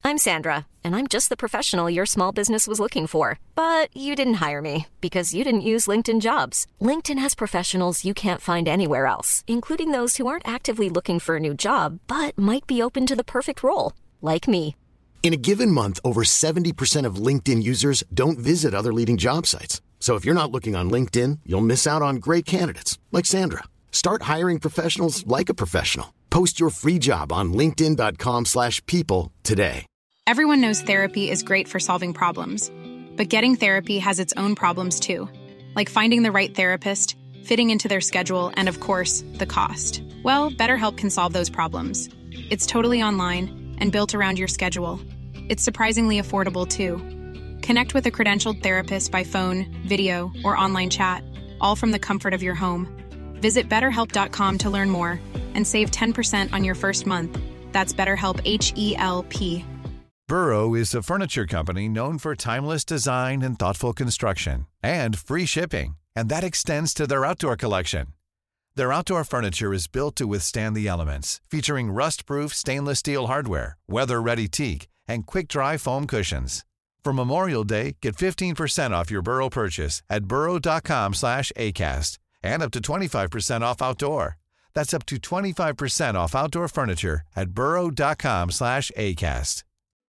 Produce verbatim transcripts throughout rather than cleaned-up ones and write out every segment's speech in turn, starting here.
I'm Sandra, and I'm just the professional your small business was looking for. But you didn't hire me because you didn't use LinkedIn Jobs. LinkedIn has professionals you can't find anywhere else, including those who aren't actively looking for a new job, but might be open to the perfect role, like me. In a given month, over seventy percent of LinkedIn users don't visit other leading job sites. So if you're not looking on LinkedIn, you'll miss out on great candidates like Sandra. Start hiring professionals like a professional. Post your free job on linkedin dot com slash people today. Everyone knows therapy is great for solving problems, but getting therapy has its own problems too, like finding the right therapist, fitting into their schedule, and of course, the cost. Well, BetterHelp can solve those problems. It's totally online and built around your schedule. It's surprisingly affordable too. Connect with a credentialed therapist by phone, video, or online chat, all from the comfort of your home. Visit better help dot com to learn more and save ten percent on your first month. That's BetterHelp, H E L P. Burrow is a furniture company known for timeless design and thoughtful construction, and free shipping, and that extends to their outdoor collection. Their outdoor furniture is built to withstand the elements, featuring rust-proof stainless steel hardware, weather-ready teak, and quick-dry foam cushions. For Memorial Day, get fifteen percent off your Burrow purchase at burrow dot com slash acast, and up to twenty-five percent off outdoor. That's up to twenty-five percent off outdoor furniture at burrow dot com slash acast.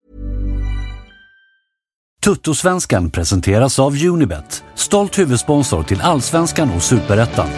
Tuttosvenskan presenteras av Unibet, stolt huvudsponsor till Allsvenskan och Superettan.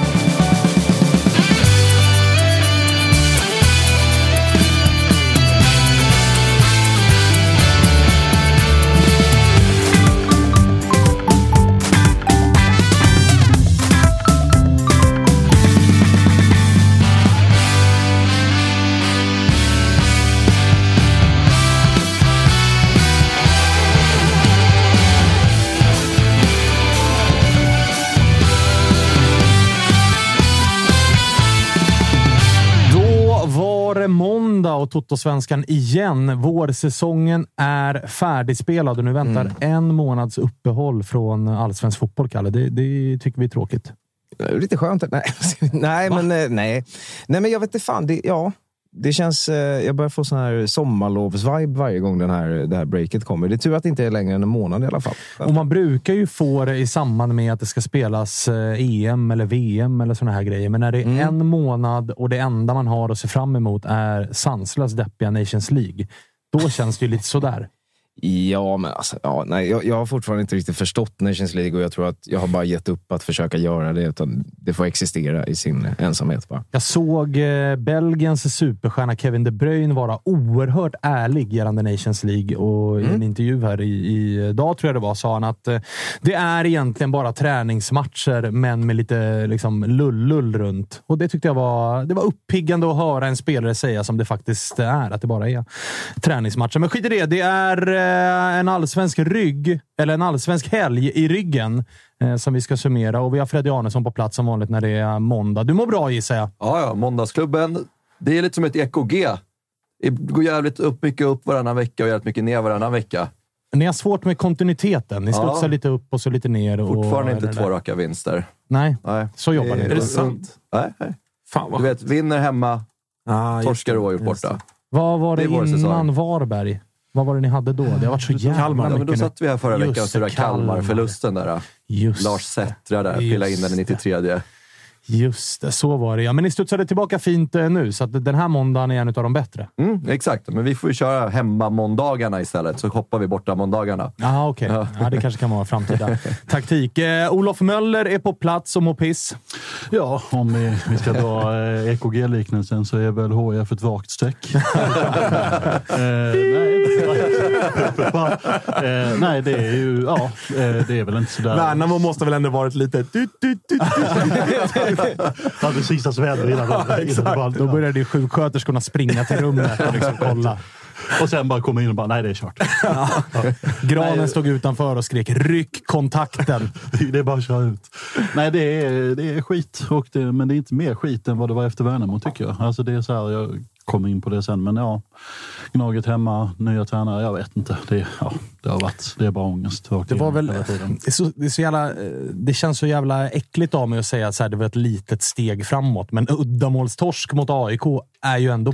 Måndag och Tuttosvenskan igen. Vårsäsongen är färdigspelad och nu väntar mm. en månads uppehåll från allsvensk fotboll, Kalle. Det, det tycker vi är tråkigt. Lite skönt. Nej, nej men nej. Nej, men jag vet inte fan. Det, ja, det känns... Jag börjar få sån här sommarlovsvibe varje gång den här, det här breaket kommer. Det är tur att det inte är längre än en månad i alla fall. Och man brukar ju få det i samband med att det ska spelas E M eller V M eller såna här grejer. Men när det är mm. en månad och det enda man har att se fram emot är sanslöst deppiga Nations League, då känns det ju lite sådär. Ja, men alltså, ja, nej, jag, jag har fortfarande inte riktigt förstått Nations League och jag tror att jag har bara gett upp att försöka göra det, utan det får existera i sin ensamhet bara. Jag såg eh, Belgiens superstjärna Kevin De Bruyne vara oerhört ärlig gällande Nations League, och mm. i en intervju här i, i dag tror jag det var, sa han att eh, det är egentligen bara träningsmatcher men med lite liksom lull-lull runt, och det tyckte jag var, det var uppiggande att höra en spelare säga som det faktiskt är, att det bara är träningsmatcher. Men skit i det, det är en allsvensk rygg, eller en allsvensk helg i ryggen eh, som vi ska summera, och vi har Freddy Arnesson på plats som vanligt när det är måndag. Du mår bra, gissar jag. Ja, ja, måndagsklubben, det är lite som ett E K G. Det går jävligt upp, mycket upp varannan vecka och jävligt mycket ner varannan vecka. Ni har svårt med kontinuiteten. Ni studsar ja. lite upp och så lite ner. Och, fortfarande inte två raka vinster. Nej, nej. Så jobbar ni. Är det sant? Nej, nej. Fan, vad du vet, vinner hemma, ah, torskar och gjort borta. Vad var det, det innan säsong. Varberg? Vad var det ni hade då? Det har varit så jävla Kalmar. mycket. Men då satt vi här förra veckan och surade Kalmar-förlusten där. Just Lars Sättra där, pilla in den i nittiotre. Just det, så var det. Ja, men ni studsade tillbaka fint eh, nu, så att den här måndagen är en av de bättre. Mm, exakt, men vi får ju köra hemma måndagarna istället, så hoppar vi borta måndagarna. Aha, okej. Okay. Ja. ja, det kanske kan vara framtida taktik. Eh, Olof Möller är på plats och mår piss. Ja, om vi, vi ska dra eh, E K G-liknelsen så är väl H F ett vagt streck. eh, nej, eh, nej, det är ju, ja, eh, det är väl inte sådär. Värnamo måste väl ändå varit lite... Du, du, du, du. Ja, det sista sväder innan. Ja, exakt. Då började ju sjuksköterskorna springa till rummet och liksom kolla. Och sen bara komma in och bara, nej, det är kört. Ja. Granen nej. stod utanför och skrek, ryck kontakten. Det är bara att köra ut. Nej, det är, det är skit. Och det, men det är inte mer skit än vad det var efter Värnamo, tycker jag. Alltså det är så här, jag kommer in på det sen. Men ja, Gnaget hemma, nya tränare, jag vet inte. Det, ja, det har varit, det är bara ångest. Det var väl, det, är så, det, är så jävla, det känns så jävla äckligt av mig att säga att så här, det var ett litet steg framåt. Men uddamålstorsk mot A I K är ju ändå bättre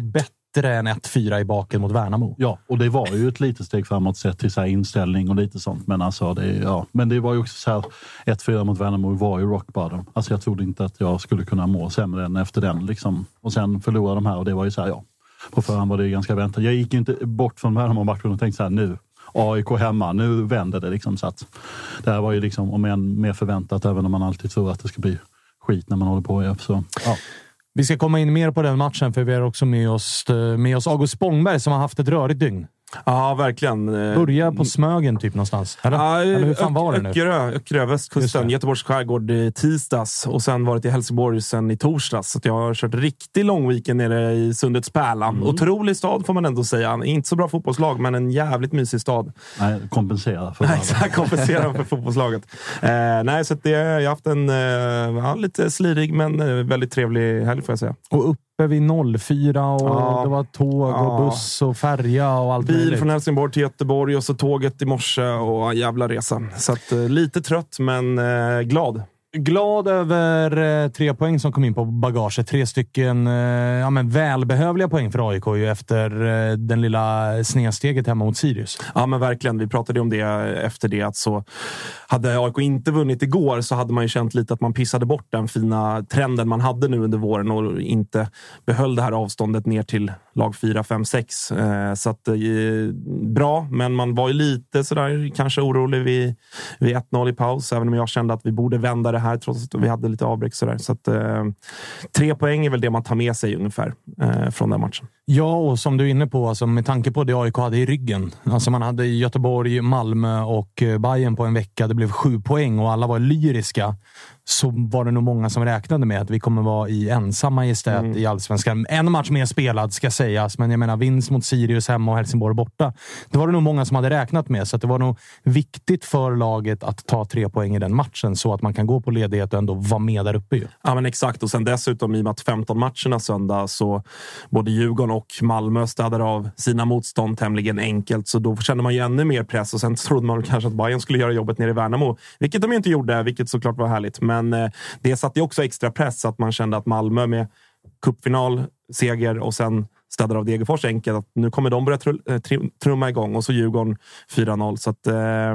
bättre än ett fyra i baken mot Värnamo. Ja, och det var ju ett litet steg framåt sett till så här inställning och lite sånt. Men alltså, det, ja. Men det var ju också så här, ett fyra mot Värnamo var ju rock bottom. Alltså jag trodde inte att jag skulle kunna må sämre än efter den liksom. Och sen förlorade de här och det var ju så här, ja. På förhand var det ganska väntat. Jag gick ju inte bort från Värnamo-matchen och tänkte så här, nu A I K hemma, nu vänder det liksom. Så att det här var ju liksom, om än mer förväntat, även om man alltid tror att det ska bli skit när man håller på. Så, ja. Vi ska komma in mer på den matchen, för vi har också med oss, med oss August Spångberg som har haft ett rörigt dygn. Ja, verkligen. Börja på Smögen typ någonstans. Eller, ja, eller hur fan var det nu? Öckerö, Öckerö, västkusten, Göteborgs skärgård tisdags och sen varit i Helsingborg sen i torsdags. Så jag har kört riktigt lång weekend nere i Sundets Pärla. Mm. Otrolig stad får man ändå säga. Inte så bra fotbollslag, men en jävligt mysig stad. Nej, kompensera för nej, exakt, kompensera för fotbollslaget. Eh, nej, så det, jag har haft en eh, ja, lite slirig men eh, väldigt trevlig helg får jag säga. Och upp vid noll fyra och ja. det var tåg och ja. buss och färja och allt bil möjligt. Från Helsingborg till Göteborg och så tåget i morse och en jävla resa. Så att, eh, lite trött men eh, glad. Glad över eh, tre poäng som kom in på bagaget. Tre stycken eh, ja, men välbehövliga poäng för A I K ju efter eh, den lilla snedsteget hemma mot Sirius. Ja men verkligen, vi pratade om det efter det att så hade A I K inte vunnit igår så hade man ju känt lite att man pissade bort den fina trenden man hade nu under våren och inte behöll det här avståndet ner till lag fyra, fem, sex. Eh, så att eh, bra, men man var ju lite sådär kanske orolig vid, vid ett noll i paus, även om jag kände att vi borde vända det här trots att vi hade lite avbräck sådär. Så att eh, tre poäng är väl det man tar med sig ungefär eh, från den matchen. Ja, och som du är inne på, alltså, med tanke på det A I K hade i ryggen. Alltså man hade Göteborg, Malmö och Bayern på en vecka. Det blev sju poäng och alla var lyriska. Så var det nog många som räknade med att vi kommer vara i ensamma istället mm. i Allsvenskan. En match mer spelad ska sägas, men jag menar vinst mot Sirius hemma och Helsingborg borta. Det var det nog många som hade räknat med, så att det var nog viktigt för laget att ta tre poäng i den matchen så att man kan gå på ledighet och ändå vara med där uppe ju. Ja men exakt, och sen dessutom i och med att femton matcherna söndag så både Djurgården och Malmö städade av sina motstånd tämligen enkelt, så då kände man ju ännu mer press och sen trodde man kanske att Bayern skulle göra jobbet nere i Värnamo, vilket de ju inte gjorde, vilket såklart var härligt, men Men det satte ju också extra press att man kände att Malmö med cupfinal, seger och sen städar av Degerfors enkelt. Att nu kommer de börja tr- trumma igång och så Djurgården fyra noll. Så att eh,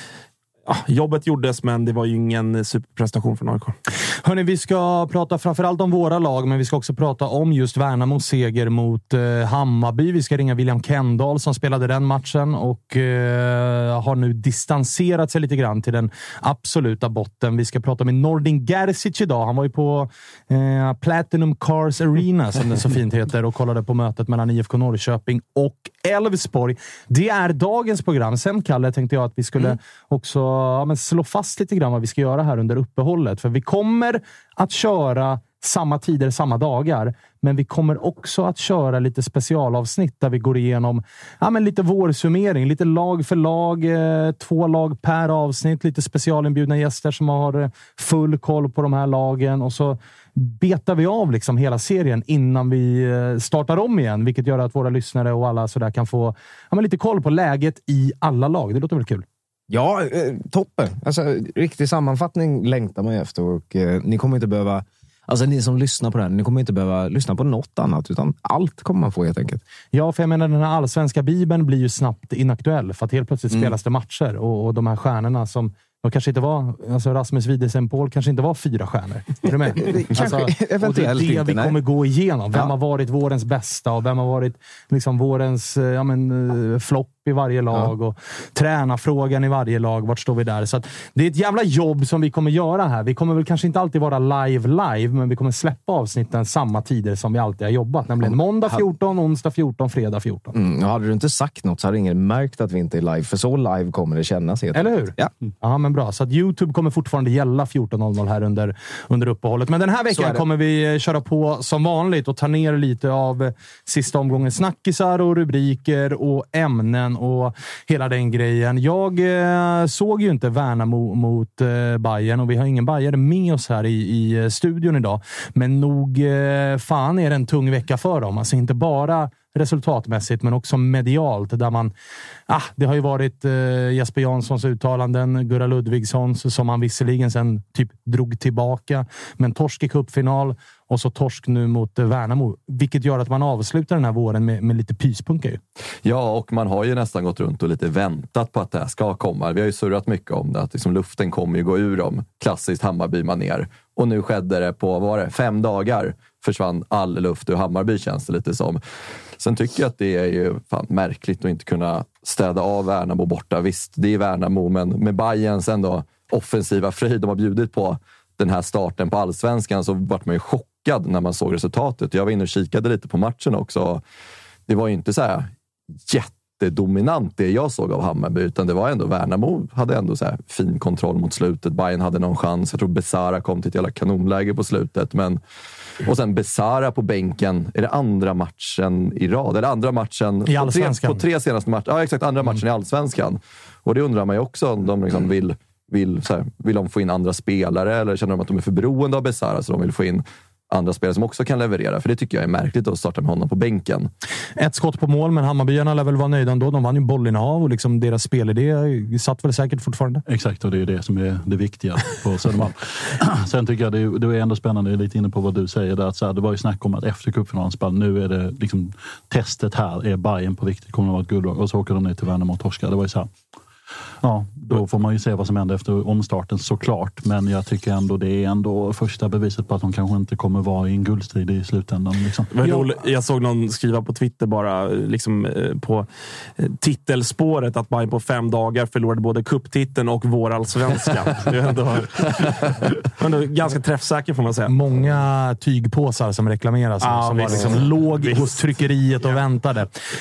ja, jobbet gjordes men det var ju ingen superprestation för A I K. Hörrni, vi ska prata framförallt om våra lag, men vi ska också prata om just Värnamos seger mot eh, Hammarby. Vi ska ringa William Kendall som spelade den matchen och eh, har nu distanserat sig lite grann till den absoluta botten. Vi ska prata med Nordin Gerzic idag. Han var ju på eh, Platinum Cars Arena som det så fint heter och kollade på mötet mellan I F K Norrköping och Elfsborg. Det är dagens program. Sen, Kalle, tänkte jag att vi skulle mm. också ja, men slå fast lite grann vad vi ska göra här under uppehållet. För vi kommer att köra samma tider, samma dagar. Men vi kommer också att köra lite specialavsnitt där vi går igenom ja, men lite vårsummering. Lite lag för lag. Eh, två lag per avsnitt. Lite specialinbjudna gäster som har full koll på de här lagen. Och så betar vi av liksom hela serien innan vi startar om igen. Vilket gör att våra lyssnare och alla sådär kan få ja, men lite koll på läget i alla lag. Det låter väl kul? Ja, eh, toppen. Alltså, riktig sammanfattning längtar man ju efter och eh, ni kommer inte behöva, alltså ni som lyssnar på det här, ni kommer inte behöva lyssna på något annat utan allt kommer man få helt enkelt. Ja, för jag menar den här allsvenska bibeln blir ju snabbt inaktuell för att helt plötsligt mm. spelas det matcher och, och de här stjärnorna som de kanske inte var, alltså Rasmus Widesen Paul kanske inte var fyra stjärnor. Är du med? Alltså, och det är det inte, vi nej. kommer gå igenom. Vem ja. har varit vårens bästa och vem har varit liksom vårens ja, men, flopp i varje lag ja. och tränarfrågan i varje lag. Vart står vi där? Så att det är ett jävla jobb som vi kommer göra här. Vi kommer väl kanske inte alltid vara live live, men vi kommer släppa avsnitten samma tider som vi alltid har jobbat. Nämligen måndag fjorton, onsdag fjorton, fredag fjorton. Mm, ja, hade du inte sagt något så hade ingen märkt att vi inte är live. För så live kommer det kännas. Eller hur? Ja. Ja, men bra. Så att YouTube kommer fortfarande gälla fjorton noll noll här under, under uppehållet. Men den här veckan kommer vi köra på som vanligt och ta ner lite av sista omgången snackisar och rubriker och ämnen och hela den grejen. Jag eh, såg ju inte Värnamo mot eh, Bayern och vi har ingen Bayern med oss här i, i studion idag. Men nog eh, fan är det en tung vecka för dem. Alltså inte bara resultatmässigt men också medialt där man, ah, det har ju varit eh, Jesper Janssons uttalanden, Gurra Ludvigssons som han visserligen sen typ drog tillbaka, men torsk i cupfinal och så torsk nu mot eh, Värnamo, vilket gör att man avslutar den här våren med, med lite pyspunka ju. Ja, och man har ju nästan gått runt och lite väntat på att det här ska komma. Vi har ju surrat mycket om det, att liksom luften kommer ju gå ur dem. Klassiskt Hammarby-manér. Och nu skedde det på, vad var det, fem dagar försvann all luft ur Hammarby, känns det lite som. Sen tycker jag att det är ju fan märkligt att inte kunna städa av Värnamo borta. Visst, det är Värnamo, men med Bayerns ändå offensiva frid de har bjudit på den här starten på Allsvenskan, så vart man ju chockad när man såg resultatet. Jag var inne och kikade lite på matchen också. Det var ju inte så här jättedominant det jag såg av Hammarby, utan det var ändå Värnamo hade ändå så här fin kontroll mot slutet. Bayern hade någon chans. Jag tror Besara kom till ett jävla kanonläge på slutet, men och sen Besara på bänken. Är det andra matchen i rad? Eller andra matchen i Allsvenskan? På tre, på tre senaste matcher. Ja, exakt. Andra matchen mm. i Allsvenskan. Och det undrar man ju också om de liksom vill, vill, så här, vill de få in andra spelare, eller känner de att de är för beroende av Besara så de vill få in andra spelare som också kan leverera. För det tycker jag är märkligt att starta med honom på bänken. Ett skott på mål, men Hammarbyarna lär väl vara nöjda ändå. De vann ju bollen av och liksom deras spelidé satt väl säkert fortfarande. Exakt, och det är det som är det viktiga på Södermalm. Sen tycker jag det är, det är ändå spännande, jag är lite inne på vad du säger där, att så här, det var ju snack om att efter cupfinalspel, nu är det liksom testet här, är Bayern på riktigt, kommer det vara ett guldlag, och så åker de ner till Värnamo och torskar. Det var ju så här. Ja, då får man ju se vad som händer efter omstarten såklart. Men jag tycker ändå det är ändå första beviset på att de kanske inte kommer vara i en guldstrid i slutändan. Liksom. Jag, jag såg någon skriva på Twitter bara liksom, på titelspåret att Bayern på fem dagar förlorade både cuptiteln och vår allsvenska. Det är ändå, ändå ganska träffsäker får man säga. Många tygpåsar som reklameras ah, som visst. var liksom låg visst. hos tryckeriet och ja. väntade.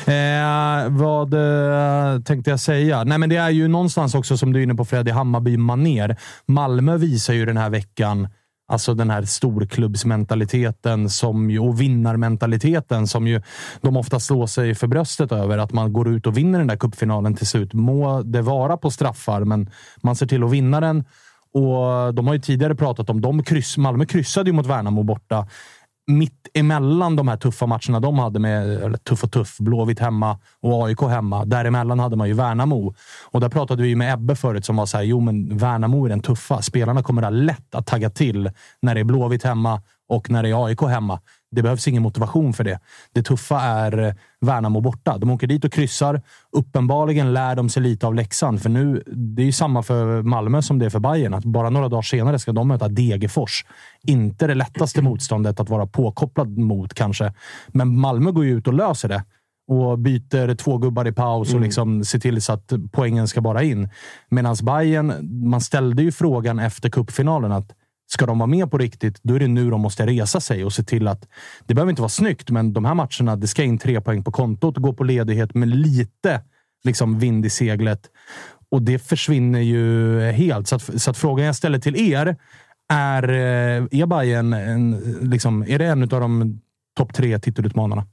Eh, vad eh, tänkte jag säga? Nej, men det är ju någonstans också som du är inne på, Freddy, Hammarby-manér. Malmö visar ju den här veckan alltså den här storklubbsmentaliteten som ju, och vinnarmentaliteten som ju de ofta slår sig för bröstet över, att man går ut och vinner den där cupfinalen till slut. Må det vara på straffar, men man ser till att vinna den. Och de har ju tidigare pratat om de kryss, Malmö kryssade ju mot Värnamo borta. Mitt emellan de här tuffa matcherna de hade med, eller tuff och tuff, Blåvitt hemma och A I K hemma. Däremellan hade man ju Värnamo. Och där pratade vi med Ebbe förut som var så här, jo men Värnamo är den tuffa. Spelarna kommer att lätt att tagga till när det är Blåvitt hemma och när det är A I K hemma. Det behövs ingen motivation för det. Det tuffa är Värnamo borta. De åker dit och kryssar. Uppenbarligen lär de sig lite av läxan. För nu, det är ju samma för Malmö som det är för Bayern. Att bara några dagar senare ska de möta Degerfors. Inte det lättaste motståndet att vara påkopplad mot kanske. Men Malmö går ju ut och löser det. Och byter två gubbar i paus och mm. liksom ser till så att poängen ska bara in. Medan Bayern, man ställde ju frågan efter cupfinalen att ska de vara med på riktigt, då är det nu de måste resa sig och se till att, det behöver inte vara snyggt, men de här matcherna, det ska in tre poäng på kontot och gå på ledighet med lite liksom vind i seglet. Och det försvinner ju helt. Så att, så att frågan jag ställer till er är, är Bayern en, liksom, är det en av de topp tre titelutmanarna?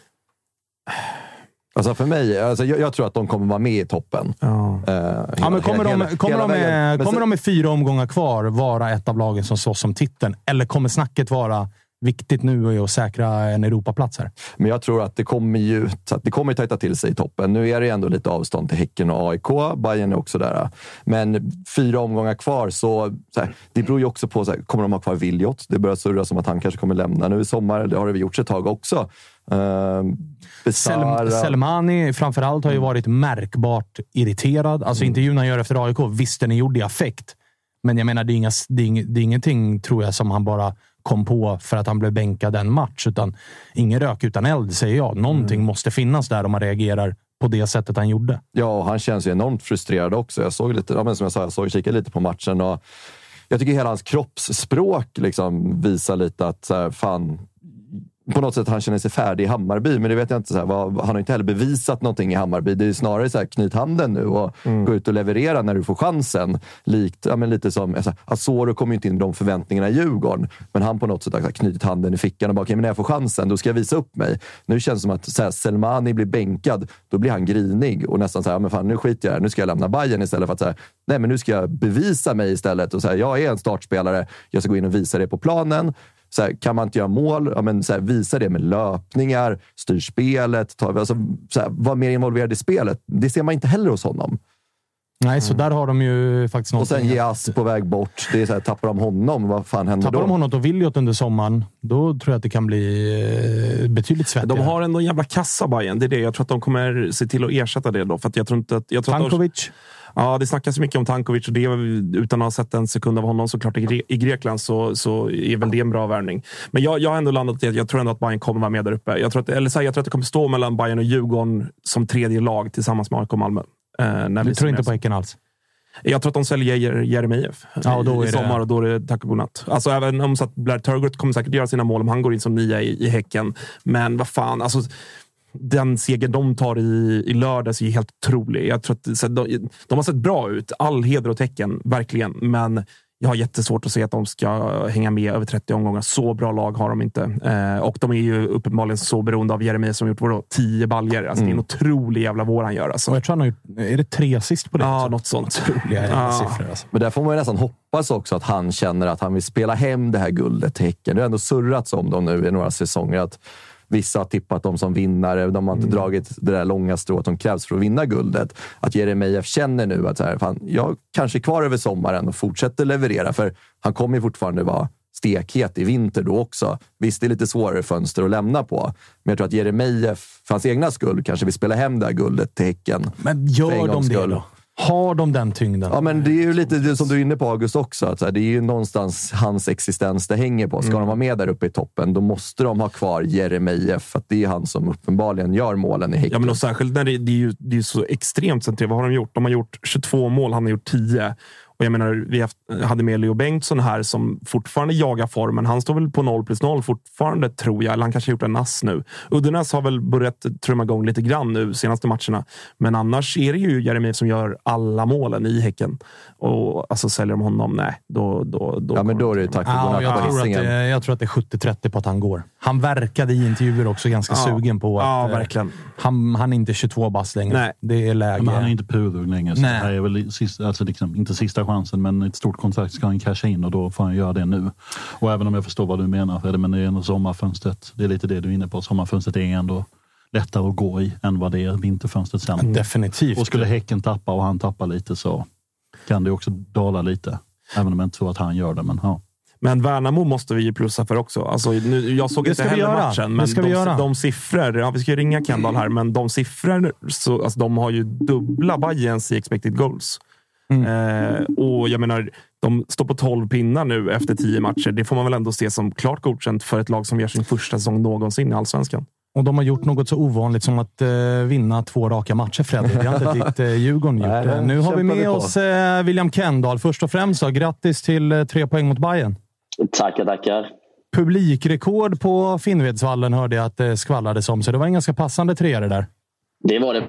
Alltså för mig, alltså jag, jag tror att de kommer vara med i toppen. Ja. Uh, ja, men kommer, hela, de, kommer, hela de, med, kommer så, de med fyra omgångar kvar vara ett av lagen som slåss om titeln? Eller kommer snacket vara viktigt nu är att säkra en Europaplats här? Men jag tror att det kommer ju det kommer tajta till sig i toppen. Nu är det ändå lite avstånd till Häcken och A I K. Bayern är också där. Men fyra omgångar kvar, så, så här, det beror ju också på, så här, kommer de ha kvar Viljot? Det börjar surra som att han kanske kommer lämna nu i sommar. Det har vi gjort ett tag också. Uh, Sel- Selmani framförallt har ju varit märkbart irriterad. Alltså mm. intervjun han gör efter A I K, visst den är gjord i affekt. Men jag menar, det är, inga, det, är ing, det är ingenting tror jag som han bara kom på för att han blev bänkad en match. Utan ingen rök utan eld, säger jag. Någonting mm. måste finnas där om man reagerar på det sättet han gjorde. Ja, han känns ju enormt frustrerad också. Jag såg lite, ja, men som jag sa, jag såg kika lite på matchen och jag tycker hela hans kroppsspråk liksom visar lite att så här, fan, på något sätt han känner sig färdig i Hammarby, men det vet jag inte så här, vad, han har inte heller bevisat någonting i Hammarby. Det är snarare så här, knyt handen nu och mm. gå ut och leverera när du får chansen. Likt, ja, men lite som alltså, Asoro kommer ju inte in med de förväntningarna i Djurgården, men han på något sätt har knutit handen i fickan och bara, okej, men när jag får chansen, då ska jag visa upp mig. Nu känns det som att så här, Selmani blir bänkad, då blir han grinig och nästan så här, ja, men fan, nu skiter jag här, nu ska jag lämna Bayern istället för att så här, nej, men nu ska jag bevisa mig istället och så här, jag är en startspelare, jag ska gå in och visa det på planen. Så här, kan man inte göra mål, ja, men så här, visa det med löpningar, styr spelet, ta, alltså, så här, var mer involverad i spelet. Det ser man inte heller hos honom. Nej, så där har de ju faktiskt något. Och sen Jas på väg bort. Det är så här, tappar de honom, vad fan händer tappar då? Tappar de honom och Williot under sommaren, då tror jag att det kan bli eh, betydligt svettigare. De har ändå en jävla kassa, Bayern. Det är det. Jag tror att de kommer se till att ersätta det då. För att jag tror inte att... Jag tror Tankovic? Att de, ja, det snackas mycket om Tankovic och det, utan att ha sett en sekund av honom såklart i, i Grekland så, så är väl det en bra värvning. Men jag, jag har ändå landat i att jag tror ändå att Bayern kommer vara med där uppe. Jag tror att, eller så här, jag tror att det kommer stå mellan Bayern och Djurgården som tredje lag tillsammans med A I K och Malmö. Eh, när du tror inte på Häcken alls? Jag tror att de säljer Jeremejeff ja, då i, i sommar det... och då är det tack och godnatt. Alltså även om så att Blair Turgott kommer säkert göra sina mål om han går in som nia i, i Häcken. Men vad fan, alltså den seger de tar i, i lördags är ju helt otrolig. Jag tror att så, de, de har sett bra ut. All heder och tecken, verkligen. Men jag har jättesvårt att se att de ska hänga med över trettio omgångar. Så bra lag har de inte. Eh, och de är ju uppenbarligen så beroende av Jeremejeff som gjort vadå, tio baljer. Alltså mm. Det är en otrolig jävla vår han gör. Alltså. Och jag tror han har gjort, är det tre assist på det? Ja, något sånt. Otroliga ja. siffror. Alltså. Men där får man ju nästan hoppas också att han känner att han vill spela hem det här guldet till Häcken. Det har ändå surrats om dem nu i några säsonger att vissa har tippat dem som vinnare. De har inte mm. dragit det där långa strået som krävs för att vinna guldet. Att Jeremejeff känner nu att så här, fan, jag kanske är kvar över sommaren och fortsätter leverera. För han kommer ju fortfarande vara stekhet i vinter då också. Visst, det är lite svårare fönster att lämna på. Men jag tror att Jeremejeff, för hans egna skull, kanske vill spela hem det här guldet till Häcken. Men gör de det då? Har de den tyngden? Ja, men det är ju lite det som du är inne på, August, också. Att så här, det är ju någonstans hans existens det hänger på. Ska mm. de vara med där uppe i toppen, då måste de ha kvar Jeremejeff. För att det är han som uppenbarligen gör målen i Häcken. Ja, men och särskilt när det, det är ju det är så extremt centrerat. Vad har de gjort? De har gjort tjugotvå mål, han har gjort tio. Och jag menar, vi hade med Leo Bengtsson här som fortfarande jagar formen. Han står väl på noll plus noll fortfarande, tror jag. Eller han kanske har gjort en nass nu. Uddenäs har väl börjat trumma igång lite grann nu senaste matcherna. Men annars är det ju Jeremejeff som gör alla målen i Häcken. Och alltså säljer de honom, nej. Då, då, då ja, men då är det ju tack och ja, jag, tror att det, jag tror att det är sjuttio trettio på att han går. Han verkade i intervjuer också ganska ja. sugen på att ja, verkligen. Han, han är inte tjugotvå bast längre. Nej. Det är läge. Men han är inte purung längre. Så det här är väl sista, alltså liksom, inte sista chansen, men ett stort kontrakt ska han casha in och då får han göra det nu. Och även om jag förstår vad du menar, för det, men det är ändå sommarfönstret. Det är lite det du är inne på. Sommarfönstret är ändå lättare att gå i än vad det är vinterfönstret sen. Ja, definitivt. Och skulle Häcken tappa och han tappar lite så kan det också dala lite. Även om jag inte tror att han gör det, men ja. Men Värnamo måste vi ju plussa för också. Alltså, nu, jag såg inte heller matchen, men de, de siffror, ja, vi ska ju ringa Kendall här, men de siffror, så, alltså, de har ju dubbla Bayerns i expected goals. Mm. Eh, och jag menar, de står på tolv pinnar nu efter tio matcher. Det får man väl ändå se som klart godkänt för ett lag som gör sin första säsong någonsin i Allsvenskan. Och de har gjort något så ovanligt som att eh, vinna två raka matcher, Fredrik. Det har inte ditt eh, Djurgården gjort. Nej, nu har vi med oss eh, William Kendall. Först och främst så, grattis till eh, tre poäng mot Bayern. Tackar, tackar. Publikrekord på Finnvedsvallen hörde jag att det skvallrades om, så det var en ganska passande trea det där. Det var det.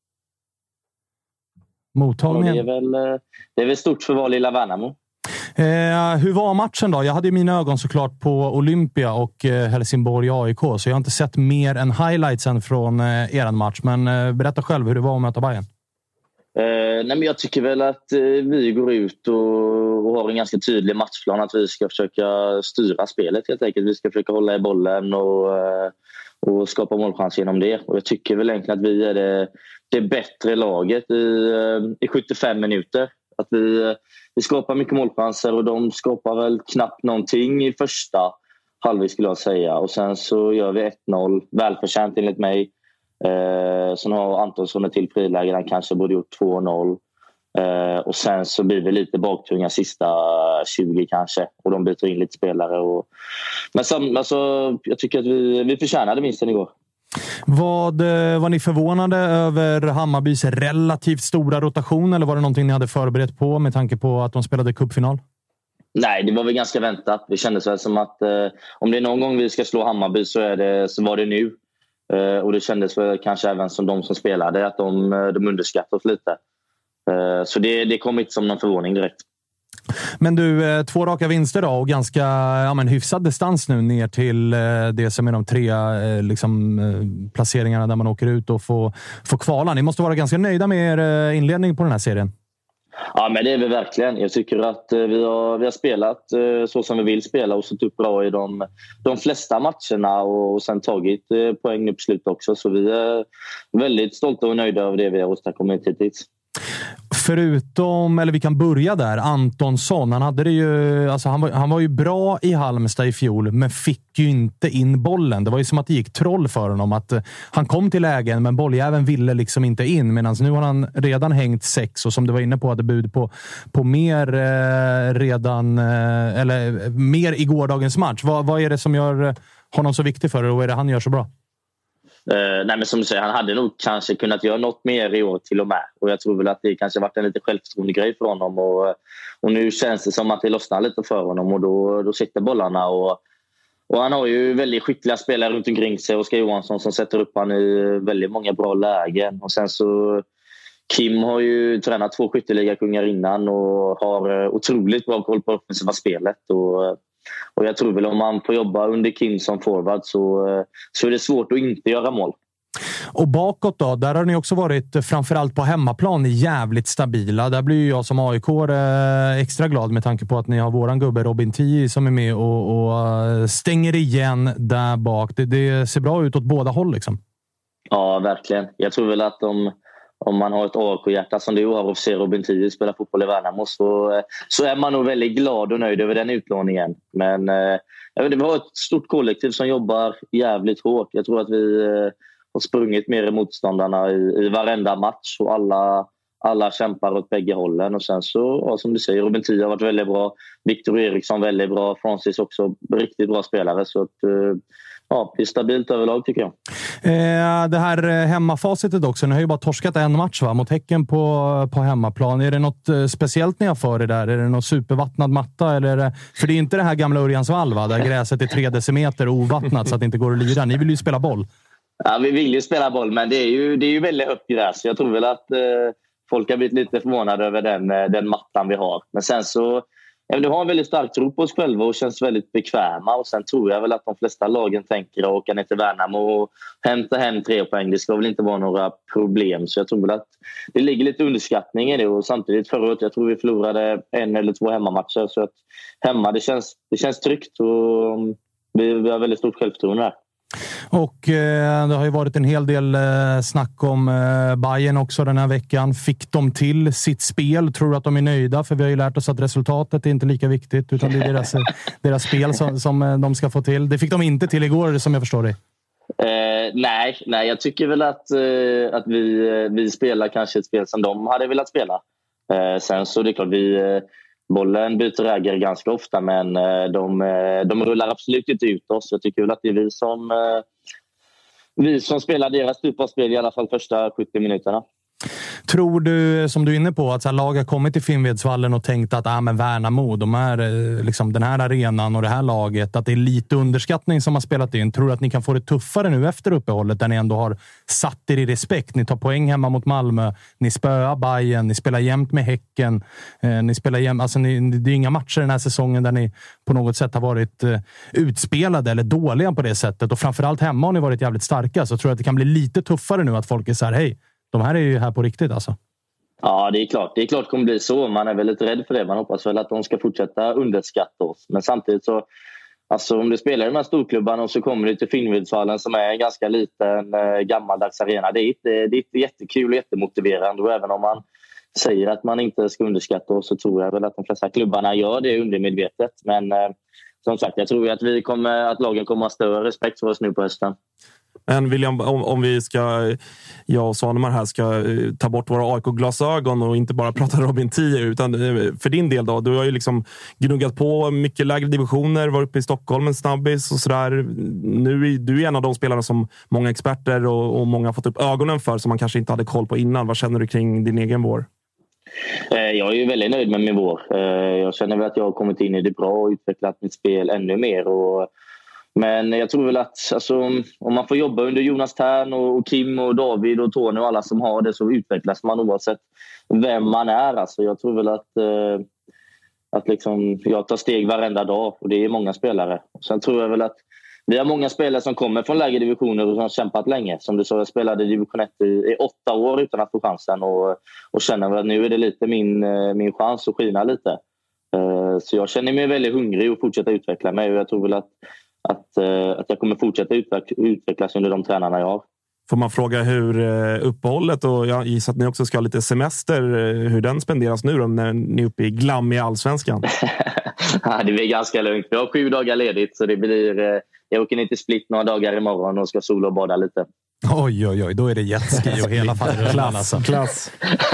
Mottagningen. Det är väl, det är väl stort för vår lilla Värnamo. Eh, hur var matchen då? Jag hade i mina ögon såklart på Olympia och eh, Helsingborg A I K, så jag har inte sett mer än highlightsen från eh, eran match. Men eh, berätta själv hur det var att möta Bayern. Eh, nej men jag tycker väl att eh, vi går ut och, och har en ganska tydlig matchplan att vi ska försöka styra spelet helt enkelt. Vi ska försöka hålla i bollen och, eh, och skapa målchans genom det. Och jag tycker väl egentligen att vi är det, det bättre laget i, i sjuttiofem minuter. Att vi, vi skapar mycket målchanser och de skapar väl knappt någonting i första halvlek skulle jag säga. Och sen så gör vi ett noll, välförtjänt enligt mig. Eh, sen har Antonsson ett till friläge, han kanske borde gjort två noll. Eh, och sen så blir vi lite baktunga sista tjugo kanske. Och de byter in lite spelare. Och... Men sam, alltså, jag tycker att vi, vi förtjänade vinsten igår. Vad, var ni förvånade över Hammarbys relativt stora rotation, eller var det någonting ni hade förberett på med tanke på att de spelade cupfinal? Nej, det var väl ganska väntat. Det kändes väl som att eh, om det är någon gång vi ska slå Hammarby så, är det, så var det nu. Eh, och det kändes väl kanske även som de som spelade att de, de underskattade oss lite. Eh, så det, det kom inte som någon förvåning direkt. Men du, två raka vinster då och ganska ja, men hyfsad distans nu ner till det som är de tre liksom, placeringarna där man åker ut och får, får kvala. Ni måste vara ganska nöjda med er inledning på den här serien. Ja, men det är vi verkligen. Jag tycker att vi har, vi har spelat så som vi vill spela och sett upp bra i de, de flesta matcherna och sen tagit poäng nu på slutet också. Så vi är väldigt stolta och nöjda över det vi har åstadkommit hittills. Förutom, eller vi kan börja där, Antonsson, han hade det ju, alltså han var, han var ju bra i Halmstad i fjol, men fick ju inte in bollen. Det var ju som att det gick troll för honom, att han kom till lägen, men bolljäveln ville liksom inte in, medan nu har han redan hängt sex och som du var inne på hade bud på, på mer eh, redan, eh, eller mer i gårdagens match. Vad, vad är det som gör honom så viktig för er och vad är det han gör så bra? Uh, nej men som du säger, han hade nog kanske kunnat göra något mer i år till och med. Och jag tror väl att det kanske varit en lite självförtroende grej för honom. Och, och nu känns det som att det lossnar lite för honom och då, då sitter bollarna. Och, och han har ju väldigt skickliga spelare runt omkring sig. Oskar Johansson som sätter upp han i väldigt många bra lägen. Och sen så Kim har ju tränat två skytteligakungar innan och har otroligt bra koll på offensiva spelet. Och Och jag tror väl om man får jobba under Kim som forward så, så är det svårt att inte göra mål. Och bakåt då, där har ni också varit framförallt på hemmaplan jävligt stabila. Där blir ju jag som A I K extra glad med tanke på att ni har våran gubbe Robin Tii som är med och, och stänger igen där bak. Det, det ser bra ut åt båda håll liksom. Ja, verkligen. Jag tror väl att om Om man har ett A K-hjärta som du har och ser Robin Tii spela fotboll i Värnamo så, så är man nog väldigt glad och nöjd över den utlåningen. Men eh, jag vet, vi har ett stort kollektiv som jobbar jävligt hårt. Jag tror att vi eh, har sprungit mer i motståndarna i, i varenda match och alla, alla kämpar åt bägge hållen. Och sen så, ja, som du säger, Robin Tii har varit väldigt bra. Victor Eriksson väldigt bra. Francis också riktigt bra spelare. Så att, eh, ja, det är stabilt överlag tycker jag. Eh, det här hemmafacitet också. Ni har ju bara torskat en match va? Mot Häcken på, på hemmaplan. Är det något eh, speciellt ni har för er där? Är det något supervattnad matta? Eller är det, för det är inte det här gamla Örjansvall va? Där gräset är tre decimeter ovattnat så att det inte går att lira. Ni vill ju spela boll. Ja, vi vill ju spela boll men det är ju, det är ju väldigt högt gräs. Jag tror väl att eh, folk har blivit lite förvånade över den, den mattan vi har. Men sen så ja, du har en väldigt stark tro på oss själva och känns väldigt bekväma. Och sen tror jag väl att de flesta lagen tänker att åka ner till Värnamo och hämta hem tre poäng. Det ska väl inte vara några problem. Så jag tror väl att det ligger lite underskattning i det. Och samtidigt förut, jag tror vi förlorade en eller två hemmamatcher. Så att hemma, det känns, det känns tryggt och vi, vi har väldigt stort självförtroende där. Och eh, det har ju varit en hel del eh, snack om eh, Bayern också den här veckan. Fick de till sitt spel? Tror du att de är nöjda? För vi har ju lärt oss att resultatet är inte lika viktigt utan det är deras, deras spel som, som de ska få till. Det fick de inte till igår som jag förstår det. Eh, nej, nej, jag tycker väl att, eh, att vi, vi spelar kanske ett spel som de hade velat spela. Eh, sen så det är klart vi... Eh, bollen byter ägare ganska ofta men de, de rullar absolut inte ut oss. Jag tycker väl att det är vi som, vi som spelar deras typ av spel i alla fall första sjuttio minuterna. Tror du, som du är inne på, att så här, lag har kommit till Finnvedsvallen och tänkt att ah, men Värnamo, de är, liksom, den här arenan och det här laget, att det är lite underskattning som har spelat in. Tror du att ni kan få det tuffare nu efter uppehållet där ni ändå har satt er i respekt? Ni tar poäng hemma mot Malmö, ni spöar Bayern, ni spelar jämt med Häcken, eh, ni spelar jämt, alltså, ni, det är inga matcher den här säsongen där ni på något sätt har varit eh, utspelade eller dåliga på det sättet. Och framförallt hemma har ni varit jävligt starka, så tror jag att det kan bli lite tuffare nu att folk är så här, hej, de här är ju här på riktigt alltså. Ja, det är klart. Det är klart det kommer bli så. Man är väldigt rädd för det. Man hoppas väl att de ska fortsätta underskatta oss. Men samtidigt så, alltså om du spelar i de här storklubbarna och så kommer du till Finnvedsvallen som är en ganska liten eh, gammaldags arena. Det är inte, det är inte jättekul och jättemotiverande. Och även om man säger att man inte ska underskatta oss så tror jag väl att de flesta klubbarna gör det undermedvetet. Men eh, som sagt, jag tror att, vi kommer, att lagen kommer att ha större respekt för oss nu på hösten. Men William, om, om vi ska, jag och Svanemar här ska ta bort våra A I K-glasögon och inte bara prata Robin Tii, utan för din del då, du har ju liksom gnuggat på mycket lägre divisioner, var uppe i Stockholm en snabbis och sådär. Nu är du en av de spelarna som många experter och, och många har fått upp ögonen för som man kanske inte hade koll på innan. Vad känner du kring din egen vår? Jag är ju väldigt nöjd med min vår. Jag känner väl att jag har kommit in i det bra och utvecklat mitt spel ännu mer och men jag tror väl att alltså, om man får jobba under Jonas Tern och Kim och David och Tony och alla som har det så utvecklas man oavsett vem man är. Alltså, jag tror väl att, eh, att liksom, jag tar steg varenda dag och det är många spelare. Sen tror jag väl att vi har många spelare som kommer från lägre divisioner och som har kämpat länge. Som du sa, jag spelade i division ett i, i åtta år utan att få chansen. Och, och känner att nu är det lite min, min chans att skina lite. Uh, så jag känner mig väldigt hungrig och fortsätta utveckla mig. Och jag tror väl att, att, uh, att jag kommer fortsätta utveck- utvecklas under de tränarna jag har. Får man fråga hur uppehållet, och jag gissar att ni också ska ha lite semester, hur den spenderas nu då, när ni är uppe i glam i Allsvenskan? Ja, det blir ganska lugnt. Vi har sju dagar ledigt så det blir... Jag åker ner till Split några dagar imorgon och ska sola och bada lite. Oj, oj, oj. Då är det jetski och hela faderullan. Klass, alltså. Klass.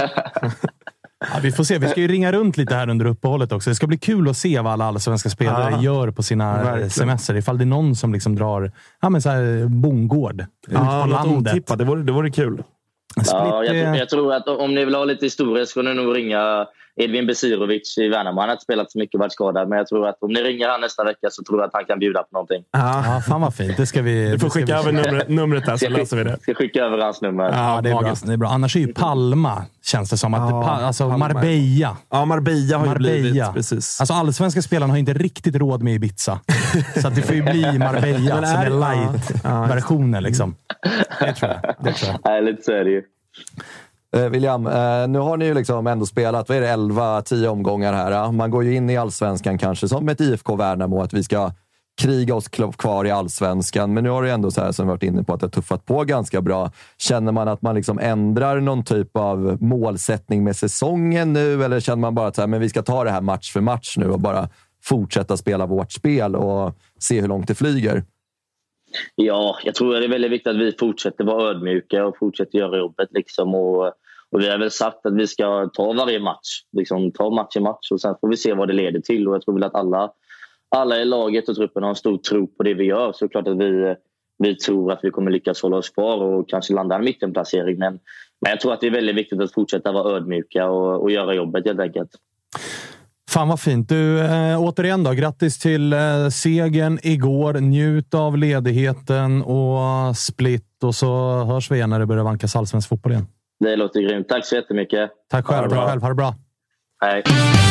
Ja, vi får se. Vi ska ju ringa runt lite här under uppehållet också. Det ska bli kul att se vad alla allsvenska spelare ja. gör på sina Verkligen. semester. Ifall det är någon som liksom drar ja, men så här, bondgård ut ja, på landet. Otippat. Det vore, det vore kul. Ja, jag, tror, jag tror att om ni vill ha lite historia ska ni nog ringa Edvin Besirovic i Värnamo. Han har inte spelat så mycket och varit skadad. Men jag tror att om ni ringer han nästa vecka så tror jag att han kan bjuda på någonting. Ja, fan vad fint. Det ska vi... Du får skicka över numret, numret där så läser vi det. Ska skicka över hans nummer. Ja, det är, bra. det är bra. Annars är ju Palma, känns det som. Att ja, det, alltså Palma. Marbella. Ja, Marbella har Marbella. ju blivit. Precis. Alltså allsvenska spelarna har inte riktigt råd med Ibiza. Så att det får ju bli Marbella som är light-versionen liksom. Det tror jag. Det tror jag. Nej, lite så är det ju. Eh, William, eh, nu har ni ju liksom ändå spelat, vad är det, elva tio omgångar här. Ja? Man går ju in i Allsvenskan kanske som ett I F K Värnamo, att vi ska kriga oss kvar i Allsvenskan. Men nu har det ändå så här som vi varit inne på att det har tuffat på ganska bra. Känner man att man liksom ändrar någon typ av målsättning med säsongen nu? Eller känner man bara att så här, men vi ska ta det här match för match nu och bara fortsätta spela vårt spel och se hur långt det flyger? Ja, jag tror att det är väldigt viktigt att vi fortsätter vara ödmjuka och fortsätter göra jobbet. Liksom. Och, och vi har väl sagt att vi ska ta varje match. Liksom, ta match i match och sen får vi se vad det leder till. Och jag tror väl att alla, alla i laget och truppen har en stor tro på det vi gör. Så klart att vi, vi tror att vi kommer lyckas hålla oss kvar och kanske landa en mittenplacering. Men, men jag tror att det är väldigt viktigt att fortsätta vara ödmjuka och, och göra jobbet helt enkelt. Fan vad fint. Du, äh, återigen då, grattis till äh, segern igår. Njut av ledigheten och Split. Och så hörs vi igen när det börjar vankas allsvensk fotboll igen. Det låter grymt. Tack så jättemycket. Tack själv. Ha det bra. Själv. Ha det bra. Hej.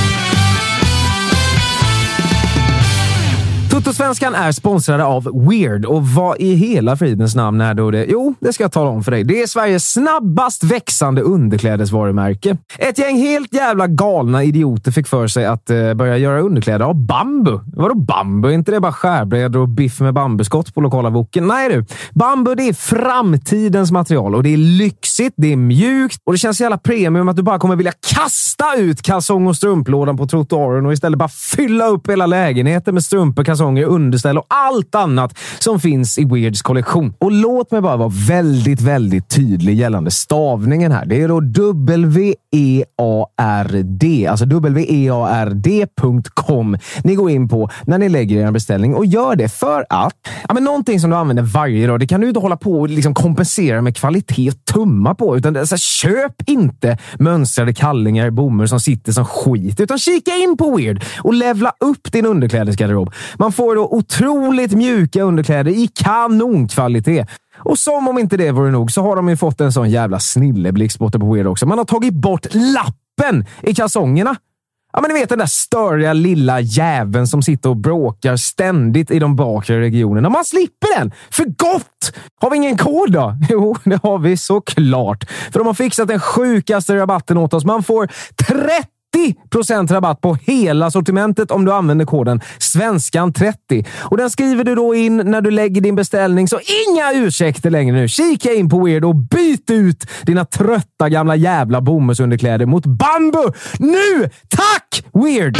Tuttosvenskan är sponsrade av Weird. Och vad i hela fridens namn är då det? Jo, det ska jag tala om för dig. Det är Sveriges snabbast växande underklädesvarumärke. Ett gäng helt jävla galna idioter fick för sig att uh, börja göra underkläder av bambu. Vadå bambu? Är inte det bara skärbrädor och biff med bambuskott på lokala boken? Nej du. Bambu, det är framtidens material och det är lyxigt, det är mjukt och det känns jävla premium att du bara kommer vilja kasta ut kalsong- och strumplådan på trottoaren och istället bara fylla upp hela lägenheten med strumpor, kalsonger, underställ och allt annat som finns i Weirds kollektion. Och låt mig bara vara väldigt, väldigt tydlig gällande stavningen här. Det är då W E A R D, alltså W E A R D punkt com ni går in på när ni lägger er en beställning och gör det för att ja, men någonting som du använder varje dag, det kan du inte hålla på och liksom kompensera med kvalitet och tumma på, utan det, så här, köp inte mönstrade kallingar i bomull som sitter som skit, utan kika in på Weird och levla upp din underklädesgarderob. Man får då otroligt mjuka underkläder i kanonkvalitet. Och som om inte det vore nog så har de ju fått en sån jävla snilleblixt borta på Weird också. Man har tagit bort lappen i kalsongerna. Ja, men ni vet den där störiga lilla jäveln som sitter och bråkar ständigt i de bakre regionerna. Man slipper den! För gott! Har vi ingen kod då? Jo, det har vi såklart. För de har fixat den sjukaste rabatten åt oss. Man får trettio procent rabatt på hela sortimentet om du använder koden Svenskan trettio. Och den skriver du då in när du lägger din beställning, så inga ursäkter längre nu. Kika in på Weird och byt ut dina trötta gamla jävla bomullsunderkläder mot bambu. Nu! Tack! Weird!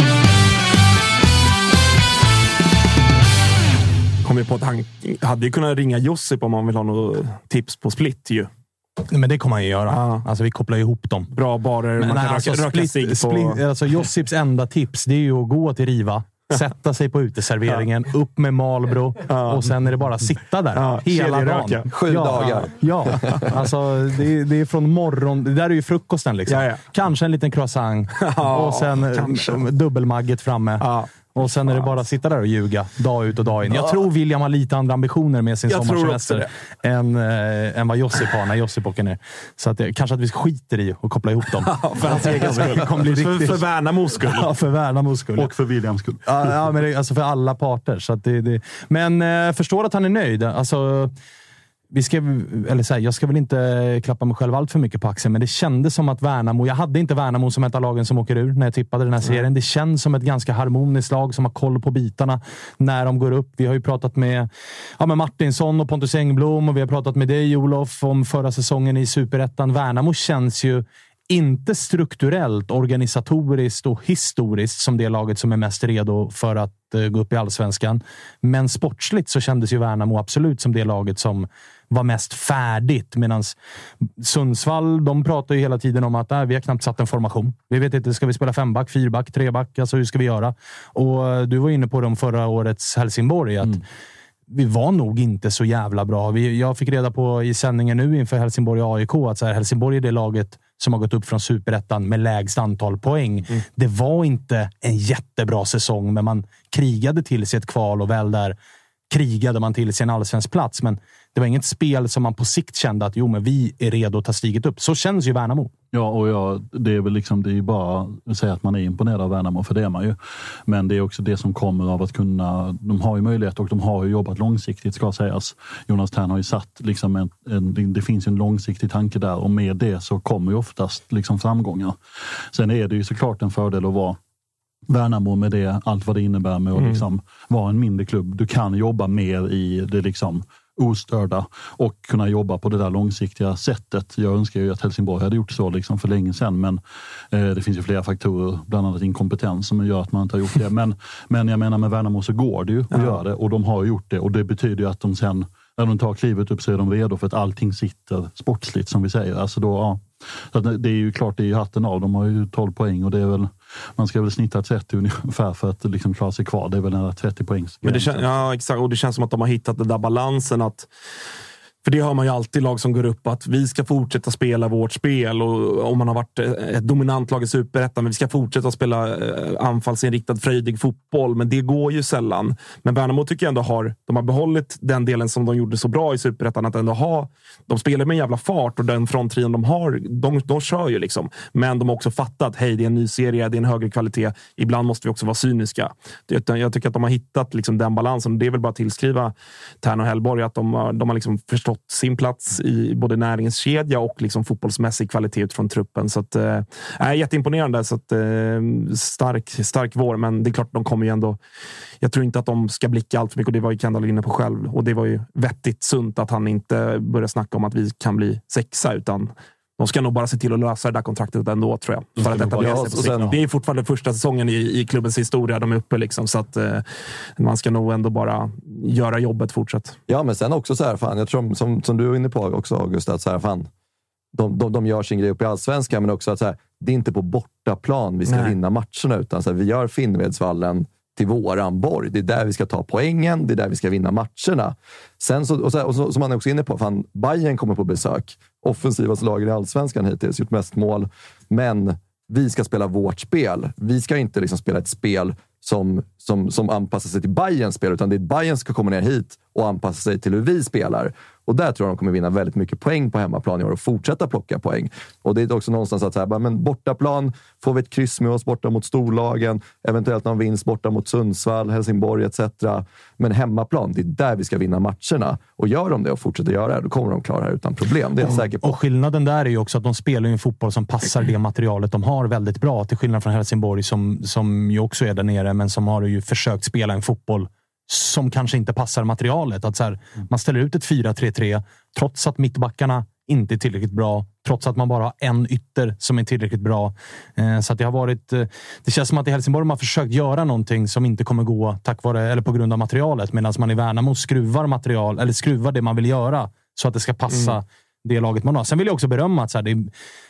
Kom vi på att han hade ju kunnat ringa Josip om man vill ha något tips på Split ju. Men det kommer man ju göra. Ja. Alltså vi kopplar ihop dem. Bra barer. Man nej, kan alltså, röka, split, röka sig på... split, alltså Josips enda tips, det är ju att gå till Riva, sätta sig på uteserveringen, ja. upp med Marlboro ja. och sen är det bara att sitta där ja. hela dagen. Sju ja, dagar. Ja, alltså det, det är från morgon. Det där är ju frukosten liksom. Ja, ja. Kanske en liten croissant ja, och sen kanske. dubbelmagget framme. Ja. Och sen är det bara att sitta där och ljuga dag ut och dag in. Jag tror William har lite andra ambitioner med sin jag sommarsemester än, äh, än vad Josip har när Josip åker ner. Så att det, kanske att vi skiter i och koppla ihop dem. För hans egen skull. Bli riktigt... För, för Värnamos skull. Ja, för Värnamos skull. Och för Williams skull. Ja, ja men det, alltså för alla parter. Så att det, det... Men äh, förstår att han är nöjd. Alltså... Vi ska, eller så här, jag ska väl inte klappa mig själv allt för mycket på axeln, men det kändes som att Värnamo, jag hade inte Värnamo som ett av lagen som åker ur när jag tippade den här serien. Mm. Det känns som ett ganska harmoniskt lag som har koll på bitarna när de går upp. Vi har ju pratat med, ja, med Martinsson och Pontus Engblom, och vi har pratat med dig, Olof, om förra säsongen i Superettan. Värnamo känns ju inte strukturellt, organisatoriskt och historiskt som det laget som är mest redo för att uh, gå upp i Allsvenskan. Men sportsligt så kändes ju Värnamo absolut som det laget som var mest färdigt. Medan Sundsvall, de pratar ju hela tiden om att äh, vi har knappt satt en formation. Vi vet inte, ska vi spela femback, fyrback, treback? Alltså hur ska vi göra? Och uh, du var inne på dem förra årets Helsingborg att mm. vi var nog inte så jävla bra. Vi, jag fick reda på i sändningen nu inför Helsingborg och A I K att så här, Helsingborg är det laget som har gått upp från Superettan med lägst antal poäng. Mm. Det var inte en jättebra säsong, men man krigade till sig ett kval och väl där krigade man till sig en allsvensk plats. Men det var inget spel som man på sikt kände att jo, men vi är redo att ta stiget upp. Så känns ju Värnamo. Ja, och ja, det är väl liksom, det är ju bara att säga att man är imponerad av Värnamo, för det är man ju. Men det är också det som kommer av att kunna, de har ju möjlighet och de har ju jobbat långsiktigt, ska sägas. Jonas Thern har ju satt liksom en, en, det finns ju en långsiktig tanke där, och med det så kommer ju oftast liksom framgångar. Sen är det ju såklart en fördel att vara Värnamo med det, allt vad det innebär med att mm. liksom vara en mindre klubb. Du kan jobba mer i det liksom ostörda och kunna jobba på det där långsiktiga sättet. Jag önskar ju att Helsingborg hade gjort så liksom för länge sedan, men eh, det finns ju flera faktorer, bland annat inkompetens, som gör att man inte har gjort det. Men, men jag menar, med Värnamo så går det ju att ja. göra det, och de har gjort det, och det betyder ju att de sen, när de tar klivet upp, så är de redo för att allting sitter sportsligt, som vi säger. Alltså då, ja. Så det är ju klart, det är ju hatten av. De har ju tolv poäng, och det är väl, man ska väl snitta trettio ungefär för att liksom klara sig kvar. Det är väl nära trettio poäng. Men det kän- ja, exakt. Och det känns som att de har hittat den där balansen att, för det har man ju alltid lag som går upp, att vi ska fortsätta spela vårt spel, och om man har varit ett dominant lag i Superettan, men vi ska fortsätta spela anfallsinriktad fröjdig fotboll, men det går ju sällan. Men Värnamo tycker jag ändå har, de har behållit den delen som de gjorde så bra i Superettan, att ändå ha, de spelar med en jävla fart, och den fronttrion de har, de, de kör ju liksom, men de har också fattat, hej, det är en ny serie, det är en högre kvalitet, ibland måste vi också vara cyniska. Det, jag tycker att de har hittat liksom den balansen, och det är väl bara att tillskriva Thern och Hellborg att de har, de har liksom förstått sin plats i både näringskedja och liksom fotbollsmässig kvalitet utifrån truppen. Så att, äh, är jätteimponerande. Så att, äh, stark, stark vår, men det är klart de kommer ju ändå, jag tror inte att de ska blicka allt för mycket, och det var ju Kendall inne på själv, och det var ju vettigt sunt att han inte börjar snacka om att vi kan bli sexa, utan de ska nog bara se till att lösa det där kontraktet ändå, tror jag. För att etablera sig på sikt. Det är fortfarande första säsongen i, i klubbens historia. De är uppe liksom, så att eh, man ska nog ändå bara göra jobbet fortsatt. Ja, men sen också så här, fan, jag tror som, som du är inne på också, August, att så här, fan, de, de, de gör sin grej upp i Allsvenskan, men också att så här, det är inte på bortaplan vi ska Nej. vinna matcherna, utan så här, vi gör Finnvedsvallen till våran borg. Det är där vi ska ta poängen, det är där vi ska vinna matcherna. Sen så, och så, och så, som man är också inne på, fan, Bayern kommer på besök. Offensivas lagen i Allsvenskan hittills, gjort mest mål. Men vi ska spela vårt spel. Vi ska inte liksom spela ett spel som, som, som anpassar sig till Bayerns spel, utan det är Bayern ska komma ner hit och anpassa sig till hur vi spelar. Och där tror jag de kommer vinna väldigt mycket poäng på hemmaplan i år och fortsätta plocka poäng. Och det är också någonstans att så här, men bortaplan får vi ett kryss med oss borta mot storlagen, eventuellt någon vinst borta mot Sundsvall, Helsingborg et cetera. Men hemmaplan, det är där vi ska vinna matcherna. Och gör de det och fortsätter göra det, då kommer de klara det utan problem. Det är jag säker på. Och skillnaden där är ju också att de spelar ju en fotboll som passar det materialet de har väldigt bra, till skillnad från Helsingborg som, som ju också är där nere, men som har ju försökt spela en fotboll som kanske inte passar materialet. Att så här, man ställer ut ett fyra tre tre trots att mittbackarna inte är tillräckligt bra, trots att man bara har en ytter som är tillräckligt bra. Eh, så att det har varit, eh, det känns som att i Helsingborg man har försökt göra någonting som inte kommer gå tack vare, eller på grund av materialet, medan man i Värnamo skruvar material, eller skruvar det man vill göra så att det ska passa mm. det laget man har. Sen vill jag också berömma att så här, det,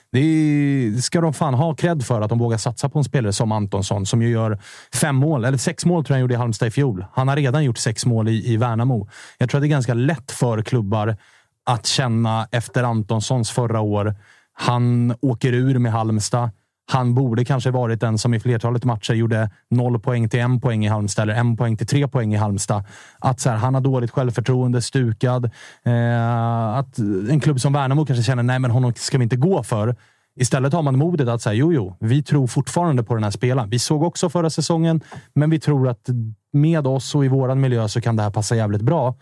det ska de fan ha cred för, att de vågar satsa på en spelare som Antonsson, som ju gör fem mål, eller sex mål tror jag han gjorde i Halmstad i fjol. Han har redan gjort sex mål i, i Värnamo. Jag tror att det är ganska lätt för klubbar att känna efter Antonssons förra år. Han åker ur med Halmstad. Han borde kanske varit den som i flertalet matcher gjorde noll poäng till en poäng i Halmstad eller en poäng till tre poäng i Halmstad. Att så här, han har dåligt självförtroende, stukad. Eh, att en klubb som Värnamo kanske känner, nej men honom ska vi inte gå för. Istället har man modet att säga, jo jo, vi tror fortfarande på den här spelaren. Vi såg också förra säsongen, men vi tror att med oss och i våran miljö så kan det här passa jävligt bra.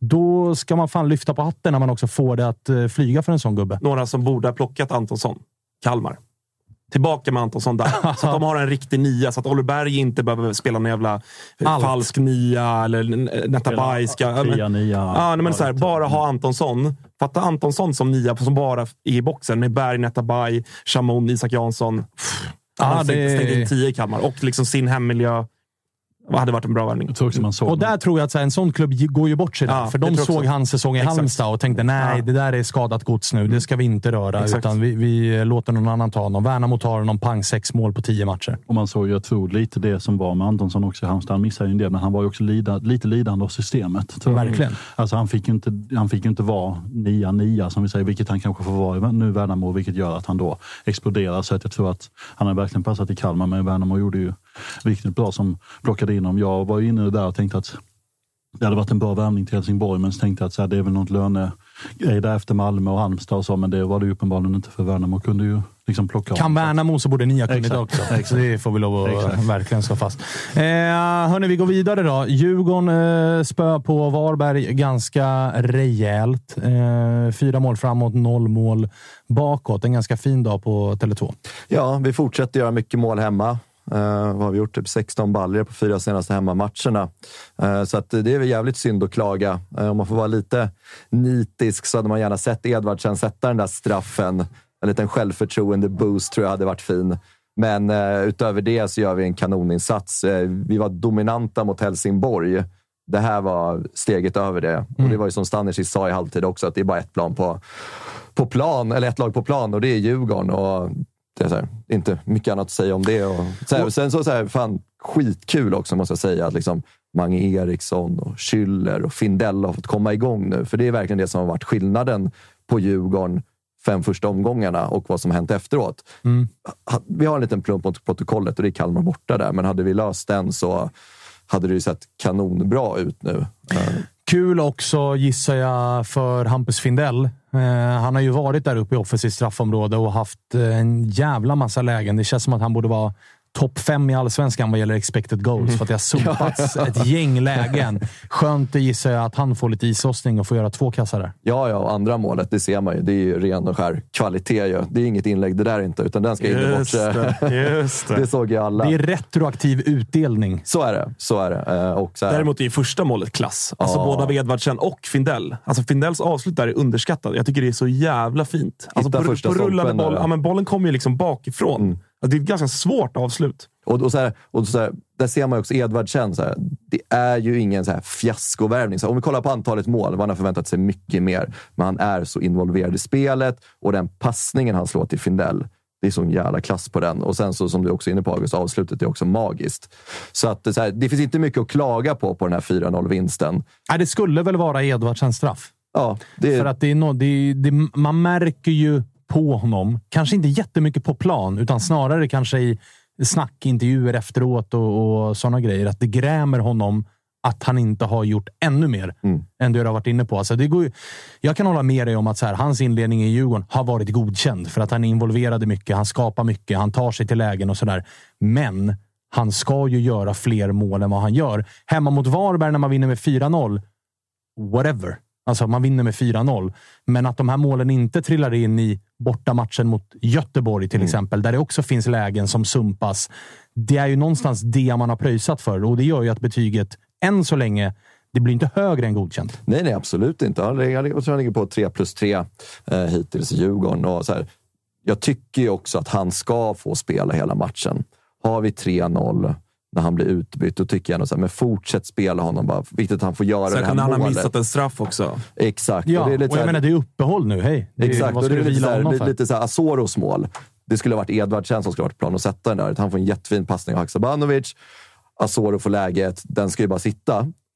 Då ska man fan lyfta på hatten när man också får det att flyga för en sån gubbe. Några som borde ha plockat Antonsson. Kalmar. Tillbaka med Antonsson där. Så att de har en riktig nia. Så att Oliver Berg inte behöver spela någon jävla allt. falsk nia eller Netabajska. Nia, nia. Ja, men så här, bara ha Antonsson. Fatta Antonsson som nia som bara är i boxen med Berg, Netabaj, Chamon, Isak Jansson. Ja, det stängde in tio i Kalmar. Och liksom sin hemmiljö. Vad hade varit en bra värvning. Och där tror jag att så här, en sån klubb går ju bort sig där. Ja, för de såg också. hans säsong i Exakt. Halmstad och tänkte, nej, Ja. det där är skadat gods nu. Det ska vi inte röra. Exakt. Utan vi, vi låter någon annan ta honom. Värnamo tar honom pang sex mål på tio matcher. Och man såg ju, jag tror, lite det som var med Antonsson också i Halmstad. Han missade ju en del, men han var ju också lida, lite lidande av systemet. Verkligen. Alltså han fick ju inte, han fick ju inte vara nia nia som vi säger, vilket han kanske får vara nu i Värnamo, vilket gör att han då exploderar. Så att jag tror att han har verkligen passat i Kalmar, men Värnamo gjorde ju riktigt bra som plockade in honom. Jag var ju inne där och tänkte att det hade varit en bra värvning till Helsingborg, men så tänkte jag att så här, det är väl något lönegrej där efter Malmö och Halmstad och så, men det var det ju uppenbarligen inte för Värnamo. Kunde ju liksom plocka Kan Värnamo så borde ni ha kunnat också. Exakt. Så det får vi lov att Exakt. verkligen slå fast. Eh, hörni, vi går vidare då. Djurgården eh, spö på Varberg ganska rejält. Eh, fyra mål framåt, noll mål bakåt. En ganska fin dag på Tele två. Ja, vi fortsätter göra mycket mål hemma. Uh, vad har vi gjort? Typ sexton baller på fyra senaste hemmamatcherna. Uh, så att det är väl jävligt synd att klaga. Uh, om man får vara lite nitisk så hade man gärna sett Edvardsen sätta den där straffen. En liten självförtroende boost tror jag hade varit fin. Men uh, utöver det så gör vi en kanoninsats. Uh, vi var dominanta mot Helsingborg. Det här var steget över det. Mm. Och det var ju som Stanisic sa i halvtid också, att det är bara ett plan på, på plan, eller ett lag på plan, och det är Djurgården. Och det är så här, inte mycket annat att säga om det. Och så här, sen så, så här, fan, skitkul också måste jag säga att liksom Mange Eriksson och Schüller och Findell har fått komma igång nu. För det är verkligen det som har varit skillnaden på Djurgården fem första omgångarna och vad som hänt efteråt. Mm. Vi har en liten plump mot protokollet och det är Kalmar borta där. Men hade vi löst den så hade det ju sett kanonbra ut nu. Kul också, gissar jag, för Hampus Findell. Eh, han har ju varit där uppe i offensivt straffområde och haft en jävla massa lägen. Det känns som att han borde vara topp fem i allsvenskan vad gäller expected goals. Mm. För att det har sumpats ett gäng lägen. Skönt, det gissar jag, att han får lite islossning och får göra två kassar där. Ja, ja, och andra målet, det ser man ju. Det är ju ren och skär kvalitet ju. Det är inget inlägg det där inte, utan den ska in bort. Det, just det. Det såg ju alla. Det är retroaktiv utdelning. Så är det, så är det. Och så här. Däremot är första målet klass. Alltså ja. Både Edvardsen och Findell. Alltså Findells avslut där är underskattad. Jag tycker det är så jävla fint. Alltså på, på rullande boll. Ja, men bollen kommer ju liksom bakifrån. Mm. Alltså, det är ett ganska svårt avslut. Och, och, så här, och så här, där ser man ju också Edvardsen. Så här, det är ju ingen så här fiaskovärvning. Så om vi kollar på antalet mål, man har förväntat sig mycket mer. Men han är så involverad i spelet. Och den passningen han slår till Findell, det är sån jävla klass på den. Och sen så som du också är inne på, August, avslutet är också magiskt. Så att så här, det finns inte mycket att klaga på på den här fyra noll-vinsten. Nej, det skulle väl vara Edvardsens straff. Ja, det är... För att det är no, det, det, man märker ju på honom, kanske inte jättemycket på plan, utan snarare kanske i snackintervjuer efteråt och, och sådana grejer, att det grämer honom att han inte har gjort ännu mer mm. än det du har varit inne på. Alltså det går ju, jag kan hålla med dig om att så här, hans inledning i Djurgården har varit godkänd för att han är involverad i mycket, han skapar mycket, han tar sig till lägen och sådär. Men han ska ju göra fler mål än vad han gör. Hemma mot Varberg när man vinner med fyra noll, whatever. Alltså man vinner med fyra noll. Men att de här målen inte trillar in i bortamatchen mot Göteborg till mm. exempel, där det också finns lägen som sumpas. Det är ju någonstans det man har pröjsat för. Och det gör ju att betyget än så länge, det blir inte högre än godkänt. Nej, nej, absolut inte. Jag tror han ligger på tre plus tre eh, hittills i Djurgården. Och så här, jag tycker ju också att han ska få spela hela matchen. Har vi tre noll när han blir utbytt, då tycker jag nog så här, men fortsätt spela honom bara. Viktigt att han får göra så det här målet. Sen målet. Han har missat en straff också. Exakt. Ja, och, det är lite och jag här, menar, det är uppehåll nu, hej. Det, exakt, vad och det är lite så här, lite, lite så här Azoros mål. Det skulle ha varit Edvardsen som skulle ha varit plan och sätta den där. Han får en jättefin passning av Haksabanovic. Azoro får läget. Den ska ju bara sitta.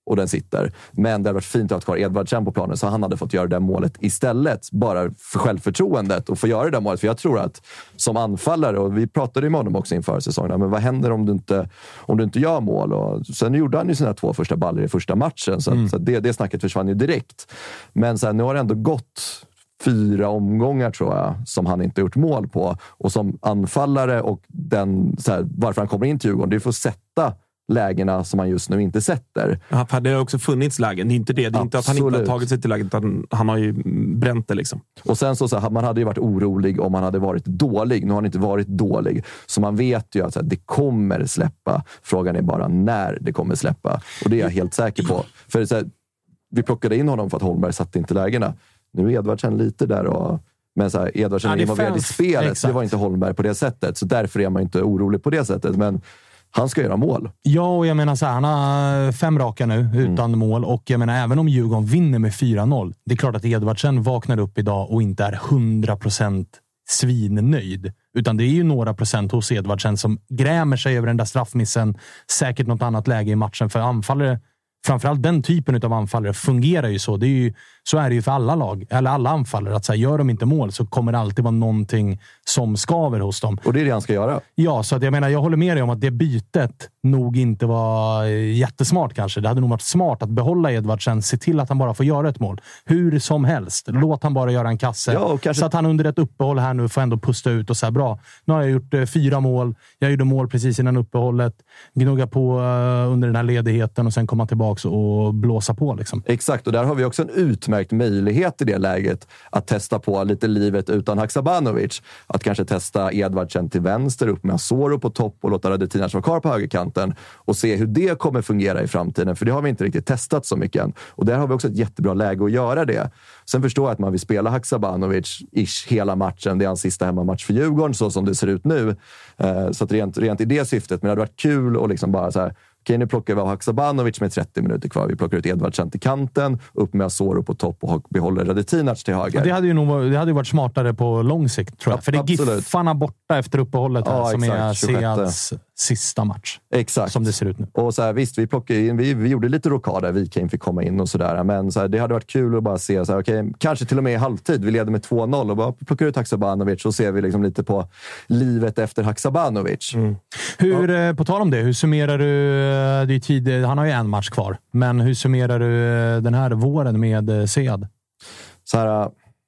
och den sitter. Men det hade varit fint att ha kvar Edvardsen på planen så han hade fått göra det målet istället. Bara för självförtroendet och få göra det målet. För jag tror att som anfallare, och vi pratade med honom också inför säsongen, men vad händer om du inte, om du inte gör mål? Och sen gjorde han ju sina två första baller i första matchen. Så, mm. så det, det snacket försvann ju direkt. Men så här, nu har det ändå gått fyra omgångar tror jag som han inte gjort mål på. Och som anfallare och den, så här, varför han kommer in till Djurgården, det är för att sätta lägena som han just nu inte sätter. Ja, för det har också funnits lägen. Det är inte det. Det är inte att han inte har tagit sig till läget, utan han har ju bränt det liksom. Och sen så, så här, man hade ju varit orolig om han hade varit dålig. Nu har han inte varit dålig. Så man vet ju att så här, det kommer släppa. Frågan är bara när det kommer släppa. Och det är jag helt säker på. För så här, vi plockade in honom för att Holmberg satt inte lägena. Nu är Edvardsen lite där och... Men så här, Edvardsen ja, involverad i spelet. Exakt. Det var inte Holmberg på det sättet. Så därför är man inte orolig på det sättet. Men han ska göra mål. Ja, och jag menar så här, han har fem raka nu utan mm. mål. Och jag menar, även om Djurgården vinner med fyra noll. Det är klart att Edvardsen vaknar upp idag och inte är hundra procent svinnöjd. Utan det är ju några procent hos Edvardsen som grämer sig över den där straffmissen. Säkert något annat läge i matchen för anfallare. Framförallt den typen av anfallare fungerar ju så. Det är ju, så är det ju för alla lag. Eller alla anfallare. Att så här, gör de inte mål så kommer det alltid vara någonting som skaver hos dem. Och det är det han ska göra. Ja, så att jag menar, jag håller med dig om att det bytet nog inte var jättesmart kanske. Det hade nog varit smart att behålla Edvardsen. Se till att han bara får göra ett mål. Hur som helst. Låt han bara göra en kasse. Ja, kanske... Så att han under ett uppehåll här nu får ändå pusta ut och säga bra. Nu har jag gjort eh, fyra mål. Jag gjorde mål precis innan uppehållet. Gnugga på eh, under den här ledigheten och sen komma tillbaka och blåsa på liksom. Exakt, och där har vi också en utmärkt möjlighet i det läget att testa på lite livet utan Haksabanovic. Att kanske testa Edvardsen till vänster upp med Asoro på topp och låta Radetinac vara kvar på högerkanten och se hur det kommer fungera i framtiden, för det har vi inte riktigt testat så mycket än. Och där har vi också ett jättebra läge att göra det. Sen förstår jag att man vill spela Haksabanovic-ish hela matchen. Det är hans sista hemmamatch för Djurgården så som det ser ut nu. Så att rent, rent i det syftet, men det hade varit kul och liksom bara så här. Okej, nu plockar vi av Haksabanovic med trettio minuter kvar. Vi plockar ut Edvardsen till kanten, upp med Asoro på topp och behåller Radetinac till höger. Ja, det hade ju nog det hade ju varit smartare på lång sikt, tror jag. Ja, för det är Giffarna borta efter uppehållet här, ja, som exakt, är Seads sista match. Exakt. Som det ser ut nu. Och så här, visst, vi plockade in, vi, vi gjorde lite rokad vi Wikheim fick komma in och sådär. Men så här, det hade varit kul att bara se, så här, okej, kanske till och med i halvtid. Vi leder med två noll och bara plockar ut Haksabanovic och ser vi liksom lite på livet efter Haksabanovic. Mm. Hur, ja. På tal om det, hur summerar du, det är tid, han har ju en match kvar, men hur summerar du den här våren med Sead? Så här,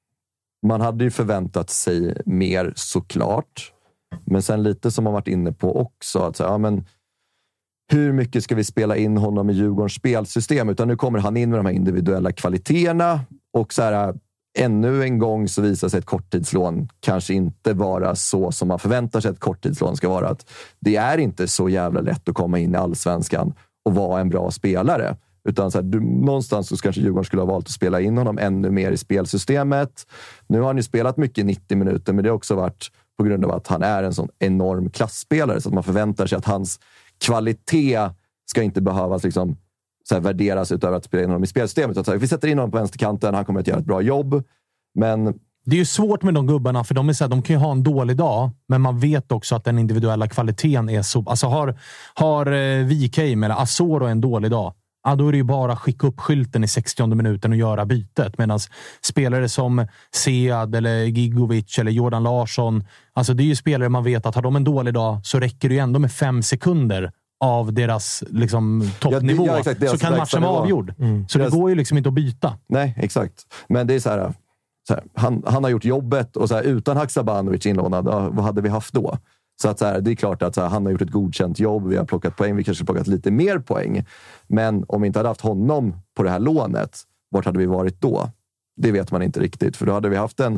man hade ju förväntat sig mer såklart. Men sen lite som man varit inne på också. Att säga, ja, men hur mycket ska vi spela in honom i Djurgårdens spelsystem? Utan nu kommer han in med de här individuella kvaliteterna. Och så här, ännu en gång så visar sig ett korttidslån kanske inte vara så som man förväntar sig ett korttidslån ska vara. Att det är inte så jävla lätt att komma in i Allsvenskan och vara en bra spelare. Utan så här, du, någonstans så kanske Djurgården skulle ha valt att spela in honom ännu mer i spelsystemet. Nu har han ju spelat mycket nittio minuter, men det har också varit på grund av att han är en sån enorm klassspelare. Så att man förväntar sig att hans kvalitet ska inte behövas liksom, så här, värderas utöver att spela in honom i spelsystemet. Att, så här, vi sätter in honom på vänsterkanten, han kommer att göra ett bra jobb. Men det är ju svårt med de gubbarna, för de, är så här, de kan ju ha en dålig dag, men man vet också att den individuella kvaliteten är så... Alltså har, har eh, Wikheim eller Asoro en dålig dag, ja, då är det ju bara att skicka upp skylten i sextionde minuten och göra bytet. Medan spelare som Sead eller Gigovic eller Jordan Larsson, alltså det är ju spelare man vet att har de en dålig dag så räcker det ju ändå med fem sekunder av deras liksom, toppnivå. Ja, ja, exakt, så kan matchen vara avgjord. Mm. Så deras... det går ju liksom inte att byta. Nej, exakt. Men det är så här, så här han, han har gjort jobbet och så här, utan Haksabanovic inlånad, ja, vad hade vi haft då? Så att så här, det är klart att så här, han har gjort ett godkänt jobb. Vi har plockat poäng. Vi kanske plockat lite mer poäng. Men om vi inte hade haft honom på det här lånet, vart hade vi varit då? Det vet man inte riktigt. För då hade vi haft en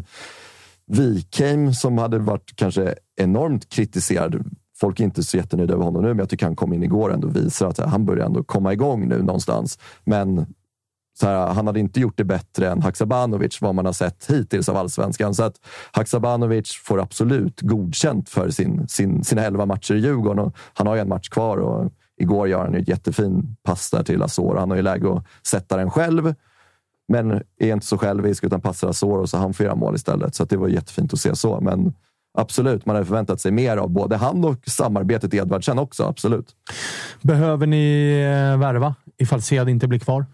Wikheim som hade varit kanske enormt kritiserad. Folk är inte så jättenöjda över honom nu, men jag tycker han kom in igår ändå och visar att här, han börjar ändå komma igång nu någonstans. Men så här, han hade inte gjort det bättre än Haksabanovic, vad man har sett hittills av Allsvenskan. Så att Haksabanovic får absolut godkänt för sin, sin, sina elva matcher i Djurgården. Och han har ju en match kvar och igår gör han ju ett jättefin pass där till Asoro. Han har ju läge att sätta den själv, men är inte så självisk utan passar Asoro, så han får göra mål istället. Så att det var jättefint att se så, men absolut, man hade förväntat sig mer av både han och samarbetet i Edvardsen också, absolut. Behöver ni värva ifall Sead inte blir kvar?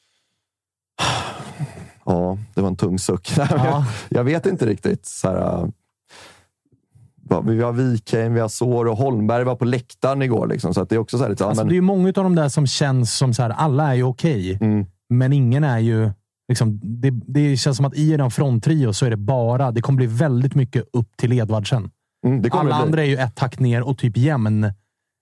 Ja, det var en tung suck. Ja. jag, jag vet inte riktigt. Så här, uh, vi har Wikheim, vi har Sår och Holmberg var på läktaren igår. Liksom, så att det är också så här lite, alltså, men... det är ju många av de där som känns som så här, alla är ju okej. Okay, mm. Men ingen är ju... Liksom, det, det känns som att i den fronttrio så är det bara... Det kommer bli väldigt mycket upp till Edvardsen. Mm, alla andra är ju ett tack ner och typ jämn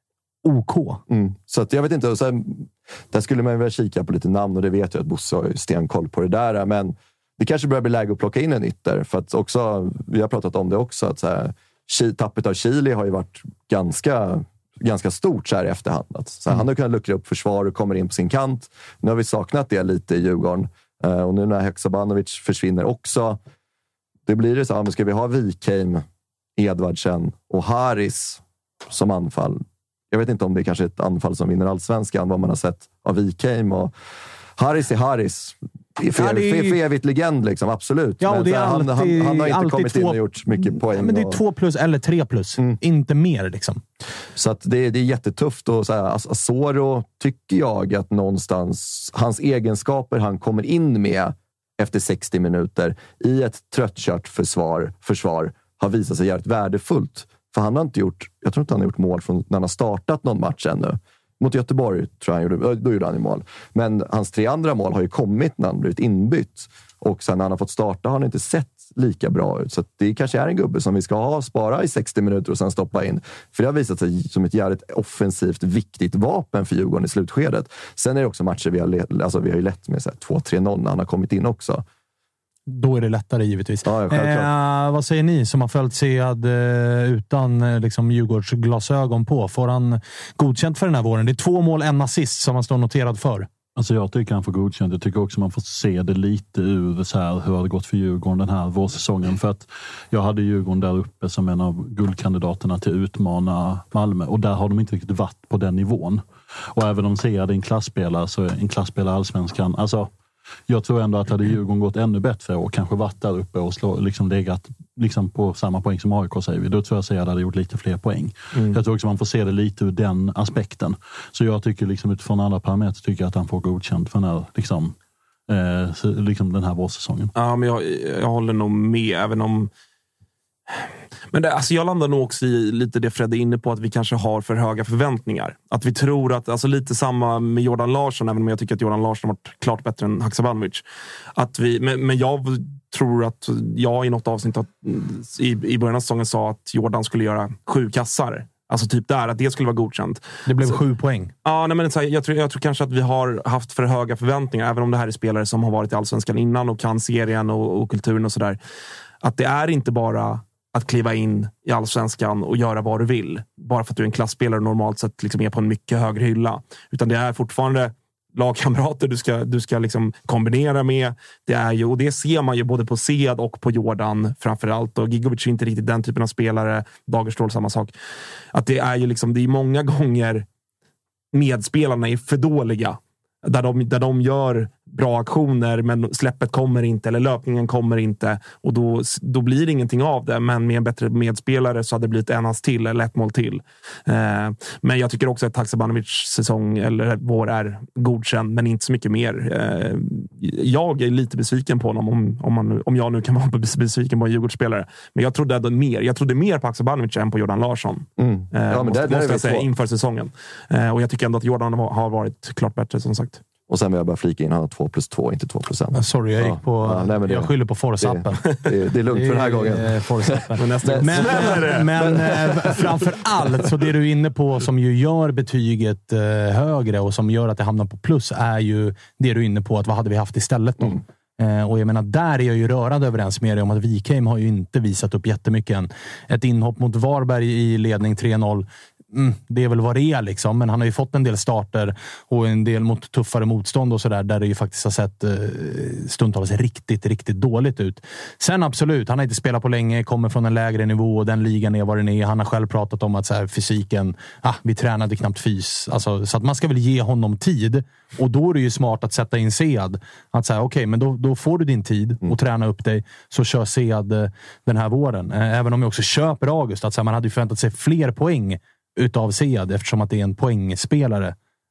OK. Mm. Så att jag vet inte... Och sen, där skulle man väl kika på lite namn och det vet jag att Bosse har stenkoll på det där. Men det kanske börjar bli läge att plocka in en ytter. För att också, vi har pratat om det också, att så här, tappet av Chile har ju varit ganska, ganska stort så här i efterhand. Att, så här, mm. Han har kunnat luckra upp försvar och kommer in på sin kant. Nu har vi saknat det lite i Djurgården. Uh, och nu när Haksabanovic försvinner också, det blir det så här, ska vi ha Wikheim, Edvardsen och Haris som anfall? Jag vet inte om det är kanske ett anfall som vinner allsvenskan, vad man har sett av Wikheim och Haris är Haris. För, ja, är... för, för evigt legend liksom, absolut. Ja, och det är han, alltid, han, han har inte kommit två... in och gjort mycket poäng. Ja, men det är och... två plus eller tre plus. Mm. Inte mer liksom. Så att det, det är jättetufft. Och så här, Asoro tycker jag att någonstans, hans egenskaper han kommer in med efter sextio minuter i ett tröttkört försvar, försvar har visat sig jävligt värdefullt. För han har inte gjort, jag tror inte han har gjort mål från när han har startat någon match ännu. Mot Göteborg tror jag han gjorde, då gjorde han ju mål. Men hans tre andra mål har ju kommit när han blivit inbytt. Och sen när han har fått starta har han inte sett lika bra ut. Så det kanske är en gubbe som vi ska ha, spara i sextio minuter och sen stoppa in. För det har visat sig som ett jävligt offensivt viktigt vapen för Djurgården i slutskedet. Sen är det också matcher vi har, let, alltså vi har ju lett med två tre noll när han har kommit in också. Då är det lättare givetvis. Ja, eh, vad säger ni som har följt Sead eh, utan eh, liksom Djurgårds glasögon på? Får han godkänt för den här våren? Det är två mål, en assist som han står noterad för. Alltså jag tycker han får godkänt. Jag tycker också man får se det lite ur så här, hur det har gått för Djurgården den här vårsäsongen. För att jag hade Djurgården där uppe som en av guldkandidaterna till att utmana Malmö. Och där har de inte riktigt varit på den nivån. Och även om Sead är en klasspelare så är en klasspelare allsvenskan. Alltså jag tror ändå att hade Djurgården gått ännu bättre och kanske varit där uppe och slå, liksom legat liksom på samma poäng som A I K säger vi, då tror jag att Sead hade gjort lite fler poäng. Mm. Jag tror också man får se det lite ur den aspekten. Så jag tycker liksom utifrån alla parametrar tycker jag att han får godkänt för den här, liksom, eh, liksom den här vårsäsongen. Ja, men jag, jag håller nog med, även om men det, alltså jag landar nog också i lite det Fred är inne på, att vi kanske har för höga förväntningar. Att vi tror att, alltså lite samma med Jordan Larsson, även om jag tycker att Jordan Larsson har varit klart bättre än Haksabanovic. Att vi, men, men jag tror att jag i något avsnitt att, i, i början av säsongen sa att Jordan skulle göra sju kassar. Alltså typ där, att det skulle vara godkänt. Det blev så, sju poäng. Ja, nej, men så här, jag, tror, jag tror kanske att vi har haft för höga förväntningar, även om det här är spelare som har varit i Allsvenskan innan och kan serien och, och kulturen och sådär. Att det är inte bara att kliva in i Allsvenskan och göra vad du vill. Bara för att du är en klassspelare och normalt sett liksom är på en mycket högre hylla. Utan det är fortfarande lagkamrater du ska, du ska liksom kombinera med. Det är ju, och det ser man ju både på Sead och på Jordan framförallt. Och Gigovic är inte riktigt den typen av spelare. Dagerstål, samma sak. Att det är ju liksom, det är många gånger medspelarna är för dåliga. Där de, där de gör bra aktioner men släppet kommer inte eller löpningen kommer inte och då, då blir det ingenting av det, men med en bättre medspelare så hade det blivit en ass till eller ett mål till. Eh, men jag tycker också att Haksabanovic säsong eller vår är godkänd, men inte så mycket mer. Eh, jag är lite besviken på honom om, om, man, om jag nu kan vara besviken på en Djurgårdsspelare, men jag trodde ändå mer jag trodde mer på Haksabanovic än på Jordan Larsson. Mm. Eh, ja, men måste, där, måste jag säga två. Inför säsongen. Eh, och jag tycker ändå att Jordan har varit klart bättre, som sagt. Och sen vill jag bara flika in, han har två plus två, inte två procent. Sorry, jag gick på... Ja, nej, det, jag skyller på Force-appen. Det, det, det är lugnt för den här gången. men men, men äh, framför allt, så det du är inne på som ju gör betyget äh, högre och som gör att det hamnar på plus är ju det du är inne på, att vad hade vi haft istället då? Mm. Uh, och jag menar, där är jag ju rörande överens med dig om att Wikheim har ju inte visat upp jättemycket än. Ett inhopp mot Varberg i ledning tre noll. Mm, det är väl vad det är liksom, men han har ju fått en del starter och en del mot tuffare motstånd och sådär, där det ju faktiskt har sett eh, stundtals riktigt, riktigt dåligt ut. Sen absolut, han har inte spelat på länge, kommer från en lägre nivå och den ligan är vad den är. Han har själv pratat om att så här, fysiken, ah, vi tränade knappt fys. Alltså, så att man ska väl ge honom tid, och då är det ju smart att sätta in Sead. Att säga, okej, okay, men då, då får du din tid och träna upp dig, så kör Sead eh, den här våren. Eh, även om jag också köper August, att så här, man hade ju förväntat sig fler poäng utav Sead eftersom att det är en poängspelare.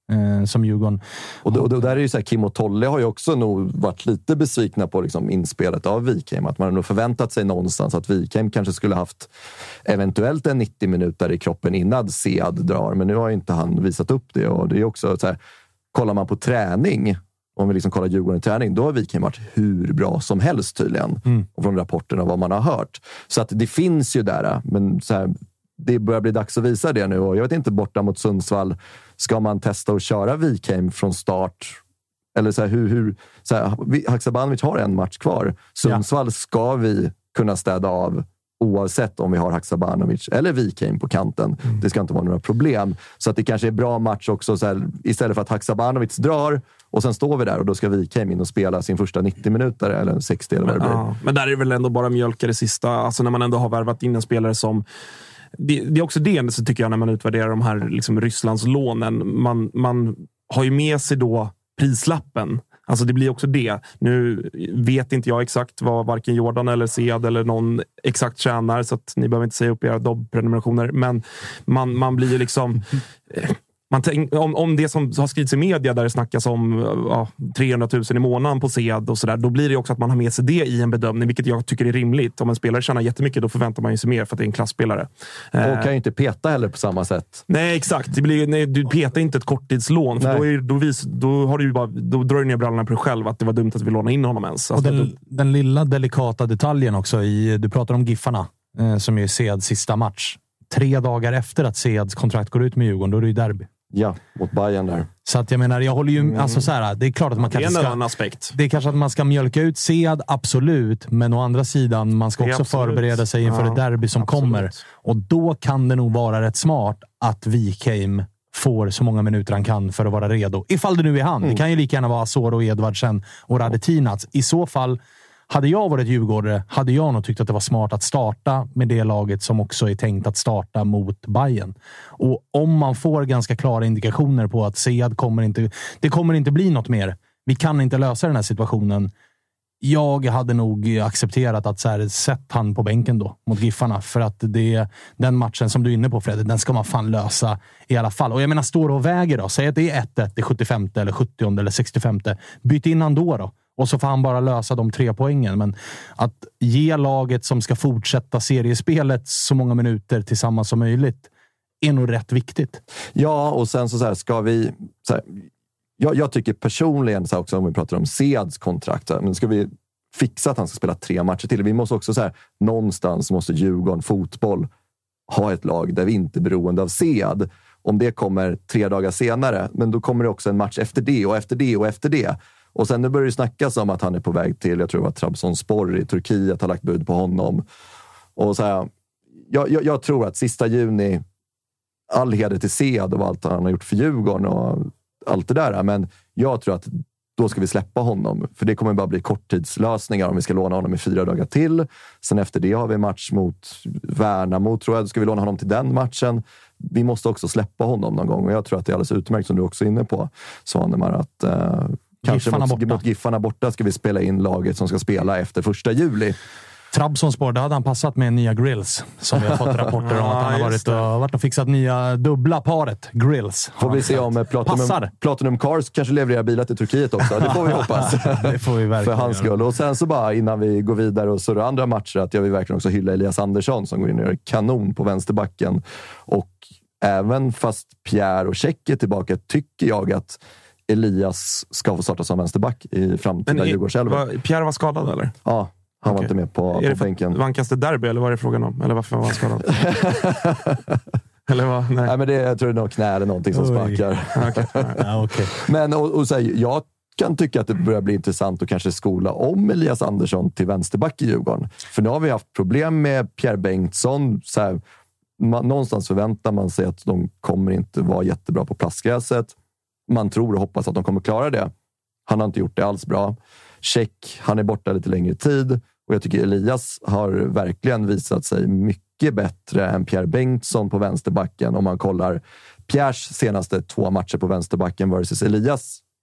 eh, som Djurgården. Och, då, och då där är ju så här, Kim och Tolle har ju också nog varit lite besvikna på liksom inspelet av Wikheim. Att man har nog förväntat sig någonstans att Wikheim kanske skulle haft eventuellt en nittio minuter i kroppen innan Sead drar. Men nu har ju inte han visat upp det. Och det är också så här, kollar man på träning, om vi liksom kollar Djurgården i träning, då har Wikheim varit hur bra som helst tydligen. Mm. Och från rapporterna vad man har hört. Så att det finns ju där, men så här, det börjar bli dags att visa det nu. Och jag vet inte, borta mot Sundsvall, ska man testa att köra Wikheim från start? Eller så här, hur... hur så här, Haksabanovic har en match kvar. Sundsvall ja. Ska vi kunna städa av oavsett om vi har Haksabanovic eller Wikheim på kanten. Mm. Det ska inte vara några problem. Så att det kanske är bra match också. Så här, istället för att Haksabanovic drar och sen står vi där och då ska Wikheim in och spela sin första nittio minuter eller sextio eller vad det blir. Ja, men där är det väl ändå bara mjölka det sista. Alltså när man ändå har värvat in en spelare som... Det, det är också det, så tycker jag, när man utvärderar de här liksom, Rysslands lånen. Man, man har ju med sig då prislappen. Alltså det blir också det. Nu vet inte jag exakt vad varken Jordan eller Sead eller någon exakt tjänar, så att ni behöver inte säga upp era Dobb-prenumerationer. Men man, man blir ju liksom... Man tänk, om, om det som har skrivits i media där det snackas om ja, trehundratusen i månaden på Sead och sådär, då blir det också att man har med sig det i en bedömning, vilket jag tycker är rimligt. Om en spelare tjänar jättemycket, då förväntar man sig mer för att det är en klassspelare. Och kan ju inte peta heller på samma sätt. Nej, exakt. Det blir, nej, du petar inte ett korttidslån, för då, är, då, vis, då, har du ju bara, då drar du ner brallorna på dig själv att det var dumt att vi låna in honom ens. Alltså, och den, då, den lilla delikata detaljen också, i, du pratar om Giffarna, eh, som är Seads sista match. Tre dagar efter att Seads kontrakt går ut med Djurgården, då är det ju derby. Ja, mot Bayern där. Så att jag menar, jag håller ju... Mm. Alltså så här, det är klart att man kanske ska... Det är en aspekt. Det är kanske att man ska mjölka ut Sead, absolut. Men å andra sidan, man ska också absolut. förbereda sig inför ja, ett derby som absolut. kommer. Och då kan det nog vara rätt smart att Wikheim får så många minuter han kan för att vara redo. Ifall det nu är han. Mm. Det kan ju lika gärna vara Asoro och Edvardsen och Radetinac. I så fall... Hade jag varit djurgårdare hade jag nog tyckt att det var smart att starta med det laget som också är tänkt att starta mot Bayern. Och om man får ganska klara indikationer på att Sead kommer inte... Det kommer inte bli något mer. Vi kan inte lösa den här situationen. Jag hade nog accepterat att så här, sätt han på bänken då mot Giffarna. För att det, den matchen som du är inne på, Fredrik, den ska man fan lösa i alla fall. Och jag menar, står och väger då. Säg att det är ett ett i sjuttiofemte eller sjuttio eller sextiofemte. Byt in han då då. Och så får han bara lösa de tre poängen. Men att ge laget som ska fortsätta seriespelet så många minuter tillsammans som möjligt är nog rätt viktigt. Ja, och sen så, så här, ska vi... Så här, jag, jag tycker personligen, så här, också om vi pratar om Seads kontrakt, men ska vi fixa att han ska spela tre matcher till? Vi måste också så här, någonstans måste Djurgården fotboll ha ett lag där vi inte är beroende av Sead. Om det kommer tre dagar senare, men då kommer det också en match efter det och efter det och efter det. Och sen nu börjar det snackas om att han är på väg till, jag tror det var Trabzonspor i Turkiet, har lagt bud på honom. Och så här, jag, jag, jag tror att sista juni, all heder till Sead och allt han har gjort för Djurgården och allt det där. Men jag tror att då ska vi släppa honom. För det kommer bara bli korttidslösningar om vi ska låna honom i fyra dagar till. Sen efter det har vi match mot Värnamo, tror jag. Då ska vi låna honom till den matchen. Vi måste också släppa honom någon gång. Och jag tror att det är alldeles utmärkt, som du också är inne på, Svanemar, att... Uh, Kanske Giffarna mot, borta. mot Giffarna borta ska vi spela in laget som ska spela efter första juli. Trabzonspor, det hade han passat med nya grills. Som vi har fått rapporter om att han har varit och, varit och fixat nya dubbla paret grills. Får vi se om Platinum, Platinum Cars kanske levererar bilar till Turkiet också. Det får vi hoppas. Det får vi verkligen. För hans skull. Och sen så bara innan vi går vidare och surrar andra matcher, att jag vill verkligen också hylla Elias Andersson som går in och gör kanon på vänsterbacken. Och även fast Pierre och Tjeck är tillbaka, tycker jag att Elias ska få starta som vänsterback i framtida Djurgårdselva. Pierre var skadad, eller? Ja, han okay. var inte med på, på bänken. Vankas det derby, eller vad är det frågan om? Eller varför var han skadad? Eller vad? Nej. Nej, men det, jag tror det är någon knä eller någonting som Oj. sparkar. Okay. Ja, okay. Men och, och så här, jag kan tycka att det börjar bli intressant att kanske skola om Elias Andersson till vänsterback i Djurgården. För nu har vi haft problem med Pierre Bengtsson. Så här, man, någonstans förväntar man sig att de kommer inte vara jättebra på plastgräset. Man tror och hoppas att de kommer klara det. Han har inte gjort det alls bra. Check, han är borta lite längre tid. Och jag tycker Elias har verkligen visat sig mycket bättre än Pierre Bengtsson på vänsterbacken. Om man kollar Pierres senaste två matcher på vänsterbacken versus Elias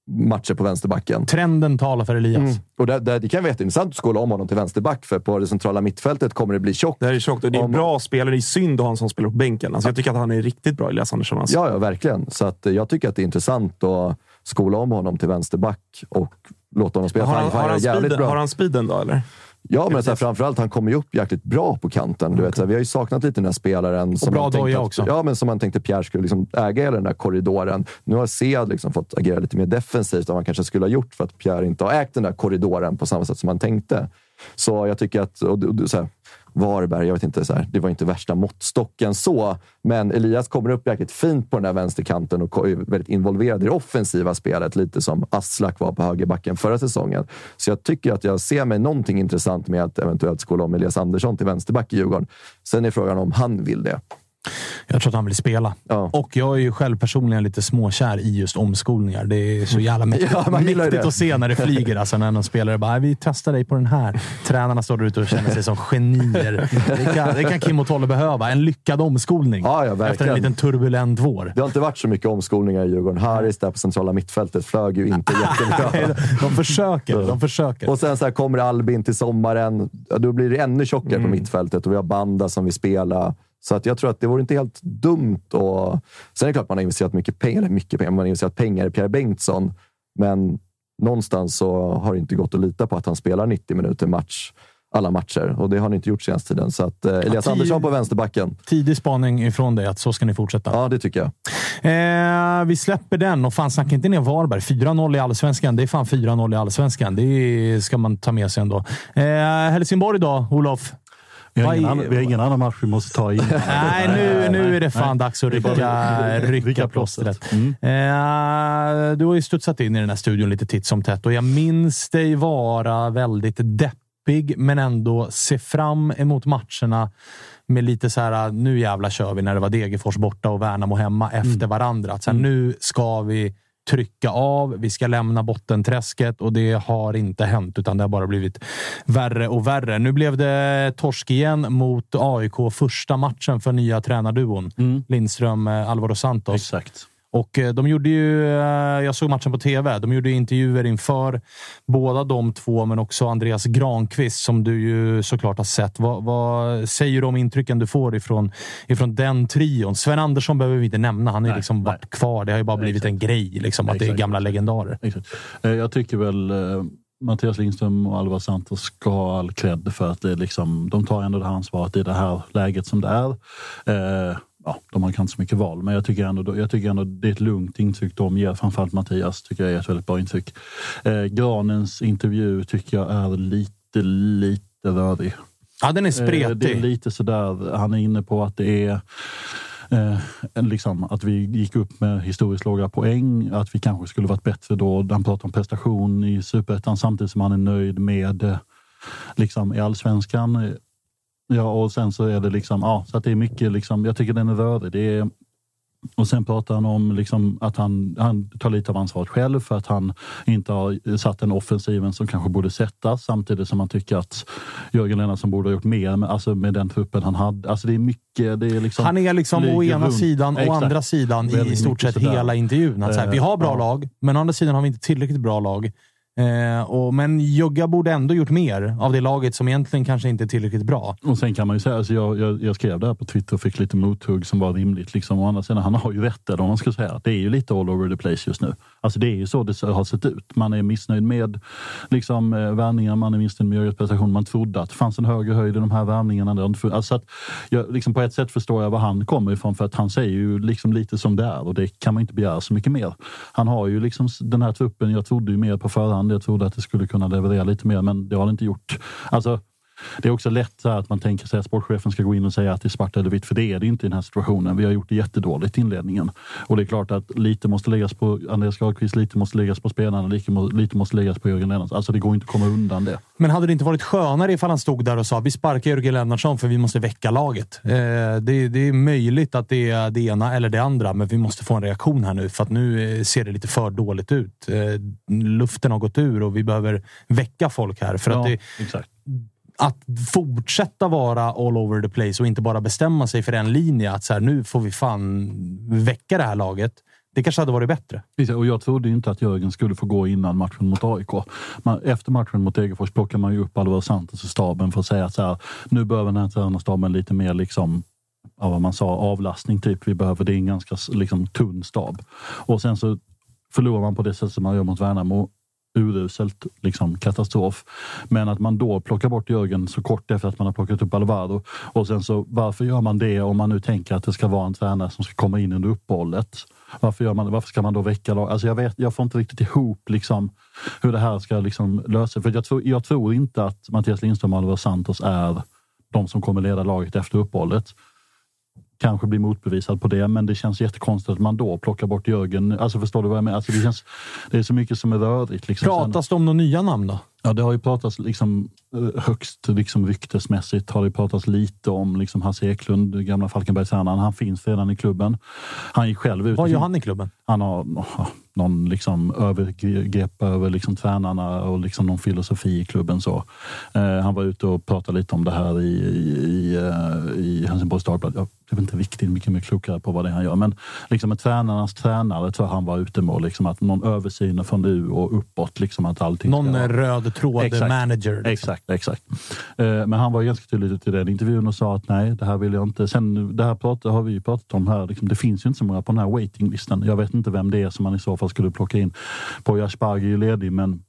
matcher på vänsterbacken. Trenden talar för Elias. Mm. Och det, det, det kan vara jätteintressant att skola om honom till vänsterback, för på det centrala mittfältet kommer det bli tjockt. Det är tjockt och det är en bra spelare. Det är synd att ha en som spelar på bänken. Alltså, jag tycker att han är riktigt bra, Elias Andersson. Alltså. Ja, ja, verkligen. Så att, jag tycker att det är intressant att skola om honom till vänsterback och låta honom spela. Har han, han, har han, speeden, bra. har han speeden då, eller? Ja, men så här, framförallt han kommer ju upp jäkligt bra på kanten. Du vet, så här, vi har ju saknat lite den här spelaren som bra man tänkte att, också. Ja, men som man tänkte Pierre skulle liksom äga hela den där korridoren. Nu har Sead liksom fått agera lite mer defensivt än man kanske skulle ha gjort, för att Pierre inte har ägt den där korridoren på samma sätt som man tänkte. Så jag tycker att och, och, så här, Varberg, jag vet inte, så här, det var inte värsta måttstocken så, men Elias kommer upp jäkligt fint på den där vänsterkanten och är väldigt involverad i det offensiva spelet, lite som Aslak var på högerbacken förra säsongen. Så jag tycker att jag ser mig någonting intressant med att eventuellt skola om Elias Andersson till vänsterback i Djurgården. Sen är frågan om han vill det. Jag tror att han vill spela. Ja. Och jag är ju själv personligen lite småkär i just omskolningar. Det är så jävla mäktigt, ja, mäktigt att se när det flyger. Alltså när någon spelare bara, vi testar dig på den här. Tränarna står där ute och känner sig som genier. Det kan, det kan Kim och Tolle behöva. En lyckad omskolning. Ja, ja, efter en liten turbulent vår. Det har inte varit så mycket omskolningar i Djurgården. Harris där på centrala mittfältet flög ju inte jättebra. de försöker, de försöker. Och sen så här kommer Albin till sommaren. Då blir det ännu tjockare mm. på mittfältet. Och vi har Banda som vi spelar. Så att jag tror att det vore inte helt dumt. Och sen är det klart man har investerat mycket pengar, eller mycket pengar, man har investerat pengar i Pierre Bengtsson. Men någonstans så har det inte gått att lita på att han spelar nittio minuter match, alla matcher. Och det har han inte gjort senaste tiden. Så att eh, Elias ja, Andersson på vänsterbacken. Tidig spaning ifrån dig att så ska ni fortsätta. Ja, det tycker jag. Eh, vi släpper den och fan snackar inte ner Varberg. fyra noll i Allsvenskan. Det är fan fyra noll i Allsvenskan. Det ska man ta med sig ändå. Eh, Helsingborg då, Olof? Vi har, ingen annan, vi har ingen annan match vi måste ta in. Nej, nu, nu är det fan Nej. dags att rycka, rycka plåstret. Mm. Eh, du har ju studsat in i den här studion lite titt som tätt och jag minns dig vara väldigt deppig men ändå se fram emot matcherna med lite så här, nu jävla kör vi när det var Degerfors borta och Värnamo hemma efter mm. varandra. Att så här, mm. nu ska vi trycka av, vi ska lämna bottenträsket och det har inte hänt utan det har bara blivit värre och värre. Nu blev det torsk igen mot A I K första matchen för nya tränarduon. Mm. Lindström, Alvaro Santos. Exakt. Och de gjorde ju, jag såg matchen på tv, de gjorde intervjuer inför båda de två men också Andreas Granqvist som du ju såklart har sett. Vad, vad säger du om intrycken du får ifrån, ifrån den trion? Sven Andersson behöver vi inte nämna, han har ju liksom nej. varit kvar. Det har ju bara blivit Exakt. en grej, liksom, att Exakt. det är gamla legendarer. Exakt. Jag tycker väl eh, Mattias Lindström och Alvaro Santos ska ha all cred för att det är liksom, de tar ändå det här ansvaret i det här läget som det är. Eh, Ja, de har kanske så mycket val, men jag tycker ändå, jag tycker ändå det är ett lugnt intryck de ger. Framförallt Mattias tycker jag är ett väldigt bra intryck. Eh, Granens intervju tycker jag är lite, lite rörig. Ja, den är spretig. Eh, det är lite sådär, han är inne på att det är eh, liksom, att vi gick upp med historiskt låga poäng, att vi kanske skulle varit bättre då. Han pratar om prestation i Superettan samtidigt som han är nöjd med eh, liksom i Allsvenskan. Ja, och sen så är det liksom, ja, så att det är mycket liksom, jag tycker den är rörig. Det är, och sen pratar han om liksom att han, han tar lite av ansvaret själv för att han inte har satt den offensiven som kanske borde sättas, samtidigt som man tycker att Jörgen Lennartsson borde ha gjort mer med, alltså med den truppen han hade. Alltså det är mycket, det är liksom... Han är liksom å ena runt. sidan och Exakt. andra sidan i, i stort sett hela intervjun. Att, så här, vi har bra ja. lag, men å andra sidan har vi inte tillräckligt bra lag. Eh, och, men Jugga borde ändå gjort mer av det laget som egentligen kanske inte är tillräckligt bra. Och sen kan man ju säga, alltså jag, jag, jag skrev det här på Twitter och fick lite mothugg som var rimligt. Liksom. Och andra sidan, han har ju rätt där, om man ska säga. Det är ju lite all over the place just nu. Alltså det är ju så det har sett ut. Man är missnöjd med liksom, eh, värvningar, man är missnöjd med Jörgens prestation. Man trodde att det fanns en högre höjd i de här värvningarna. Alltså att jag, liksom, på ett sätt förstår jag var han kommer ifrån, för att han säger ju liksom lite som det är och det kan man inte begära så mycket mer. Han har ju liksom den här truppen, jag trodde ju mer på förhand, jag trodde att det skulle kunna leverera lite mer, men det har det inte gjort. Alltså, det är också lätt så att man tänker sig att sportchefen ska gå in och säga att det är svart eller vitt, för det är det inte i den här situationen. Vi har gjort det jättedåligt i inledningen. Och det är klart att lite måste läggas på Andreas Granqvist, lite måste läggas på spelarna, lite måste läggas på Jörgen Lennartsson. Alltså det går inte att komma undan det. Men hade det inte varit skönare ifall han stod där och sa vi sparkar Jörgen Lennartsson för vi måste väcka laget? Eh, det, det är möjligt att det är det ena eller det andra, men vi måste få en reaktion här nu för att nu ser det lite för dåligt ut. Eh, luften har gått ur och vi behöver väcka folk här. För ja, att det, exakt. Att fortsätta vara all over the place och inte bara bestämma sig för en linje att så här, nu får vi fan väcka det här laget. Det kanske hade varit bättre. Och jag trodde inte att Jörgen skulle få gå innan matchen mot A I K. Man, efter matchen mot Degerfors plockar man ju upp Alvaro Santos i staben för att säga att så här, nu behöver den här tränarstaben lite mer liksom, ja, vad man sa, avlastning typ. Vi behöver det är en ganska liksom, tunn stab. Och sen så förlorar man på det sätt som man gör mot Värnamo. Uruselt, liksom katastrof. Men att man då plockar bort Jörgen så kort efter att man har plockat upp Alvaro. Och sen så, varför gör man det om man nu tänker att det ska vara en tränare som ska komma in under uppehållet? Varför, gör man, varför ska man då väcka lag? Alltså jag, vet, jag får inte riktigt ihop liksom, hur det här ska liksom lösa. För jag tror, jag tror inte att Mattias Lindström och Alvaro Santos är de som kommer leda laget efter uppehållet. Kanske blir motbevisad på det, men det känns jättekonstigt att man då plockar bort Jörgen. Alltså förstår du vad jag menar? Alltså det, känns, det är så mycket som är rörigt. Liksom. Pratas det om några nya namn då? Ja, det har ju pratats liksom högst liksom ryktesmässigt har det pratats lite om liksom Hasse Eklund, gamla Falkenbergstränaren. Han finns redan i klubben. Han gick själv ut. Vad gör han i klubben? Han har någon liksom övergrepp över liksom tränarna och liksom någon filosofi i klubben så. Eh, han var ute och pratade lite om det här i, i, i, i Helsingborgs Dagblad. Jag är inte riktigt mycket mer klokare på vad det är han gör, men liksom med tränarnas tränare tror jag han var ute med liksom att någon översyn från nu och uppåt liksom att allting någon ska röd tråd exakt, manager. Liksom. Exakt, exakt. Eh, men han var ganska tydligt ute i den intervjun och sa att nej, det här vill jag inte. Sen det här pratar, har vi pratat om här. Liksom, det finns ju inte så många på den här waitinglistan. Jag vet inte vem det är som man i så fall skulle plocka in. Poya Asbaghi är ju ledig, men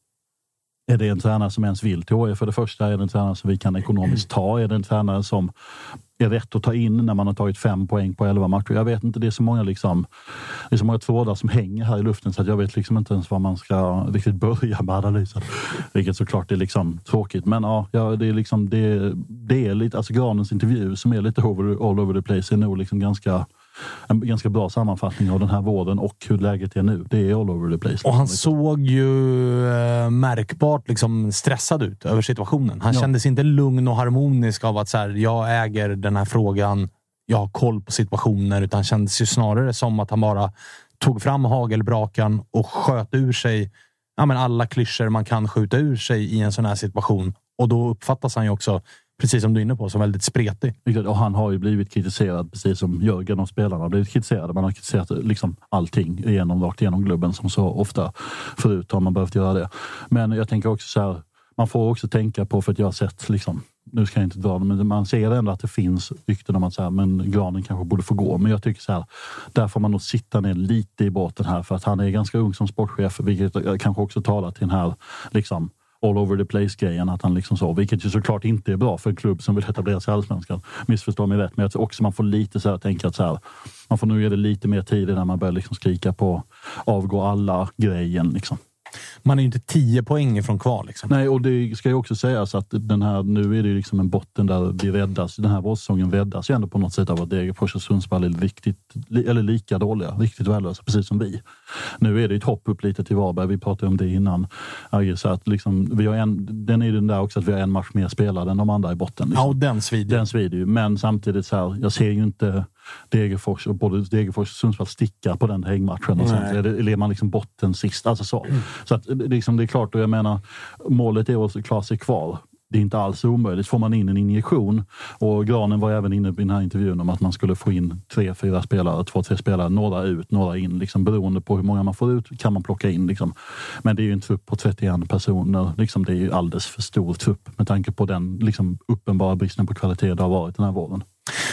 är det en tränare som ens vill till H I F? För det första, är det en tränare som vi kan ekonomiskt ta? Är det en tränare som är rätt att ta in när man har tagit fem poäng på elva matcher? Jag vet inte, det är så många liksom, det är så många trådar som hänger här i luften så att jag vet liksom inte ens var man ska riktigt börja med analysen. Vilket såklart är liksom tråkigt. Men ja, ja det är liksom det, det är lite, alltså Granens intervju som är lite over, all over the place är nog liksom ganska en ganska bra sammanfattning av den här vården och hur läget är nu. Det är all over the place. Och han såg ju eh, märkbart liksom stressad ut över situationen. Han ja. kändes inte lugn och harmonisk av att så här, jag äger den här frågan, jag har koll på situationer, utan kändes ju snarare som att han bara tog fram hagelbrakan och sköt ur sig ja, men alla klyschor man kan skjuta ur sig i en sån här situation. Och då uppfattas han ju också, precis som du är inne på, som väldigt spretig. Och han har ju blivit kritiserad, precis som Jörgen och spelarna har blivit kritiserade. Man har kritiserat liksom allting igenom, rakt igenom klubben som så ofta förut har man behövt göra det. Men jag tänker också så här, man får också tänka på, för att jag har sett liksom, nu ska jag inte dra det, men man ser ändå att det finns rykten om att så här, men Granen kanske borde få gå. Men jag tycker så här, där får man nog sitta ner lite i båten här, för att han är ganska ung som sportchef, vilket kanske också talar till den här liksom all over the place-grejen, att han liksom så, vilket ju såklart inte är bra för en klubb som vill etablera sig i Allsvenskan. Missförstå mig rätt, men jag tror också man får lite så här tänka att så här, man får nu ge det lite mer tid när man börjar liksom skrika på avgå alla grejen liksom. Man är ju inte tio poäng från kvar liksom. Nej, och det ska ju också sägas att den här, nu är det ju liksom en botten där vi räddas, den här vårsäsongen räddas ju ändå på något sätt av att Degerfors och Sundsvall är riktigt, eller lika dåliga, riktigt värdelösa, precis som vi. Nu är det ett hopp upp lite till Varberg, vi pratade om det innan. Så att liksom, vi har en, den är den där också att vi har en match mer spelad än de andra i botten. Liksom. Ja, och den svider. Den svider ju, men samtidigt så här, jag ser ju inte Degerfors och både Degerfors och Sundsvall stickar på den hängmatchen och sånt. Eller är man liksom botten sist, alltså så. Mm. Så att liksom, det är klart, och jag menar, målet är att klara sig kvar. Det är inte alls omöjligt. Får man in en injektion, och Granen var även inne i den här intervjun om att man skulle få in tre, fyra spelare, två, tre spelare, några ut, några in, liksom, beroende på hur många man får ut kan man plocka in. Liksom. Men det är ju en trupp på trettioen personer, liksom, det är ju alldeles för stor trupp med tanke på den liksom, uppenbara bristen på kvalitet det har varit den här våren.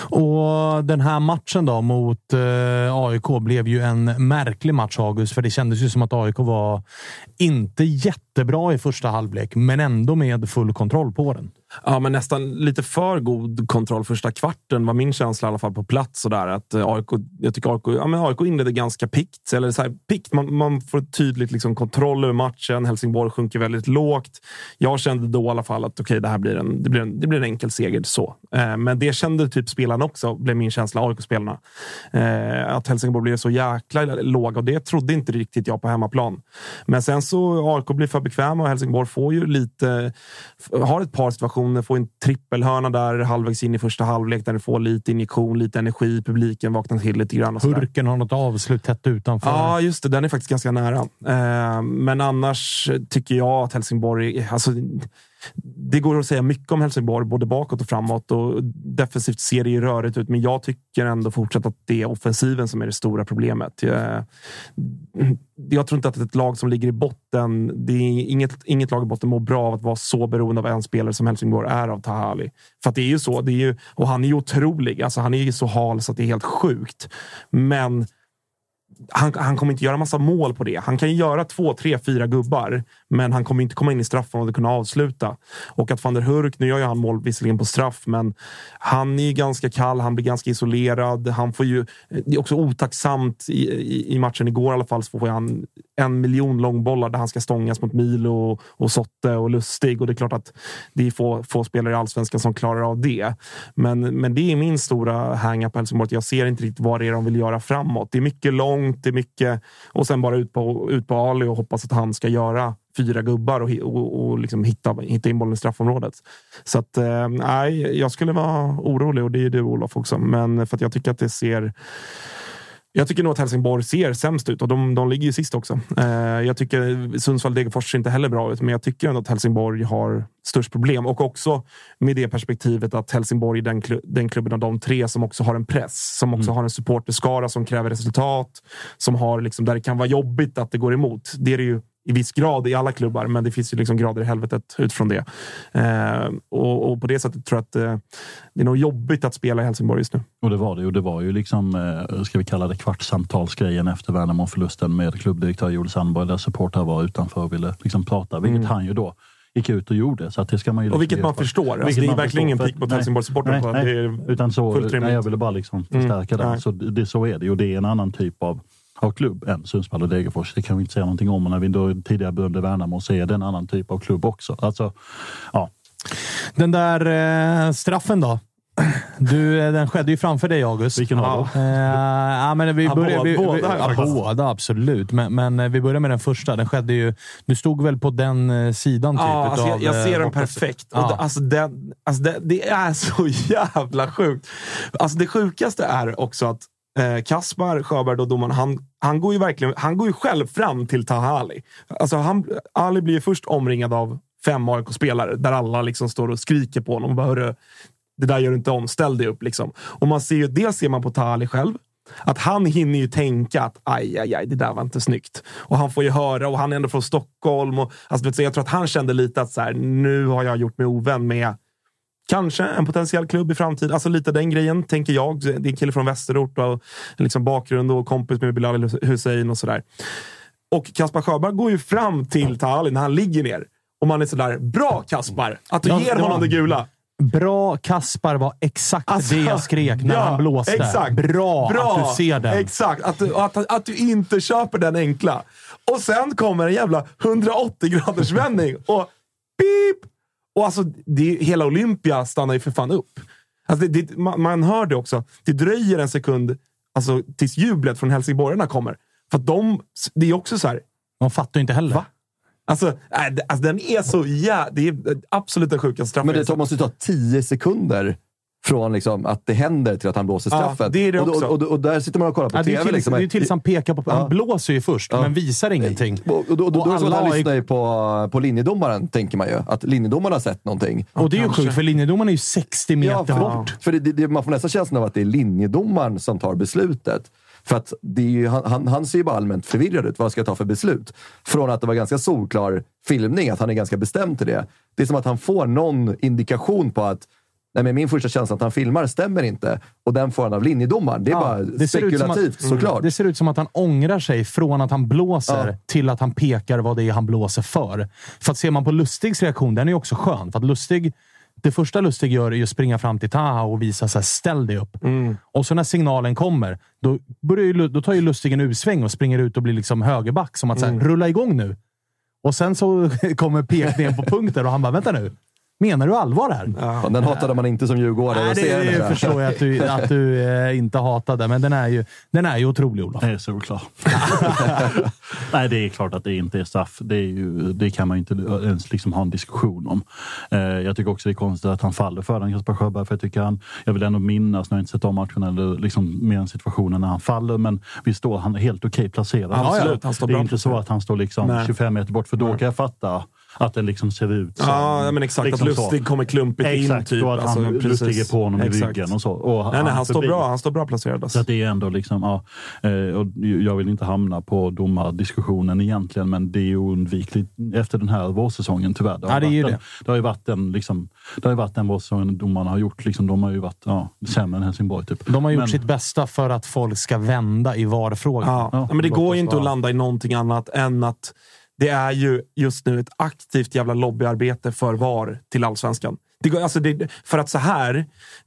Och den här matchen då mot eh, A I K blev ju en märklig match, August, för det kändes ju som att A I K var inte jättebra i första halvlek, men ändå med full kontroll på den. Ja, men nästan lite för god kontroll första kvarten var min känsla i alla fall på plats och där att A I K, jag tycker A I K, ja men A I K inledde ganska pikt, eller så här pikt, man, man får tydligt liksom kontroll över matchen. Helsingborg sjunker väldigt lågt. Jag kände då i alla fall att okej, okay, det här blir en det blir en, det blir en enkel seger så. Eh, men det kände typ spelarna också, blev min känsla, A I K-spelarna. Eh, att Helsingborg blev så jäkla låga, och det trodde inte riktigt jag på hemmaplan. Men sen så A I K blir för bekväma och Helsingborg får ju lite, har ett par situationer, får en trippelhörna där halvvägs in i första halvlek där du får lite injektion, lite energi, publiken vaknar till lite grann. Och Hurken har något avslut tätt utanför. Ja, just det. Den är faktiskt ganska nära. Eh, men annars tycker jag att Helsingborg, alltså det går att säga mycket om Helsingborg, både bakåt och framåt, och defensivt ser det ju rörigt ut, men jag tycker ändå fortsatt att det är offensiven som är det stora problemet. Jag, jag tror inte att ett lag som ligger i botten, det är inget, inget lag i botten mår bra av att vara så beroende av en spelare som Helsingborg är av Taha Ali. För att det är ju så, det är ju, och han är ju otrolig, alltså han är ju så hal så att det är helt sjukt. Men Han, han kommer inte göra massa mål på det. Han kan ju göra två, tre, fyra gubbar, men han kommer inte komma in i straffområdet och kunna avsluta. Och att Van der Hurk, nu gör ju han mål visserligen på straff, men han är ju ganska kall, han blir ganska isolerad. Han får ju, det är också otacksamt i, i, i matchen igår i alla fall, så får han en miljon långbollar där han ska stångas mot Milo och, och Sotte och Lustig, och det är klart att det är få, få spelare i Allsvenskan som klarar av det. Men, men det är min stora hang-up på Helsingborg. Jag ser inte riktigt vad det är de vill göra framåt. Det är mycket långt, det är mycket, och sen bara ut på, ut på Ali och hoppas att han ska göra fyra gubbar och, och, och liksom hitta, hitta in bollen i straffområdet. Så att, nej, eh, jag skulle vara orolig, och det är ju du, Olof, också. Men för att jag tycker att det ser... Jag tycker nog att Helsingborg ser sämst ut, och de, de ligger ju sist också. Eh, jag tycker Sundsvall-Degerfors ser inte heller bra ut, men jag tycker ändå att Helsingborg har störst problem. Och också med det perspektivet att Helsingborg är den, klu- den klubben av de tre som också har en press, som också mm. har en supporterskara som kräver resultat, som har liksom, där det kan vara jobbigt att det går emot. Det är det ju i viss grad i alla klubbar, men det finns ju liksom grader i helvetet utifrån det. Eh, och, och på det sättet tror jag att eh, det är nog jobbigt att spela i Helsingborg just nu. Och det var det, och det var ju liksom, eh, ska vi kalla det kvartssamtalsgrejen efter Värnamo-förlusten med klubbdirektör Joel Sandborg, där supportrar var utanför och ville liksom prata, vilket mm. han ju då gick ut och gjorde. Så att det ska man ju och vilket man förstår. Alltså, det är verkligen ingen pik mot Helsingborg-supporten på. Det är utan så, fullt rimligt. Nej, jag ville bara liksom förstärka mm. den. Så det, så är det, och det är en annan typ av av klubb än Sundsvall och Degerfors. Det kan vi inte säga någonting om, och när vi då tidigare bedömde Värnamo så är det en annan typ av klubb också. Alltså, ja. Den där eh, straffen då? Du, den skedde ju framför dig, August. Vilken av dem? Eh, ja, men vi började... Vi, båda, vi, båda, ja, båda, absolut. Men, men vi börjar med den första. Den skedde ju... Du stod väl på den sidan typ? Ja, alltså, jag, jag ser den borta. perfekt. Ja. Och det, alltså, den, alltså det, det är så jävla sjukt. Alltså det sjukaste är också att eh, Kaspar Sjöberg, då domaren, han, han går ju verkligen, han går ju själv fram till Taha Ali. Alltså han, Ali blir ju först omringad av fem A I K-spelare där alla liksom står och skriker på honom och bara, hörru, det där gör du inte om, ställ dig upp liksom. Och man ser ju, dels ser man på Taha Ali själv, att han hinner ju tänka att aj, aj, aj, det där var inte snyggt. Och han får ju höra, och han är ändå från Stockholm. Och, alltså, vet du, jag tror att han kände lite att så här, nu har jag gjort mig ovän med kanske en potentiell klubb i framtiden. Alltså lite den grejen, tänker jag. Det är en kille från Västerort och liksom bakgrund och kompis med Bilal Hussein och sådär. Och Kaspar Sjöberg går ju fram till Taha Ali när han ligger ner. Och man är sådär, bra Kaspar, att du ja, ger honom det gula. Bra, Kaspar var exakt alltså, det jag skrek när ja, han blåste. Exakt. Bra, Bra att du ser den. Exakt, att du, att, att du inte köper den enkla. Och sen kommer en jävla hundraåttio graders vändning och pip! Och alltså, det, hela Olympia stannar ju för fan upp. Alltså det, det, man, man hör det också. Det dröjer en sekund alltså, tills jublet från helsingborgarna kommer. För att de, det är också så här. De fattar ju inte heller. Va? Alltså, äh, alltså, den är så jä... Det är absolut den sjukaste straffen. Men det måste ju ta tio sekunder från liksom, att det händer till att han blåser straffet. Ja, det är det också. Och, och, och, och där sitter man och kollar på ja, tv. Det är till, liksom. det är tills han pekar på... Han ja. blåser ju först, ja. men visar ingenting. Och, och, och, och, och, och så han är... lyssnar ju på, på linjedomaren, tänker man ju. Att linjedomaren har sett någonting. Och ja, det är ju sjukt, för linjedomaren är ju sextio meter ja, för, bort. För det, det, man får nästan känslan av att det är linjedomaren som tar beslutet. För att det är ju, han, han, han ser ju bara allmänt förvirrad ut. Vad ska jag ta för beslut? Från att det var ganska solklar filmning, att han är ganska bestämd till det. Det är som att han får någon indikation på att nej, men min första känsla att han filmar stämmer inte. Och den får han av linjedomaren. Det är ja, bara det spekulativt, att, såklart. Det ser ut som att han ångrar sig från att han blåser ja. till att han pekar vad det är han blåser för. För att ser man på Lustigs reaktion, den är ju också skön. För att Lustig... Det första Lustig gör är ju att springa fram till Taha och visa så här, ställ dig upp. Mm. Och så när signalen kommer, då, börjar ju, då tar ju Lustig en utsväng och springer ut och blir liksom högerback. Som att mm. så här, rulla igång nu. Och sen så kommer pekningen på punkter och han bara, vänta nu. Menar du allvar här? Ja, den hatade man inte som djurgårdare. Nej, det, det, det förstår jag att du, att du eh, inte hatade. Men den är ju, den är ju otrolig, Olof. Det är så klart. Nej, det är klart att det inte är straff. Det, är ju, det kan man ju inte ens liksom ha en diskussion om. Eh, jag tycker också det är konstigt att han faller för den, Kaspar Sjöberg. För jag tycker han, jag vill ändå minnas, när jag inte sett om matchen eller liksom mer än situationen när han faller. Men vi står, han är helt okej placerad. Ja, absolut, han står det är bra inte så att han står liksom Nej. tjugofem meter bort. För då Nej. kan jag fatta Att det liksom ser ut som... Ja, men exakt. Liksom att Lustig kommer klumpigt exakt, in. Typ. Och att han alltså, Lustig är på honom exakt. i ryggen och så. Och nej, nej, han, han står bra. Han står bra placerad. Alltså. Så att det är ändå liksom... Ja, och jag vill inte hamna på domardiskussionen egentligen, men det är ju undvikligt efter den här vårsäsongen tyvärr. Det har, ja, det, är en, det. det har ju varit den liksom... Det har ju varit den vårsäsongen domarna har gjort. Liksom, de har ju varit ja, sämre än Helsingborg typ. De har gjort men, sitt bästa för att folk ska vända i VAR-frågan. Ja. Ja, ja, men det går ju inte vara. att landa i någonting annat än att det är ju just nu ett aktivt jävla lobbyarbete för VAR till Allsvenskan. Det går, alltså det, för att så här,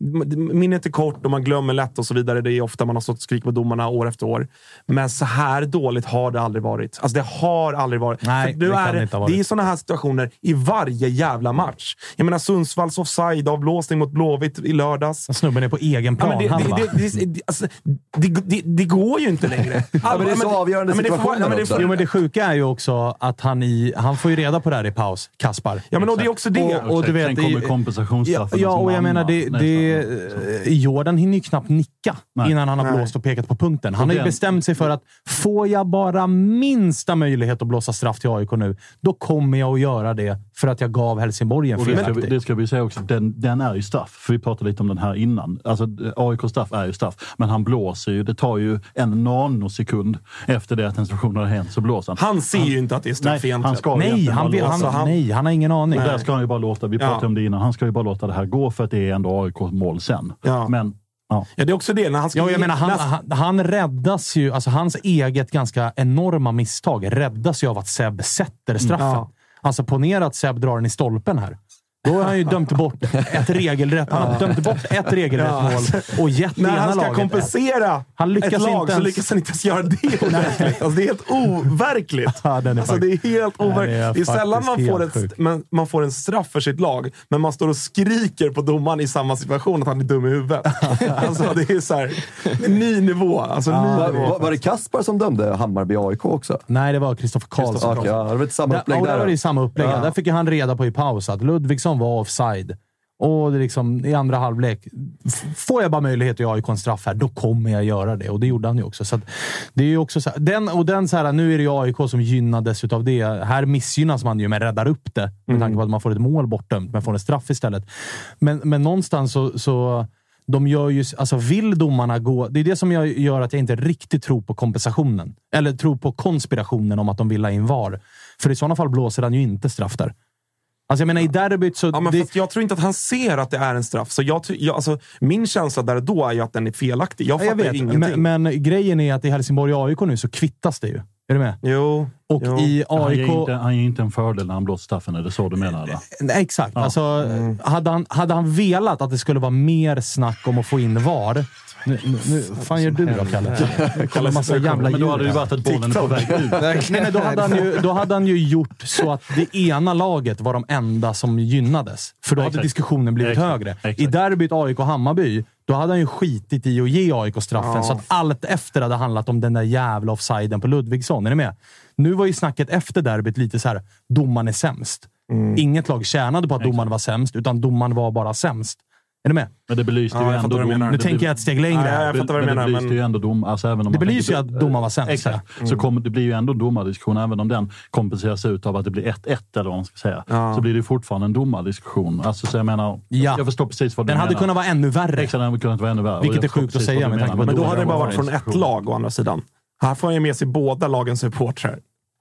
minnet är kort och man glömmer lätt och så vidare. Det är ofta man har stått och skrikit på domarna år efter år. Men så här dåligt har det aldrig varit. Alltså det har aldrig varit. Nej, för nu det kan är det inte ha varit. Det är sådana här situationer i varje jävla match. Jag menar Sundsvalls offside avblåsning mot Blåvitt i lördags. Snubben är på egen plan. Ja, men det, det, det, det, det, alltså, det, det, det går ju inte längre. Ja, men det är så avgörande situationer också. Jo, men det sjuka är ju också att han, i, han får ju reda på det här i paus, Kaspar. Ja, men och det är också det. Och, och du vet, sen kommer kompensationsstraffen. Ja, och jag menar, det, det, Jordan hinner ju knappt nicka Nej. innan han har blåst och pekat på punkten. Han har ju bestämt sig för att får jag bara minsta möjlighet att blåsa straff till A I K nu, då kommer jag att göra det för att jag gav Helsingborg en och det, ska felaktig. vi, det ska vi säga också, den, den är ju straff. För vi pratade lite om den här innan. Alltså A I K-straff är ju straff. Men han blåser ju, det tar ju en nanosekund efter det att en situation har hänt så blåser han. Han ser han, ju inte att det är straff nej, egentligen. Han ska nej, han, vill, han, han, nej, han har ingen aning. Och där ska han ju bara låta, vi pratade ja. om det innan, han ska ju bara låta det här gå för att det är ändå A I K-mål sen. Ja. Men Ja. ja, det är också det. När han, ska ja, jag menar, han, nästa... han, han räddas ju, alltså hans eget ganska enorma misstag räddas ju av att Seb sätter straffen. Mm, ja. Alltså ponera att Seb drar den i stolpen här. Då har han ju dömt bort ett regelrätt. Han har dömt bort ett regelrätt ja. mål och gett när han ska laget. kompensera han lyckas ett lag inte ens... så lyckas han inte ens göra det. Alltså, det är helt overkligt. Ja, den är alltså, det är helt overkligt. Är det är sällan man får, ett, man, man får en straff för sitt lag, men man står och skriker på domaren i samma situation att han är dum i huvudet. Alltså, det är så här ny nivå. Alltså, ja, ny var, nivå. Var, var det Kaspar som dömde Hammarby A I K också? Nej, det var Kristoffer Karlsson. Okay, ja, det var ett samma upplägg där. där. Ja, det var det samma upplägg. Ja. Där fick han reda på i paus att Ludvigsson var offside. Och det liksom, i andra halvlek, får jag bara möjlighet att göra i konstraff här, då kommer jag göra det. Och det gjorde han ju också. Så att det är ju också så här, den, och den så här, nu är det ju A I K som gynnades utav det. Här missgynnas man ju, men räddar upp det. Med mm. tanke på att man får ett mål bortdömt, men får en straff istället. Men, men någonstans så, så de gör ju, alltså vill domarna gå, det är det som jag gör att jag inte riktigt tror på kompensationen. Eller tror på konspirationen om att de vill ha in V A R. För i sådana fall blåser han ju inte straff där. Alltså jag menar i derbyt så... Ja, men det... jag tror inte att han ser att det är en straff. Så jag, jag, alltså, min känsla där och då är ju att den är felaktig. Jag fattar jag vet, ingenting. Men, men grejen är att i Helsingborg och A I K nu så kvittas det ju. Är du med? Jo. Och jo. i A I K... Han ger, inte, han ger inte en fördel när han blåser straffen, är det så du menar? Eller? Nej, exakt. Ja. Alltså, mm. hade, han, hade han velat att det skulle vara mer snack om att få in V A R... Nu, nu, fan gör du då, Kalle? Det kommer massa jävla men då hade det ju varit att bollen är på väg ut. Nej, nej, då, hade han ju, då hade han ju gjort så att det ena laget var de enda som gynnades. För då hade exakt. diskussionen blivit exakt. högre. Exakt. I derbyt A I K Hammarby, då hade han ju skitit i att ge A I K straffen. Ja. Så att allt efter hade handlat om den där jävla offsiden på Ludvigsson. Är ni med? Nu var ju snacket efter derbyt lite så här: domaren är sämst. Mm. Inget lag tjänade på att domaren var sämst, utan domaren var bara sämst. Är du med? Men det belyste ju ja, ändå dom. Nu det tänker jag ett steg längre. Ja, jag fattar vad du menar. Det belyste men... ju ändå dom. Alltså, även om det belyser ju tänker, att domaren var sämst. Exakt. Mm. Så kommer, det blir ju ändå en domardiskussion. Även om den kompenseras ut av att det blir ett ett eller vad man ska säga. Ja. Så blir det fortfarande en domardiskussion. Alltså, så jag menar, ja. jag förstår precis vad du den menar. Den hade kunnat vara ännu värre. Exakt, den hade kunnat vara ännu värre. Vilket är sjukt att säga. Med menar, men, men då hade det bara varit från ett lag å andra sidan. Här får jag med sig båda lagens supportrar.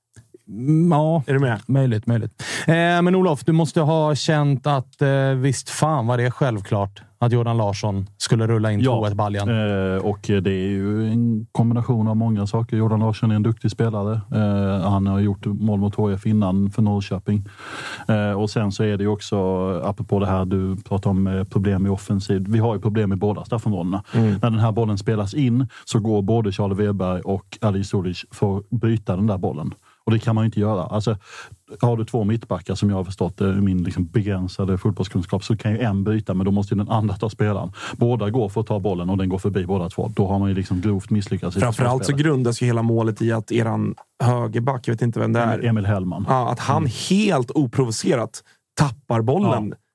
Ja, är du med? Möjligt, möjligt. Eh, men Olof, du måste ha känt att eh, visst fan var det självklart att Jordan Larsson skulle rulla in två ett ja, baljan. Eh, och det är ju en kombination av många saker. Jordan Larsson är en duktig spelare. Eh, han har gjort mål mot H F innan för Norrköping. Eh, och sen så är det ju också, apropå det här du pratar om eh, problem i offensiv. Vi har ju problem i båda straffområdena. Mm. När den här bollen spelas in så går både Charlie Weberg och Ali Sulic för att bryta den där bollen. Och det kan man ju inte göra. Alltså, har du två mittbackar som jag har förstått i min liksom begränsade fotbollskunskap, så kan ju en byta, men då måste ju den andra ta spelaren. Båda går för att ta bollen och den går förbi båda två. Då har man ju liksom grovt misslyckats. Framförallt så grundas ju hela målet i att eran högerback, jag vet inte vem det är. Emil Hellman. Ja, att han mm. helt oprovocerat tappar bollen. Ja.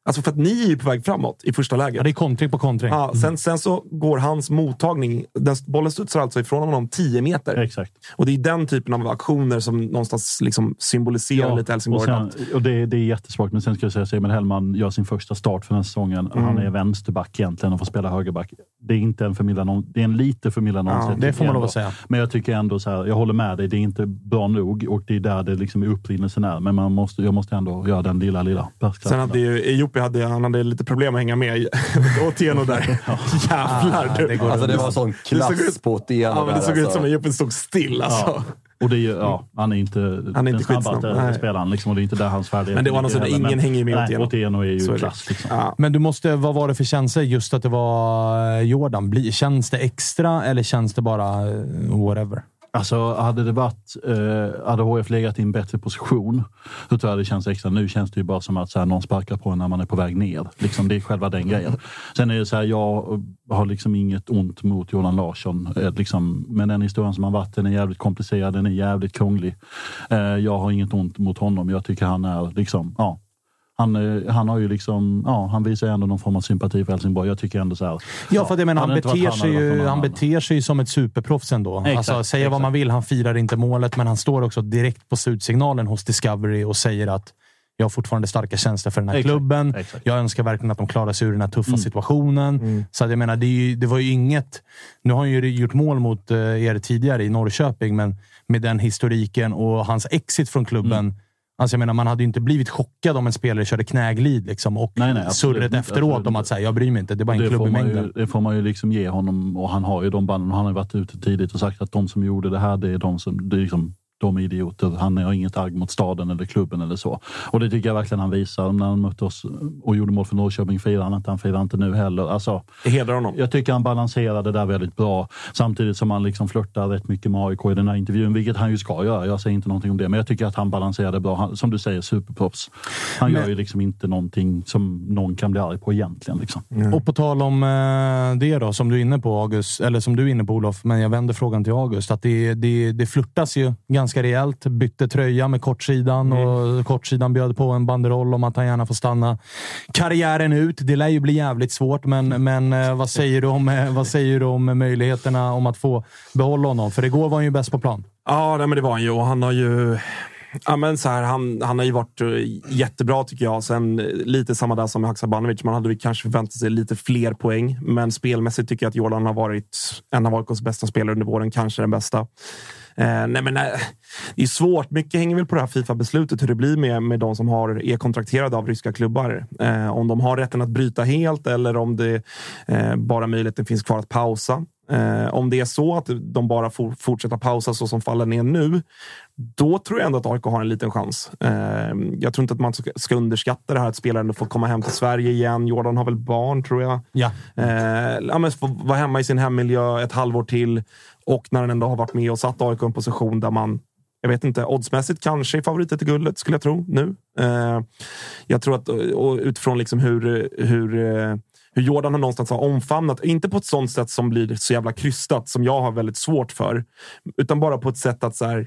Alltså för att ni är ju på väg framåt i första läget. Ja, det är kontring på kontring. Ja, sen, mm. sen så går hans mottagning, den, bollen studsar alltså ifrån honom tio meter. Exakt. Och det är den typen av aktioner som någonstans liksom symboliserar ja, lite Helsingborg. Och, sen, och det, det är jättesvagt, men sen ska jag säga att Simon Hellman gör sin första start för den här säsongen. Mm. Han är vänsterback egentligen och får spela högerback. Det är inte en förmildrande, det är en lite förmildrande ja, det får man lov att säga. Men jag tycker ändå så här, jag håller med dig, det är inte bra nog och det är där det liksom är upprinnelsen är. Men man måste, jag måste ändå göra den lilla, lilla. Sen hade ju Jopi hade, han hade lite problem att hänga med Otieno där. Ja. Jävlar. Ah, det, alltså, det var sån klass på Otieno. Ja, men det såg alltså. ut som att Jopi stod still. Alltså. Ja. Och det är ju, ja, han är inte han är den inte snabbaste spelaren liksom, och det är inte där hans färdighet. Men det var något sådär, ingen men, hänger med Otieno. Otieno är ju klass. Liksom. Ja. Men du måste, vad var det för känsla just att det var Jordan? Bli, känns det extra eller känns det bara whatever? Alltså, hade det varit, eh, hade H F legat i en bättre position, så tror jag det känns extra. Nu känns det ju bara som att så här, någon sparkar på en när man är på väg ner. Liksom, det är själva den grejen. Sen är det så här, jag har liksom inget ont mot Jordan Larsson. Eh, liksom, men den historien som har varit, den är jävligt komplicerad, den är jävligt krånglig. Eh, jag har inget ont mot honom. Jag tycker han är liksom, ja. Han, han har ju liksom, ja, han visar ändå någon form av sympati för Helsingborg. Jag tycker ändå så här. Ja, för att jag menar, han, han beter sig ju, han beter sig ju som ett superproffs ändå. Exakt, alltså, säger exakt. Vad man vill, han firar inte målet, men han står också direkt på slutsignalen hos Discovery och säger att jag har fortfarande starka känslor för den här exakt, klubben. Exakt. Jag önskar verkligen att de klarar sig ur den här tuffa mm. situationen. Mm. Så att jag menar, det, är ju, det var ju inget... Nu har han ju gjort mål mot uh, er tidigare i Norrköping, men med den historiken och hans exit från klubben. Mm. Alltså jag menar, man hade ju inte blivit chockad om en spelare körde knäglid liksom, och nej, nej, surret efteråt absolut. Om att säga, jag bryr mig inte, det är bara en klubb i mängden. Ju, det får man ju liksom ge honom, och han har ju de banden, han har varit ute tidigt och sagt att de som gjorde det här, det är de som, det är liksom de idioter. Han har inget agg mot staden eller klubben eller så. Och det tycker jag verkligen han visar. När han mötte oss och gjorde mål för Norrköping, firar han inte, han firar inte nu heller. Alltså, det hedrar honom. Jag tycker han balanserar det där väldigt bra. Samtidigt som han liksom flörtar rätt mycket med A I K i den här intervjun, vilket han ju ska göra. Jag säger inte någonting om det, men jag tycker att han balanserar det bra. Han, som du säger, superproffs. Han men... gör ju liksom inte någonting som någon kan bli arg på egentligen. Liksom. Mm. Och på tal om eh, det då, som du är inne på August, eller som du är inne på Olof, men jag vänder frågan till August, att det, det, det flörtas ju ganska rejält. Bytte tröja med kortsidan mm. och kortsidan bjöd på en banderoll om att han gärna får stanna karriären ut. Det lär ju bli jävligt svårt, men, men eh, vad säger du om, vad säger du om möjligheterna om att få behålla honom? För igår var han ju bäst på plan. Ja, nej, men det var han ju, och han har ju ja, men så här, han, han har ju varit jättebra tycker jag. Sen lite samma där som med Haksabanovic. Man hade vi kanske förväntat sig lite fler poäng, men spelmässigt tycker jag att Jordan har varit en av A I K:s bästa spelare under våren, kanske den bästa. Eh, nej men nej, det är svårt. Mycket hänger väl på det här FIFA-beslutet, hur det blir med, med de som har, är kontrakterade av ryska klubbar. Eh, om de har rätten att bryta helt, eller om det eh, bara möjligheten finns kvar att pausa. Eh, om det är så att de bara får fortsätta pausa så som fallen är nu, då tror jag ändå att A I K har en liten chans. Eh, jag tror inte att man ska, ska underskatta det här att spelaren får komma hem till Sverige igen. Jordan har väl barn, tror jag. Ja. Eh, ja, men få vara hemma i sin hemmiljö ett halvår till. Och när den ändå har varit med och satt A I K i en position där man, jag vet inte, oddsmässigt kanske är favoriter till guldet, skulle jag tro nu. Eh, jag tror att, och utifrån liksom hur, hur, hur Jordan har någonstans har omfamnat, inte på ett sånt sätt som blir så jävla krystat som jag har väldigt svårt för, utan bara på ett sätt att så här,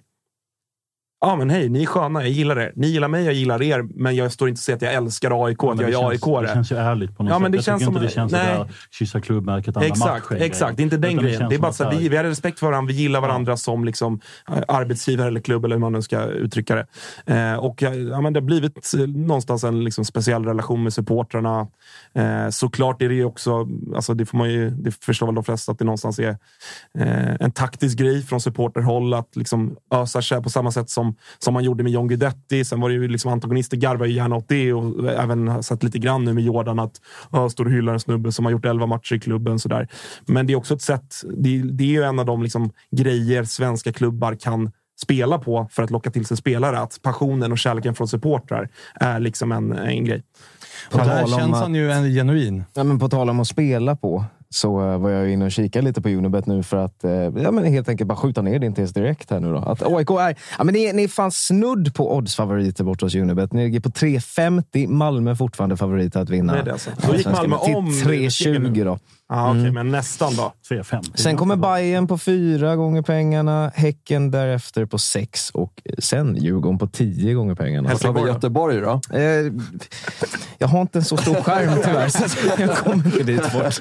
ja, men hej, ni är sköna, jag gillar er. Ni gillar mig, jag gillar er. Men jag står inte och säger att jag älskar A I K, att jag är A I K. Det känns ju ärligt på något ja, sätt. Men det jag känns som, inte det känns nej. Sådär, kyssa klubbmärket alla exakt, matcher. Exakt, det är inte den grejen. Det, det är bara så att vi, vi har respekt för varandra, vi gillar varandra ja. som liksom, arbetsgivare eller klubb, eller hur man nu ska uttrycka det. Eh, och ja, men det har blivit någonstans en liksom, speciell relation med supportrarna. Eh, såklart är det ju också, alltså, det får man ju, det förstår väl de flesta, att det någonstans är eh, en taktisk grej från supporterhåll att liksom ösa sig på samma sätt som, som man gjorde med John Guidetti. Sen var det ju liksom antagonister garvar ju gärna åt det, och även sett lite grann nu med Jordan att ja, står och hyllar en snubbe som har gjort elva matcher i klubben sådär. Men det är också ett sätt, det, det är ju en av de liksom grejer svenska klubbar kan spela på för att locka till sig spelare, att passionen och kärleken från supportrar är liksom en, en grej. På där känns att, han ju en genuin. Ja, men på tal om att spela på, så uh, var jag inne och kika lite på Unibet nu för att uh, ja, men helt enkelt bara skjuta ner din tes direkt här nu då. Att A I K är, ja, men ni, ni är fan snudd på oddsfavoriter bort hos Unibet. Ni ligger på tre femtio, Malmö fortfarande favoriter att vinna. Det är det alltså. Då gick Malmö om tre tjugo då. Ja, okej, okay, Mm. men nästan då. tre fem. Sen kommer Bayern på fyra gånger pengarna, Häcken därefter på sex och sen Djurgården på tio gånger pengarna. Vad tar vi Göteborg då? Eh, jag har inte en så stor skärm tyvärr, så jag kommer inte dit bort.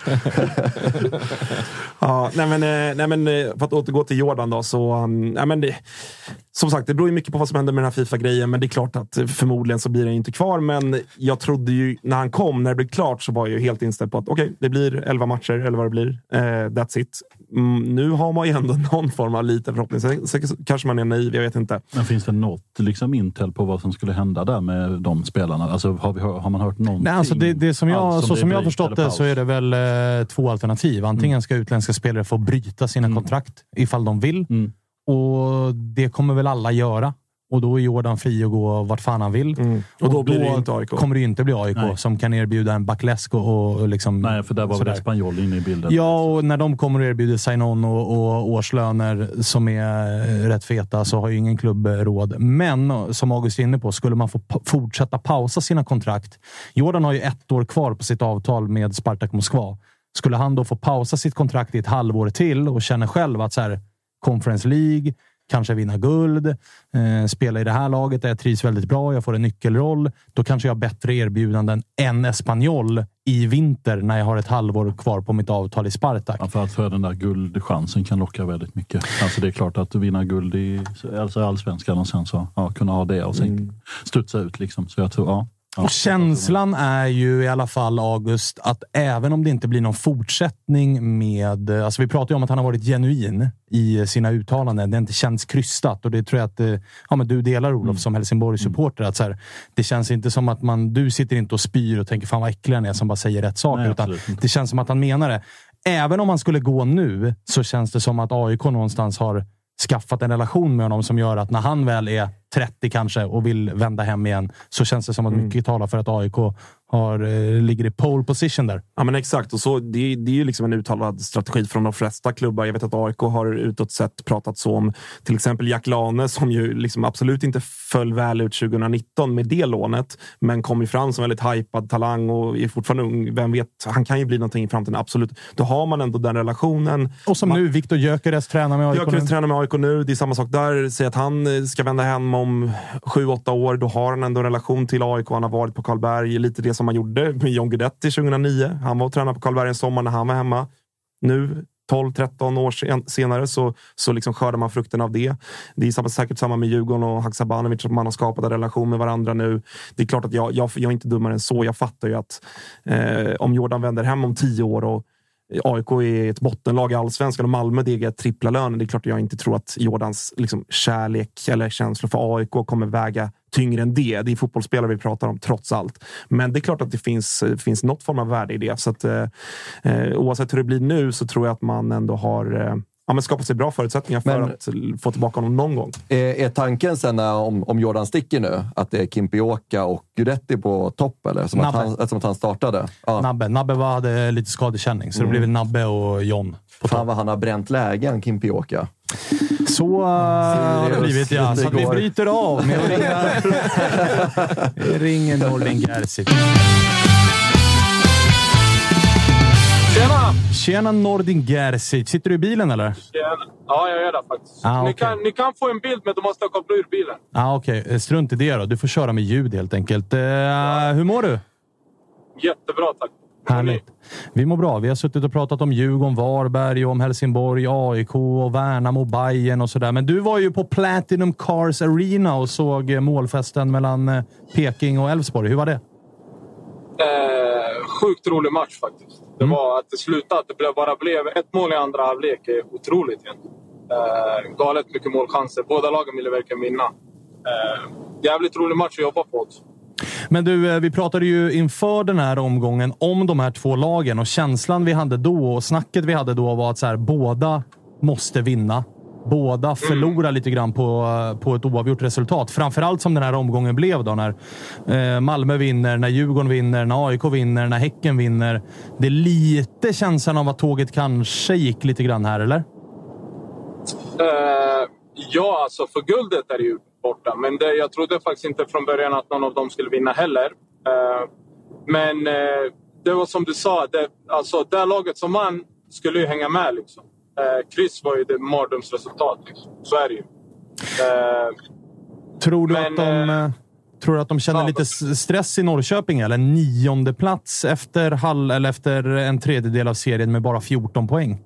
Ja, nej men, nej men för att återgå till Jordan då, så nej men det, som sagt, det beror ju mycket på vad som händer med den här FIFA-grejen, men det är klart att förmodligen så blir det inte kvar, men jag trodde ju när han kom, när det blev klart, så var jag ju helt inställd på att okej, okay, det blir elva matcher eller vad det blir, uh, that's it. Mm, nu har man ju ändå någon form av lite förhoppning, så kanske man är naiv, jag vet inte. Men finns det något liksom intel på vad som skulle hända där med de spelarna? Alltså har, vi, har man hört någonting? Nej, alltså det, det som jag, som så det som jag har bryt förstått eller det så är det väl eh, två alternativ. Antingen Mm. ska utländska spelare få bryta sina Mm. kontrakt ifall de vill. Mm. Och det kommer väl alla göra. Och då är Jordan fri att gå vart fan han vill. Mm. Och, och då blir det inte A I K. kommer det inte bli A I K Nej. som kan erbjuda en Backlesco och, och liksom... Nej, för där var väl Espanyol inne i bilden. Ja, och när de kommer att erbjuda sign-on och, och årslöner som är rätt feta så har ju ingen klubb råd. Men som August är inne på, skulle man få pa- fortsätta pausa sina kontrakt. Jordan har ju ett år kvar på sitt avtal med Spartak Moskva. Skulle han då få pausa sitt kontrakt i ett halvår till och känner själv att så här, Conference League, kanske vinna guld, eh, spela i det här laget där jag trivs väldigt bra, jag får en nyckelroll, då kanske jag har bättre erbjudanden än Espanyol i vinter när jag har ett halvår kvar på mitt avtal i Spartak. Ja, för att för den där guldchansen kan locka väldigt mycket. Alltså det är klart att du vinner guld i alltså allsvenskan och sen så ja, kunna ha det och sen mm. studsa ut liksom. Så jag tror, ja. Och känslan är ju i alla fall, August, att även om det inte blir någon fortsättning med... Alltså vi pratar ju om att han har varit genuin i sina uttalanden. Det har inte känts krystat. Och det tror jag att ja, men du delar, Olof, mm. som Helsingborg-supporter. Att så här, det känns inte som att man... Du sitter inte och spyr och tänker fan vad äcklig han är som bara säger rätt saker. Nej, utan det känns som att han menar det. Även om han skulle gå nu så känns det som att A I K någonstans har skaffat en relation med honom som gör att när han väl är trettio kanske och vill vända hem igen så känns det som att mycket mm. talar för att A I K har, eh, ligger i pole position där. Ja men exakt, och så, det, det är ju liksom en uttalad strategi från de flesta klubbar. Jag vet att A I K har utåt sett pratat så om till exempel Jack Lane som ju liksom absolut inte föll väl ut tjugonitton med det lånet, men kom ju fram som väldigt hypad talang och är fortfarande ung. Vem vet, han kan ju bli någonting i framtiden, absolut. Då har man ändå den relationen. Och som man, nu, Viktor Gyökeres tränar med A I K Gyökeres nu. tränar med A I K nu, det är samma sak där. Säg att han ska vända hem om sju åtta år, då har han ändå en relation till A I K. Han har varit på Karlberg, lite det som man gjorde med John Guidetti tjugohundranio. Han var och tränade på Karlberg en sommar när han var hemma. Nu, tolv tretton år senare, så, så liksom skördar man frukten av det. Det är samma, säkert samma med Djurgården och Haksabanovic, som man har skapat en relation med varandra nu. Det är klart att jag, jag, jag är inte dummare än så. Jag fattar ju att eh, om Jordan vänder hem om tio år och A I K är ett bottenlag i Allsvenskan och Malmö degar trippla lönen. Det är klart att jag inte tror att Jordans liksom, kärlek eller känslor för A I K kommer väga tyngre än det. Det är fotbollsspelare vi pratar om trots allt. Men det är klart att det finns, finns något form av värde i det. Så att, eh, oavsett hur det blir nu så tror jag att man ändå har eh, ja, men skapat sig bra förutsättningar för men, att få tillbaka honom någon gång. Är, är tanken sen om, om Jordan sticker nu att det är Kimpioka och Guidetti på topp eller? Som, att han, som att han startade? Ja. Nabbe. Nabbe var, hade lite skadekänning så mm. det blev Nabbe och John. På Fan vad han har bränt lägen, Kimpioka. Så har det blivit, ja. Så att vi bryter av med att ringa, ringa Nordin Gerzic. Tjena! Tjena Nordin Gerzic. Sitter du i bilen eller? Tjena. Ja, jag gör det faktiskt. Ah, okay. ni, kan, ni kan få en bild, men du måste koppla ur bilen. Ah, okej. Okay. Strunt i det då. Du får köra med ljud helt enkelt. Uh, ja. Hur mår du? Jättebra, tack. Härligt. Vi mår bra. Vi har suttit och pratat om Djurgården, Varberg, om Helsingborg, A I K och Värnamo, Bayern och sådär. Men du var ju på Platinum Cars Arena och såg målfesten mellan Peking och Elfsborg. Hur var det? Eh, sjukt rolig match faktiskt. Det mm. var att det slutade, att det bara blev ett mål i andra halvlek. Är otroligt egentligen. Eh, galet mycket målchanser. Båda lagen ville verkligen vinna. Eh, jävligt rolig match att jobba på också. Men du, vi pratade ju inför den här omgången om de här två lagen och känslan vi hade då och snacket vi hade då var att så här, båda måste vinna. Båda förlorar lite grann på, på ett oavgjort resultat. Framförallt som den här omgången blev då när eh, Malmö vinner, när Djurgården vinner, när A I K vinner, när Häcken vinner. Det är lite känslan av att tåget kanske gick lite grann här, eller? Uh, ja, alltså för guldet är det ju borta. Men det, jag trodde faktiskt inte från början att någon av dem skulle vinna heller. Uh, men uh, det var som du sa, det, alltså det laget som man skulle ju hänga med liksom. Eh, kryss var ju det mardrömsresultat liksom. Så är det ju. Eh, tror, du men, att de, eh, tror du att de känner ja, lite stress i Norrköping? Eller nionde plats efter, halv, eller efter en tredjedel av serien med bara fjorton poäng?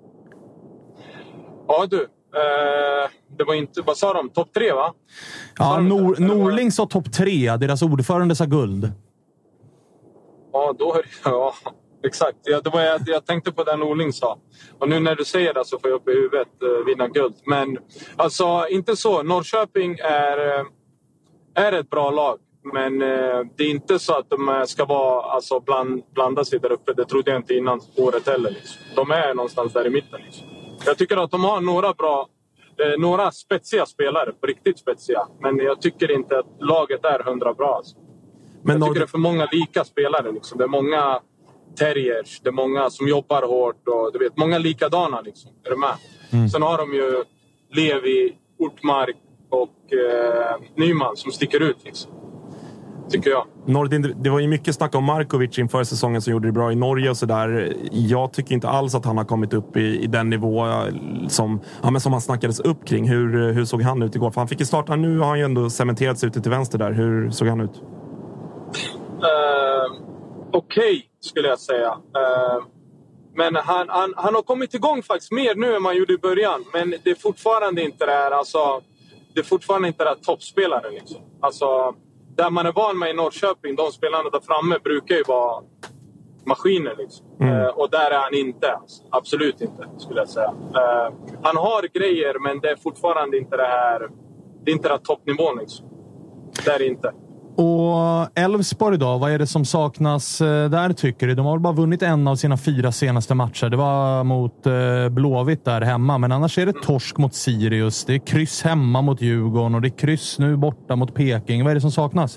Ja du, eh, det var inte, vad sa de? Topp tre va? Ja, Nor- Norling sa topp tre, deras ordförande sa guld. Ja, då är det, ja, exakt. Ja, det var jag, jag tänkte på det Norling sa. Och nu när du säger det så får jag upp i huvudet eh, vinna guld. Men alltså, inte så. Norrköping är, är ett bra lag. Men eh, det är inte så att de ska vara, alltså, bland, blanda sig där uppe. Det trodde jag inte innan året heller. Liksom. De är någonstans där i mitten. Liksom. Jag tycker att de har några bra, eh, några spetsiga spelare. På riktigt spetsiga. Men jag tycker inte att laget är hundra bra. Alltså. Men jag tycker det är för många lika spelare. Liksom. Det är många terriers. Det är många som jobbar hårt. Och, du vet, många likadana. Liksom. Är du med? Mm. Sen har de ju Levi, Ortmark och eh, Nyman som sticker ut. Liksom. Tycker jag. Nordin, det var ju mycket snack om Markovic inför säsongen som gjorde det bra i Norge och sådär. Jag tycker inte alls att han har kommit upp i, i den nivå som, ja, men som han snackades upp kring. Hur, hur såg han ut igår? För han fick ju starta, nu har han ju ändå cementerats ute till vänster där. Hur såg han ut? Uh, Okej, okay, skulle jag säga. Uh, men han, han, han har kommit igång faktiskt mer nu än man gjorde i början. Men det är fortfarande inte det här, alltså, det är fortfarande inte det här toppspelaren. Liksom. Alltså, där man är van med i Norrköping, de spelarna där framme brukar ju vara maskiner. Liksom. Mm. Uh, och där är han inte. Alltså. Absolut inte, skulle jag säga. Uh, han har grejer, men det är fortfarande inte det här, det är inte det här toppnivån. Liksom. Det är det inte. Och Elfsborg idag, vad är det som saknas där tycker du? De har väl bara vunnit en av sina fyra senaste matcher. Det var mot eh, Blåvitt där hemma. Men annars är det torsk mot Sirius. Det är kryss hemma mot Djurgården. Och det är kryss nu borta mot Peking. Vad är det som saknas?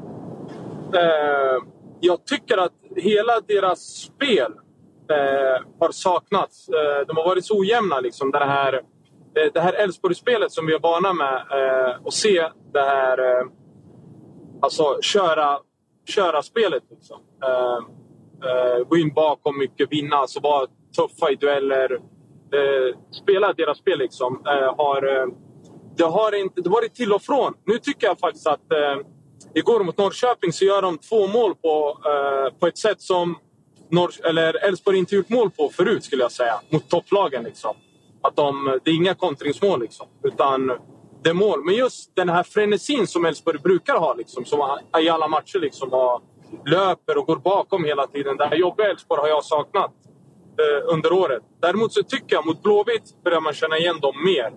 Eh, jag tycker att hela deras spel eh, har saknats. Eh, de har varit så ojämna. Liksom, det här, det här Elfsborg-spelet som vi är vana med. Eh, och se det här... Eh, Alltså köra, köra spelet liksom. Uh, uh, gå in bakom mycket, vinna, alltså vara tuffa i dueller. Uh, spela deras spel liksom. Uh, har, uh, det har inte det varit till och från. Nu tycker jag faktiskt att uh, igår mot Norrköping så gör de två mål på, uh, på ett sätt som Norr- eller Elfsborg inte gjort mål på förut skulle jag säga. Mot topplagen liksom. Att de, det är inga kontringsmål liksom. Utan... det mål. Men just den här frenesin som Elfsborg brukar ha, liksom, som i alla matcher liksom, har, löper och går bakom hela tiden. Det här jobbiga Elfsborg har jag saknat eh, under året. Däremot så tycker jag mot Blåvitt börjar man känna igen dem mer.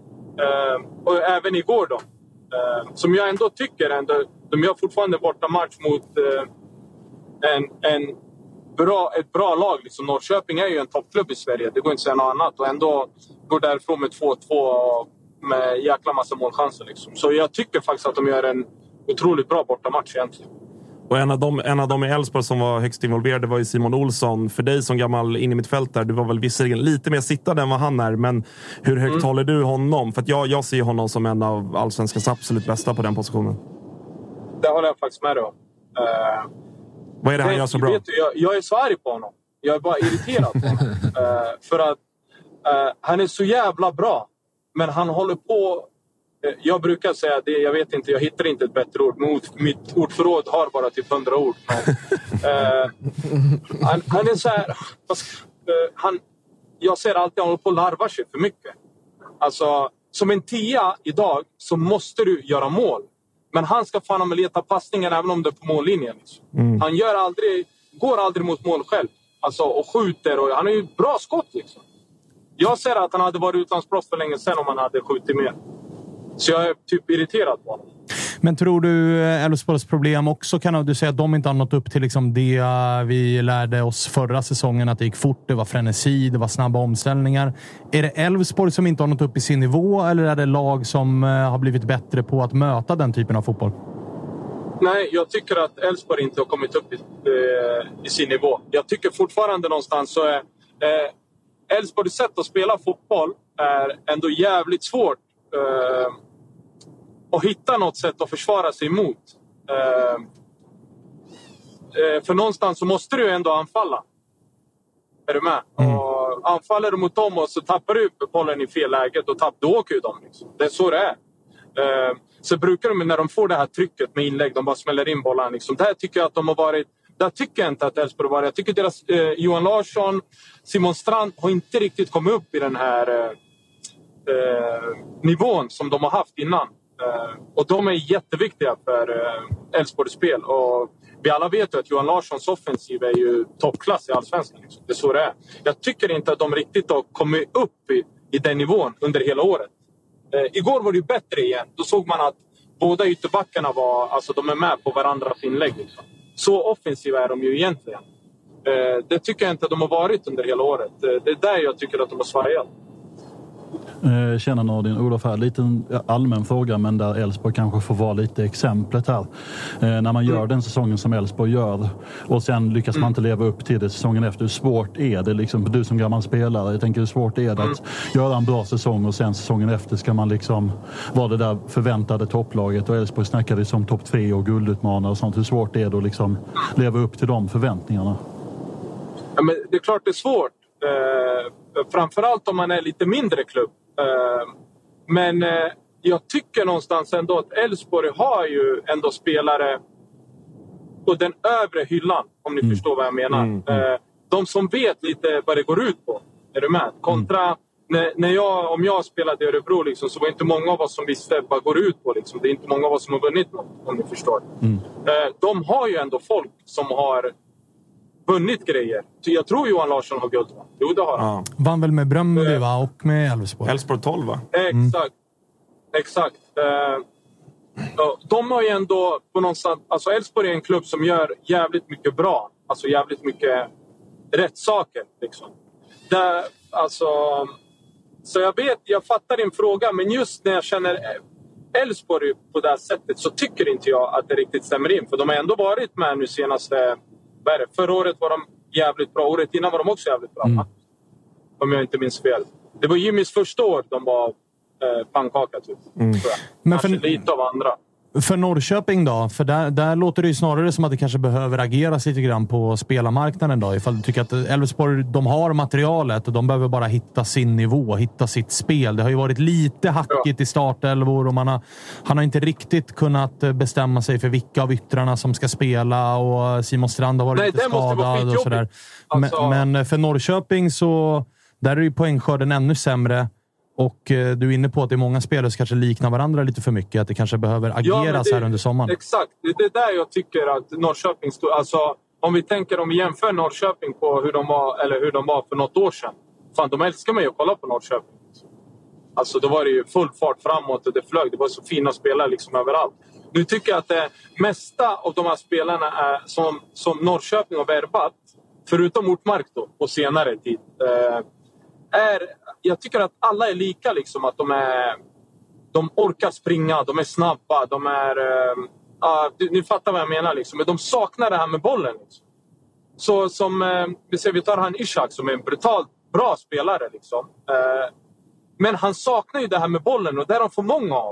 Eh, och även igår då. Eh, som jag ändå tycker, ändå, de gör fortfarande borta match mot eh, en, en bra, ett bra lag. Liksom. Norrköping är ju en toppklubb i Sverige. Det går inte att säga något annat. Och ändå går därifrån med två två med jäkla massa målchanser liksom. Så jag tycker faktiskt att de gör en otroligt bra bortamatch egentligen. Och en av dem, en av dem i Elfsborg som var högst involverade var ju Simon Olsson. För dig som gammal in i mitt fält där, du var väl visserligen lite mer sittande än vad han är, men hur högt mm. håller du honom? För att jag, jag ser honom som en av allsvenskans absolut bästa på den positionen. Det håller jag faktiskt med då. Uh, vad är det han gör så bra? Vet du, jag, jag är så arg på honom. Jag är bara irriterad på honom. Uh, för att uh, han är så jävla bra. Men han håller på... Jag brukar säga det, jag vet inte, jag hittar inte ett bättre ord. Men mitt ordförråd har bara typ hundra ord. Men, uh, han, han är så här... Uh, han, jag ser alltid att han håller på att larva sig för mycket. Alltså, som en tia idag så måste du göra mål. Men han ska fan med leta passningen även om det är på mållinjen. Liksom. Mm. Han gör aldrig, går aldrig mot mål själv. Alltså, och skjuter. Och, han har ju bra skott liksom. Jag ser att han hade varit utlandsproffs för länge sedan om han hade skjutit mer. Så jag är typ irriterad på honom. Men tror du Elfsborgs problem också kan du säga att de inte har nått upp till liksom det vi lärde oss förra säsongen, att det gick fort, det var frenesi, det var snabba omställningar. Är det Elfsborg som inte har nått upp i sin nivå eller är det lag som har blivit bättre på att möta den typen av fotboll? Nej, jag tycker att Elfsborg inte har kommit upp i, i sin nivå. Jag tycker fortfarande någonstans så är eh, Elfsborgs sätt att spela fotboll är ändå jävligt svårt eh, att hitta något sätt att försvara sig emot. Eh, Eh, för någonstans så måste du ändå anfalla. Är du med? Mm. Och anfaller du mot dem och så tappar du bollen i fel läge, då, tapp, då åker ju de. Liksom. Det är så det är. Eh, så brukar de, när de får det här trycket med inlägg, de bara smäller in bollen. Liksom. Där tycker jag att de har varit... Där tycker jag inte att Elfsborg har varit. Jag tycker deras eh, Johan Larsson, Simon Strand har inte riktigt kommit upp i den här eh, eh, nivån som de har haft innan. Eh, och de är jätteviktiga för eh, Elfsborgs spel. Och vi alla vet ju att Johan Larssons offensiv är ju toppklass i Allsvenskan. Liksom. Det är så det är. Jag tycker inte att de riktigt har kommit upp i, i den nivån under hela året. Eh, igår var det ju bättre igen. Då såg man att båda ytterbackarna var, alltså de är med på varandras inlägg. Liksom. Så offensiva är de ju egentligen. Eh, det tycker jag inte att de har varit under hela året. Eh, det är där jag tycker att de har svajat. Eh, känner Nordin, Olof här, lite allmän fråga, men där Elfsborg kanske får vara lite exemplet här. Eh, när man gör mm. den säsongen som Elfsborg gör och sen lyckas mm. man inte leva upp till det säsongen efter. Hur svårt är det liksom, du som gammal spelare? Jag tänker hur svårt är det mm. att göra en bra säsong och sen säsongen efter ska man liksom vara det där förväntade topplaget och Elfsborg snackade som topp tre och guldutmanare och sånt. Hur svårt är det att liksom leva upp till de förväntningarna? Ja, men det är klart det är svårt. Eh, framförallt om man är lite mindre klubb. Eh, men eh, jag tycker någonstans ändå att Elfsborg har ju ändå spelare på den övre hyllan, om ni mm. förstår vad jag menar. Mm, mm. Eh, de som vet lite vad det går ut på. Är du med? Kontra mm. när, när jag, om jag spelade i Örebro liksom, så var det inte många av oss som visste vad det går ut på. Liksom. Det är inte många av oss som har vunnit något, om ni förstår. Mm. Eh, de har ju ändå folk som har vunnit grejer. Så jag tror Johan Larsson har guld, va? Jo, det har han. Ja. Vann väl med Bröndby, va? Och med Elfsborg. Elfsborg tolv, va? Mm. Exakt. Exakt. Uh, de har ju ändå på någonstans... Alltså Elfsborg är en klubb som gör jävligt mycket bra. Alltså jävligt mycket rätt saker, liksom. Där, alltså... Så jag vet, jag fattar din fråga, men just när jag känner Elfsborg på det här sättet så tycker inte jag att det riktigt stämmer in. För de har ändå varit med nu senaste... Förra året var de jävligt bra. Året innan var de också jävligt bra. Mm. Om jag inte minns fel. Det var Jimmys första år de var eh, pannkaka typ. Mm. Men för, lite av andra. För Norrköping då? För där, där låter det ju snarare som att det kanske behöver ageras lite grann på spelarmarknaden då. Ifall du tycker att Elfsborg, de har materialet och de behöver bara hitta sin nivå, hitta sitt spel. Det har ju varit lite hackigt ja. i startelvor och man har, han har inte riktigt kunnat bestämma sig för vilka av yttrarna som ska spela och Simon Strand har varit Nej, lite skadad och sådär. Alltså... Men, men för Norrköping så där är ju poängskörden ännu sämre. Och eh, du är inne på att det är många spelare som kanske liknar varandra lite för mycket. Att det kanske behöver ageras ja, det, här under sommaren. Exakt. Det är där jag tycker att Norrköping stod... Alltså, om vi tänker, om vi jämför Norrköping på hur de var, eller hur de var för något år sedan. Fan, de älskar mig att kolla på Norrköping. Alltså, då var det ju full fart framåt och det flög. Det var så fina spelare liksom överallt. Nu tycker jag att det mesta av de här spelarna är som, som Norrköping har värvat, förutom Ortmark då, på senare tid. Eh, är, jag tycker att alla är lika liksom, att de är de orkar springa, de är snabba, de är uh, uh, ni fattar vad jag menar liksom, men de saknar det här med bollen liksom. Så som uh, vi ser, vi tar han Ishak som är en brutalt bra spelare liksom, uh, men han saknar ju det här med bollen och det är de för många av.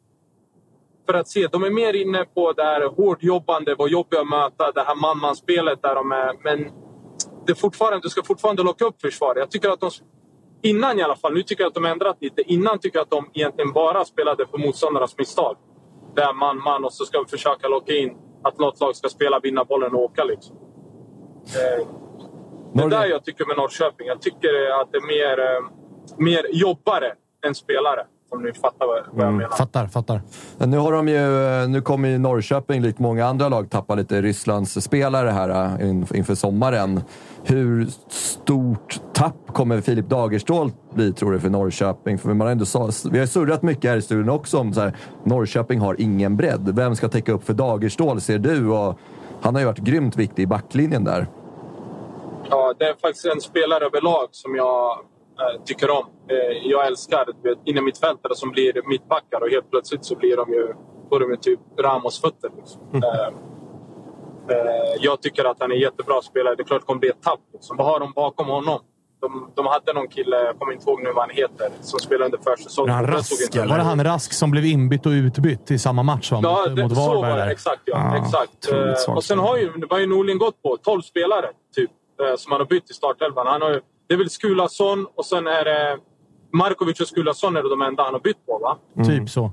För att se, de är mer inne på det här hårdjobbande, vad jobbiga att möta, det här man-man-spelet där de är, men det är fortfarande, du ska fortfarande locka upp försvar. Jag tycker att de, innan i alla fall, nu tycker jag att de har ändrat lite. Innan tycker jag att de egentligen bara spelade på motståndarnas misstag. Det är man-man och så ska vi försöka locka in att något lag ska spela, vinna bollen och åka liksom. Eh, det är där jag tycker med Norrköping. Jag tycker att det är mer, eh, mer jobbare än spelare. Om ni fattar vad jag menar. Mm, fattar, fattar. Nu har de ju, nu kommer ju Norrköping, likt många andra lag, tappa lite Rysslands spelare här inför sommaren. Hur stort tapp kommer Filip Dagerstål bli, tror du, för Norrköping? För man har ändå sa, vi har surrat mycket här i studion också om så här, Norrköping har ingen bredd. Vem ska täcka upp för Dagerstål, ser du? Och han har ju varit grymt viktig i backlinjen där. Ja, det är faktiskt en spelare överlag som jag tycker om. Jag älskar inom mittfältare som blir mittbackar och helt plötsligt så blir de ju, får de ju typ Ramos fötter liksom. Mm. Jag tycker att han är jättebra spelare. Det är klart det kommer bli ett tapp liksom. Vad har de bakom honom? De, de hade någon kille, jag kommer inte ihåg nu vad han heter, som spelade under försäsongen. Han Rask, var det han Rask som blev inbytt och utbytt i samma match? Va? Ja, mot, det, mot så var det. Exakt, ja. Ah, exakt. Uh, och sen har ju, det var ju Norling gått på tolv spelare, typ, uh, som han har bytt i startelvan. Han har ju, det är väl Skulason och sen är det Markovic och Skulason är det de enda han har bytt på, va? Mm. Typ så.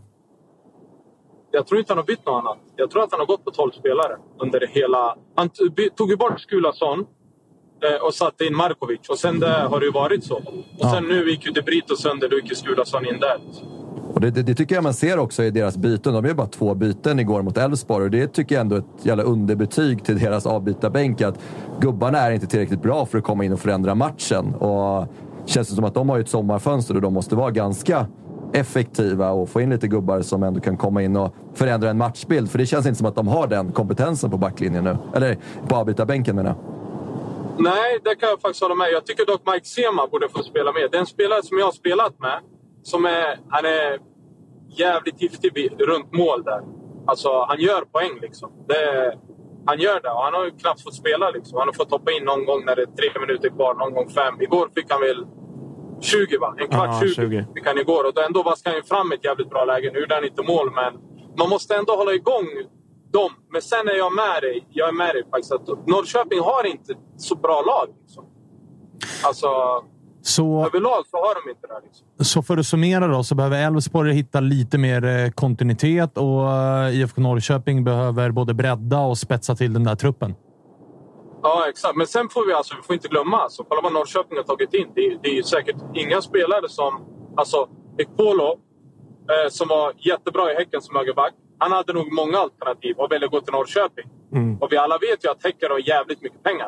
Jag tror inte han har bytt något annat. Jag tror att han har gått på tolv spelare under hela... Han tog ju bort Skulason och satte in Markovic. Och sen där har det ju varit så. Och ja. sen nu gick ju De Brito sönder, då gick ju Skulason in där. Och det, det, det tycker jag man ser också i deras byten. De gör bara två byten igår mot Elfsborg. Och det tycker jag ändå är ett jävla underbetyg till deras avbytarbänk. Att gubbarna är inte tillräckligt bra för att komma in och förändra matchen. Och känns det som att de har ett sommarfönster och de måste vara ganska effektiva och få in lite gubbar som ändå kan komma in och förändra en matchbild. För det känns inte som att de har den kompetensen på backlinjen nu. Eller på avbytarbänken menar jag. Nej, det kan jag faktiskt hålla med. Jag tycker dock Mike Sema borde få spela med. Den spelare som jag har spelat med, som är, han är jävligt giftig runt mål där. Alltså, han gör poäng liksom. Det, han gör det och han har ju knappt fått spela liksom. Han har fått hoppa in någon gång när det är tre minuter kvar, någon gång fem. Igår fick han väl tjugo, va? En kvart, ja, tjugo fick han igår. Och ändå vaskade han fram ett jävligt bra läge. Nu är han inte mål, men man måste ändå hålla igång dem. Men sen är jag med dig. Jag är med dig faktiskt. Att Norrköping har inte så bra lag. Liksom. Alltså, så, överlag så har de inte det. Liksom. Så för att summera då, så behöver Elfsborg hitta lite mer kontinuitet. Och I F K Norrköping behöver både bredda och spetsa till den där truppen. Ja, exakt. Men sen får vi alltså, vi får inte glömma. Alltså, kolla vad Norrköping har tagit in. Det, det är ju säkert inga spelare som... Alltså, Ekpolo, eh, som var jättebra i Häcken som högerback. Han hade nog många alternativ och ville gå till Norrköping. Mm. Och vi alla vet ju att Häcken har jävligt mycket pengar.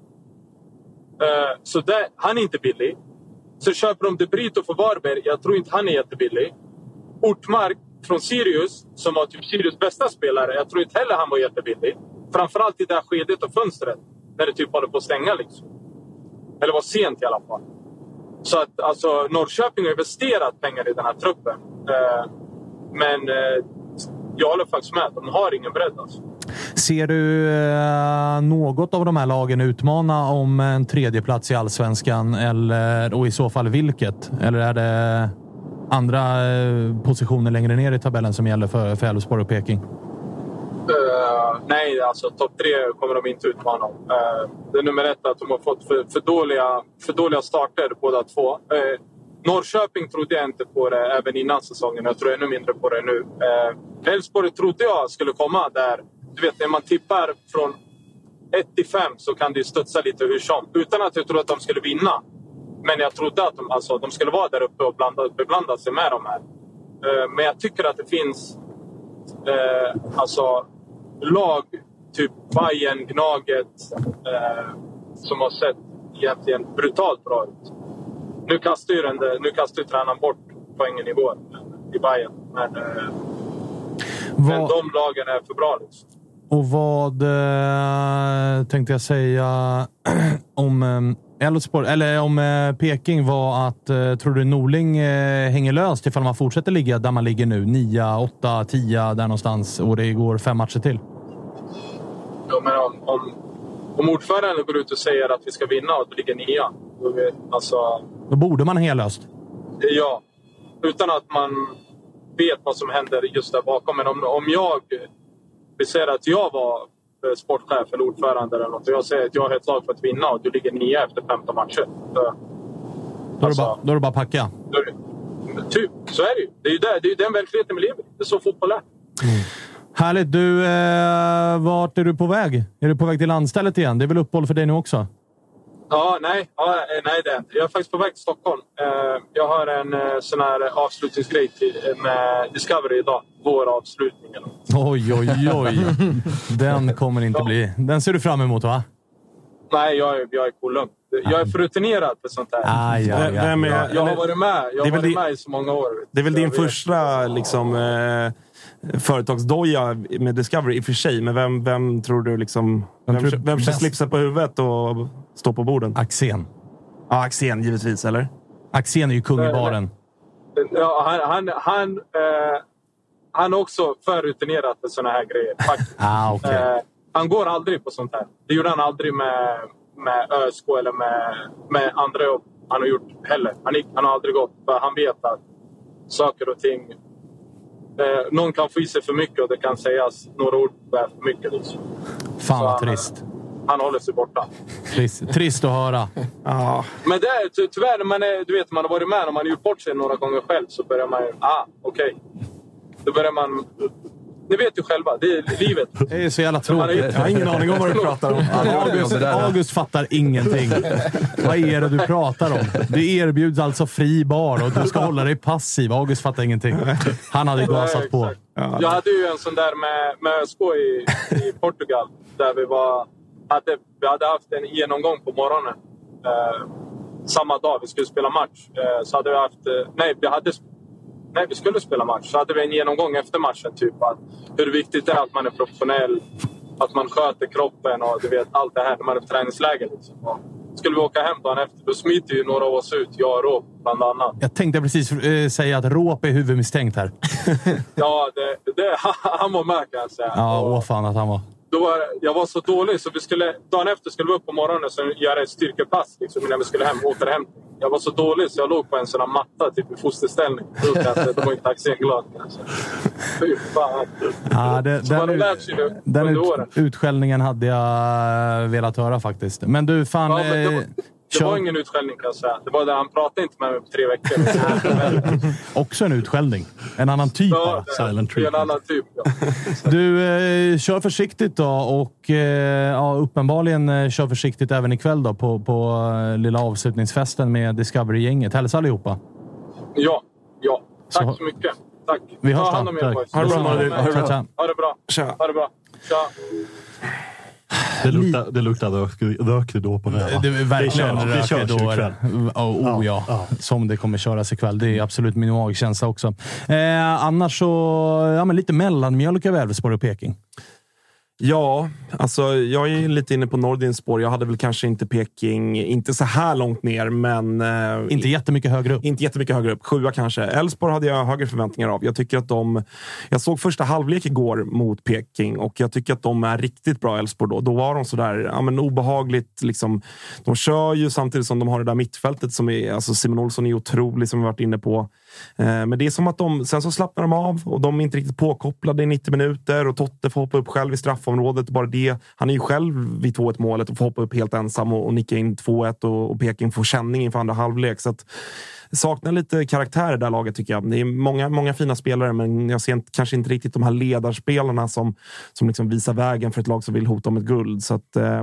Uh, så det, han är inte billig. Så köper de De Brito för Varberg. Jag tror inte han är jättebillig. Ortmark från Sirius, som var typ Sirius bästa spelare. Jag tror inte heller han var jättebillig. Framförallt i det här skedet och fönstret. När det typ håller på att stänga liksom. Eller var sent i alla fall. Så att alltså, Norrköping har investerat pengar i den här truppen. Uh, men... Uh, Jag håller faktiskt med. De har ingen bredd alltså. Ser du eh, något av de här lagen utmana om en tredje plats i Allsvenskan? Eller, och i så fall vilket? Eller är det andra eh, positioner längre ner i tabellen som gäller för, för Elfsborg och Peking? Uh, nej, alltså topp tre kommer de inte utmana. Uh, det är nummer ett att de har fått för, för, dåliga, för dåliga starter båda två. Uh, Norrköping trodde jag inte på det även innan säsongen. Jag tror ännu mindre på det nu. Eh, Elfsborg trodde jag skulle komma där. Du vet, när man tippar från ett till fem så kan det studsa lite hur som. Utan att jag trodde att de skulle vinna. Men jag trodde att de, alltså, de skulle vara där uppe och blanda, beblanda sig med de här. Eh, men jag tycker att det finns eh, alltså, lag, typ Bayern, Gnaget, eh, som har sett egentligen brutalt bra ut. Nu kastar ju, den, nu kastar ju tränaren bort poängen igår i Bayern. Men, eh, men de lagen är för bra. Liksom. Och vad eh, tänkte jag säga om eh, Elfsborg, eller om eh, Peking var att, eh, tror du Norling eh, hänger löst ifall man fortsätter ligga där man ligger nu? nio, åtta, tio där någonstans och det går fem matcher till? Ja, men om, om, om ordföranden går ut och säger att vi ska vinna och att vi ligger nia, då, vet, alltså, då borde man hänga löst. Ja, utan att man vet vad som händer just där bakom. Men om, om jag vill säga att jag var sportchef eller ordförande eller något och jag säger att jag har ett lag för att vinna och du ligger nio efter femton matcher. Så, då, alltså, är bara, då är det bara packa. Då, typ, så är det ju. Det är ju, där, det är ju den verkligheten vi lever i. Det är så fotboll är. Mm. Härligt. Du, eh, vart är du på väg? Är du på väg till landstället igen? Det är väl uppehåll för dig nu också? Ja, nej, ja, nej det är inte. Jag är faktiskt på väg till Stockholm. Jag har en sån här avslutningsgrej till, med Discovery idag. Vår avslutning. Oj, oj, oj. Den kommer inte bli... Den ser du fram emot, va? Nej, jag är, jag är cool. Jag är för rutinerad för sånt här. Ah, ja, ja. Vem är, jag, jag har varit med. Jag har varit med i så många år. Det är väl din första liksom, eh, företagsdoja med Discovery i och för sig. Men vem, vem tror du liksom... Vem, vem, vem ska slipsa på huvudet och stå på borden? Axén. Ja, Axén givetvis, eller? Axén är ju kung i baren. Ja, han, han, han, eh, han är också för rutinerad för såna här grejer. ah, okay. eh, han går aldrig på sånt här. Det gjorde han aldrig med, med ÖSK eller med, med andra jobb han har gjort heller. Han, han har aldrig gått, för han vet att saker och ting... Eh, någon kan få i sig för mycket och det kan sägas några ord för mycket. Liksom. Fan vad han, trist. Han håller sig borta. Trist, trist att höra. Ja. Men det är ty- tyvärr, när man, är, du vet, man har varit med och man har gjort bort sig några gånger själv, så börjar man ju, ah, okej. Okay. Då börjar man... Ni vet ju själva, det är livet. Det är så jävla tråkigt. Jag har ingen aning om vad du pratar om. August, August fattar ingenting. Vad är det du pratar om? Det erbjuds alltså fri bar och du ska hålla dig passiv. August fattar ingenting. Han hade gasat på. Ja. Jag hade ju en sån där med, med ÖSK i, i Portugal. Där vi var... Hade, vi hade haft en genomgång på morgonen. Eh, samma dag vi skulle spela match. Eh, så hade vi haft... Eh, nej, vi hade... Nej, vi skulle spela match. Så hade vi en genomgång efter matchen. Typ att hur viktigt det är att man är professionell. Att man sköter kroppen och du vet allt det här när man är på träningsläger. Liksom. Och skulle vi åka hem dagen efter, då smiter ju några av oss ut. Jag och Råp, bland annat. Jag tänkte precis äh, säga att Råp är huvudmisstänkt här. Ja, det, det, han var med kan jag säga. Ja, åh fan att han var. Då var, jag var så dålig så vi skulle, dagen efter skulle vi upp på morgonen och göra ett styrkepass liksom, innan vi skulle hem, återhämta. Jag var så dålig så jag låg på en sån här matta typ i fosterställning. Det var inte taxiglad kanske. Fy fan. Ja, det, så den man har lärt sig nu den under ut, åren. Utskällningen hade jag velat höra faktiskt. Men du, fan... Ja, men det, var, det kör... var ingen utskällning kan jag säga. Det var där han pratade inte med mig på tre veckor. Också en utskällning. En annan typ. Ja, Silent det är en annan typ, ja. Du, eh, kör försiktigt då och eh, ja, uppenbarligen eh, kör försiktigt även ikväll då på, på eh, lilla avslutningsfesten med Discovery-gänget. Hälsa allihopa. Ja, ja. Tack så, så mycket. Tack. Vi hörs Ta hand om er, boys. Ha det bra. Ha det bra. Ha det bra. Ha det bra. Tja. Ha det bra. Tja. Det luktar, det luktar rökridå på det här. Det är verkligen rökridå. Oh, oh ja. ja, som det kommer köras ikväll. Det är absolut min magkänsla också. Eh, annars så, ja men lite mellanmjölk över Elfsborg och Peking. Ja, alltså jag är lite inne på Nordins spår. Jag hade väl kanske inte Peking, inte så här långt ner, men... Eh, inte jättemycket högre upp. Inte jättemycket högre upp. Sjua kanske. Elfsborg hade jag högre förväntningar av. Jag tycker att de... Jag såg första halvlek igår mot Peking och jag tycker att de är riktigt bra Elfsborg då. Då var de sådär, ja men obehagligt liksom. De kör ju samtidigt som de har det där mittfältet som är, alltså Simon Olsson är otrolig som vi varit inne på. Men det är som att de, sen så slappnar de av och de är inte riktigt påkopplade i nittio minuter och Totte får hoppa upp själv i straffområdet. Bara det, han är ju själv vid två ett målet och får hoppa upp helt ensam och, och nicka in två ett och, och Peking får känning inför andra halvlek. Så att saknar lite karaktär i det här laget tycker jag. Det är många, många fina spelare men jag ser inte, kanske inte riktigt de här ledarspelarna som, som liksom visar vägen för ett lag som vill hota om ett guld. Så att eh,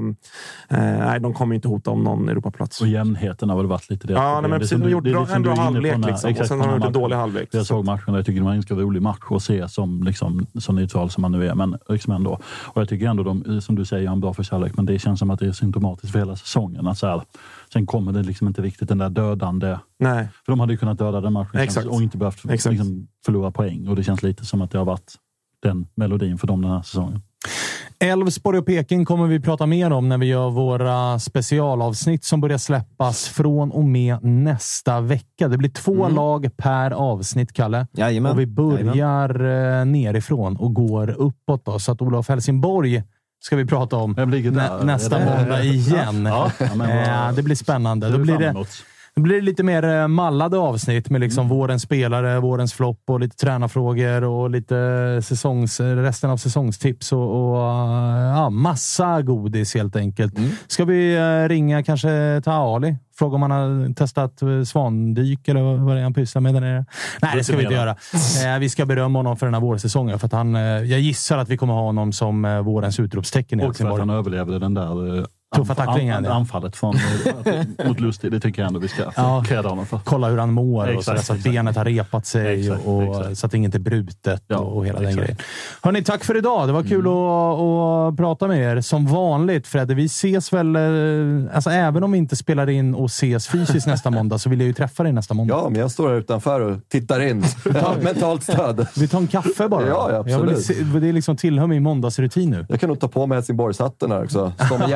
nej, de kommer inte hota om någon Europaplats. Och jämnheten har väl varit lite det. Ja, nej, men precis. De har gjort en bra halvlek liksom. Och sen har de gjort en dålig halvlek. Jag såg matchen och jag tycker det var en ganska rolig match att se som, liksom, som neutral som man nu är. Men liksom ändå. Och jag tycker ändå de, som du säger, har en bra förkärlek. Men det känns som att det är symptomatiskt för hela säsongen. Att så här, sen kommer det liksom inte riktigt den där dödande. Nej. För de hade ju kunnat döda den matchen Exakt. och inte behövt liksom, förlora poäng. Och det känns lite som att det har varit den melodin för dem den här säsongen. Elfsborg och Peking kommer vi prata mer om när vi gör våra specialavsnitt som börjar släppas från och med nästa vecka. Det blir två mm. lag per avsnitt, Kalle. Jajamän. Och vi börjar Jajamän. nerifrån och går uppåt då. Så att Olof Helsingborg ska vi prata om nä- nästa måndag igen. Ja, ja, men, det blir spännande. Då blir det... Det blir lite mer mallade avsnitt med liksom mm. vårens spelare, vårens flopp och lite tränarfrågor och lite säsongs, resten av säsongstips och, och ja, massa godis helt enkelt. Mm. Ska vi ringa kanske till Ali? Fråga om han har testat svandyk eller vad det är han pysslar med där nere. Nej, det ska vi inte göra. Eh, vi ska berömma honom för den här vårsäsongen. För att han, eh, jag gissar att vi kommer ha honom som eh, vårens utropstecken. Och för att han överlevde den där... Eh, Tuffa tacklingen. An, an, anfallet från, mot Lustig, det tycker jag ändå vi ska ja, kräda honom för. Kolla hur han mår exakt, och så, exakt. Så att benet har repat sig exakt, och exakt. Så att inget är brutet ja, och hela exakt. Den grejen. Hörrni, tack för idag. Det var kul mm. att, att prata med er. Som vanligt, Fredde. Vi ses väl, alltså även om vi inte spelar in och ses fysiskt nästa måndag så vill jag ju träffa dig nästa måndag. Ja, men jag står här utanför och tittar in. Mentalt stöd. Vi tar en kaffe bara. Ja, absolut. Se, det är liksom tillhör min måndagsrutin nu. Jag kan nog ta på mig Helsingborgshatten här också. Stå med hjärtstartare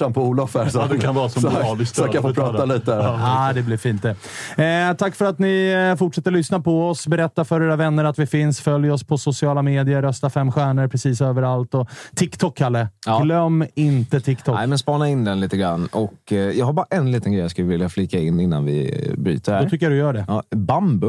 kartan på Olof här. Så, ja, det kan vara som så, bra. Vi så jag kan få prata lite. Ja, det blir fint det. Eh, tack för att ni fortsätter lyssna på oss. Berätta för era vänner att vi finns. Följ oss på sociala medier. Rösta fem stjärnor precis överallt. Och TikTok, Kalle. Ja. Glöm inte TikTok. Nej, men spana in den lite grann. Och eh, jag har bara en liten grej jag skulle vilja flika in innan vi bryter här. Då tycker jag du gör det. Ja, bambu.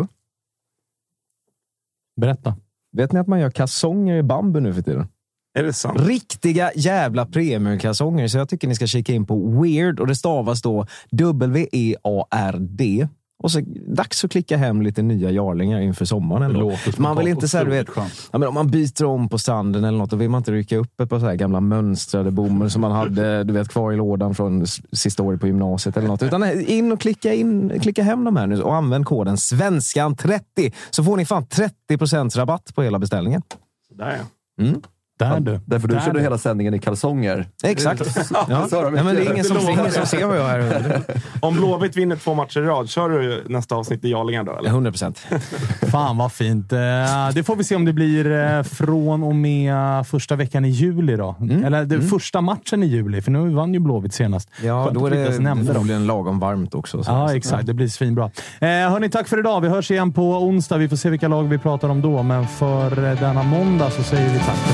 Berätta. Vet ni att man gör kalsonger i bambu nu för tiden? Är det sant? Riktiga jävla premiumkalsonger. Så jag tycker ni ska kika in på Weird. Och det stavas då W E A R D. Och så dags att klicka hem lite nya jarlingar inför sommaren ändå. Man vill inte så här, du vet, ja, men om man byter om på stranden eller något, då vill man inte rycka upp ett par så här gamla mönstrade bommar som man hade, du vet, kvar i lådan från sista året på gymnasiet eller något. Utan in och klicka in, klicka hem de här nu och använd koden svenskan trettio så får ni fan trettio procent rabatt på hela beställningen. Där ja. Mm. Där du. Därför du Där körde du. hela sändningen i kalsonger. Exakt. Ja. Ja. Ja, men det är ingen som, ingen som ser vad jag är. Om Blåvitt vinner två matcher i rad, kör du nästa avsnitt i Jarlingar då? Eller? hundra procent. Fan vad fint. Det får vi se om det blir från och med första veckan i juli då. Mm. Eller det, mm. första matchen i juli, för nu vann ju Blåvitt senast. Ja, skönt då är det förmodligen lagom varmt också. Så ja, så. exakt. Det blir svinbra. Eh, hörni, tack för idag. Vi hörs igen på onsdag. Vi får se vilka lag vi pratar om då. Men för denna måndag så säger vi tack.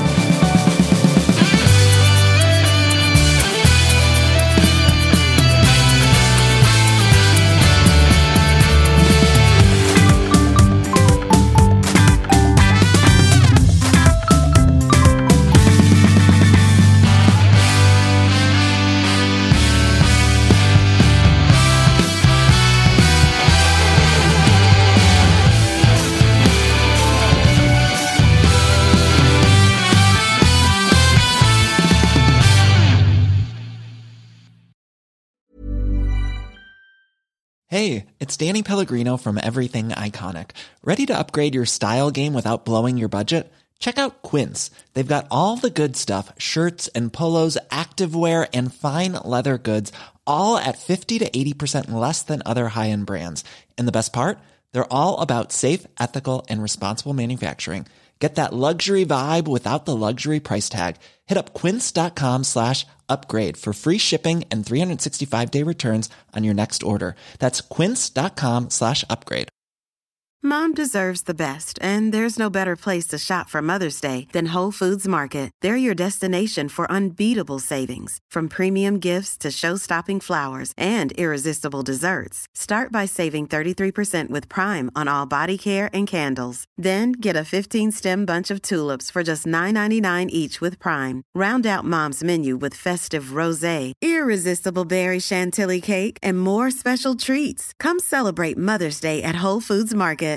Hey, it's Danny Pellegrino from Everything Iconic. Ready to upgrade your style game without blowing your budget? Check out Quince. They've got all the good stuff, shirts and polos, activewear, and fine leather goods, all at fifty to eighty percent less than other high-end brands. And the best part? They're all about safe, ethical, and responsible manufacturing. Get that luxury vibe without the luxury price tag. Hit up quince.com slash upgrade for free shipping and three sixty-five day returns on your next order. That's quince.com slash upgrade. Mom deserves the best, and there's no better place to shop for Mother's Day than Whole Foods Market. They're your destination for unbeatable savings, from premium gifts to show-stopping flowers and irresistible desserts. Start by saving thirty-three percent with Prime on all body care and candles. Then get a fifteen-stem bunch of tulips for just nine ninety-nine each with Prime. Round out Mom's menu with festive rosé, irresistible berry chantilly cake, and more special treats. Come celebrate Mother's Day at Whole Foods Market.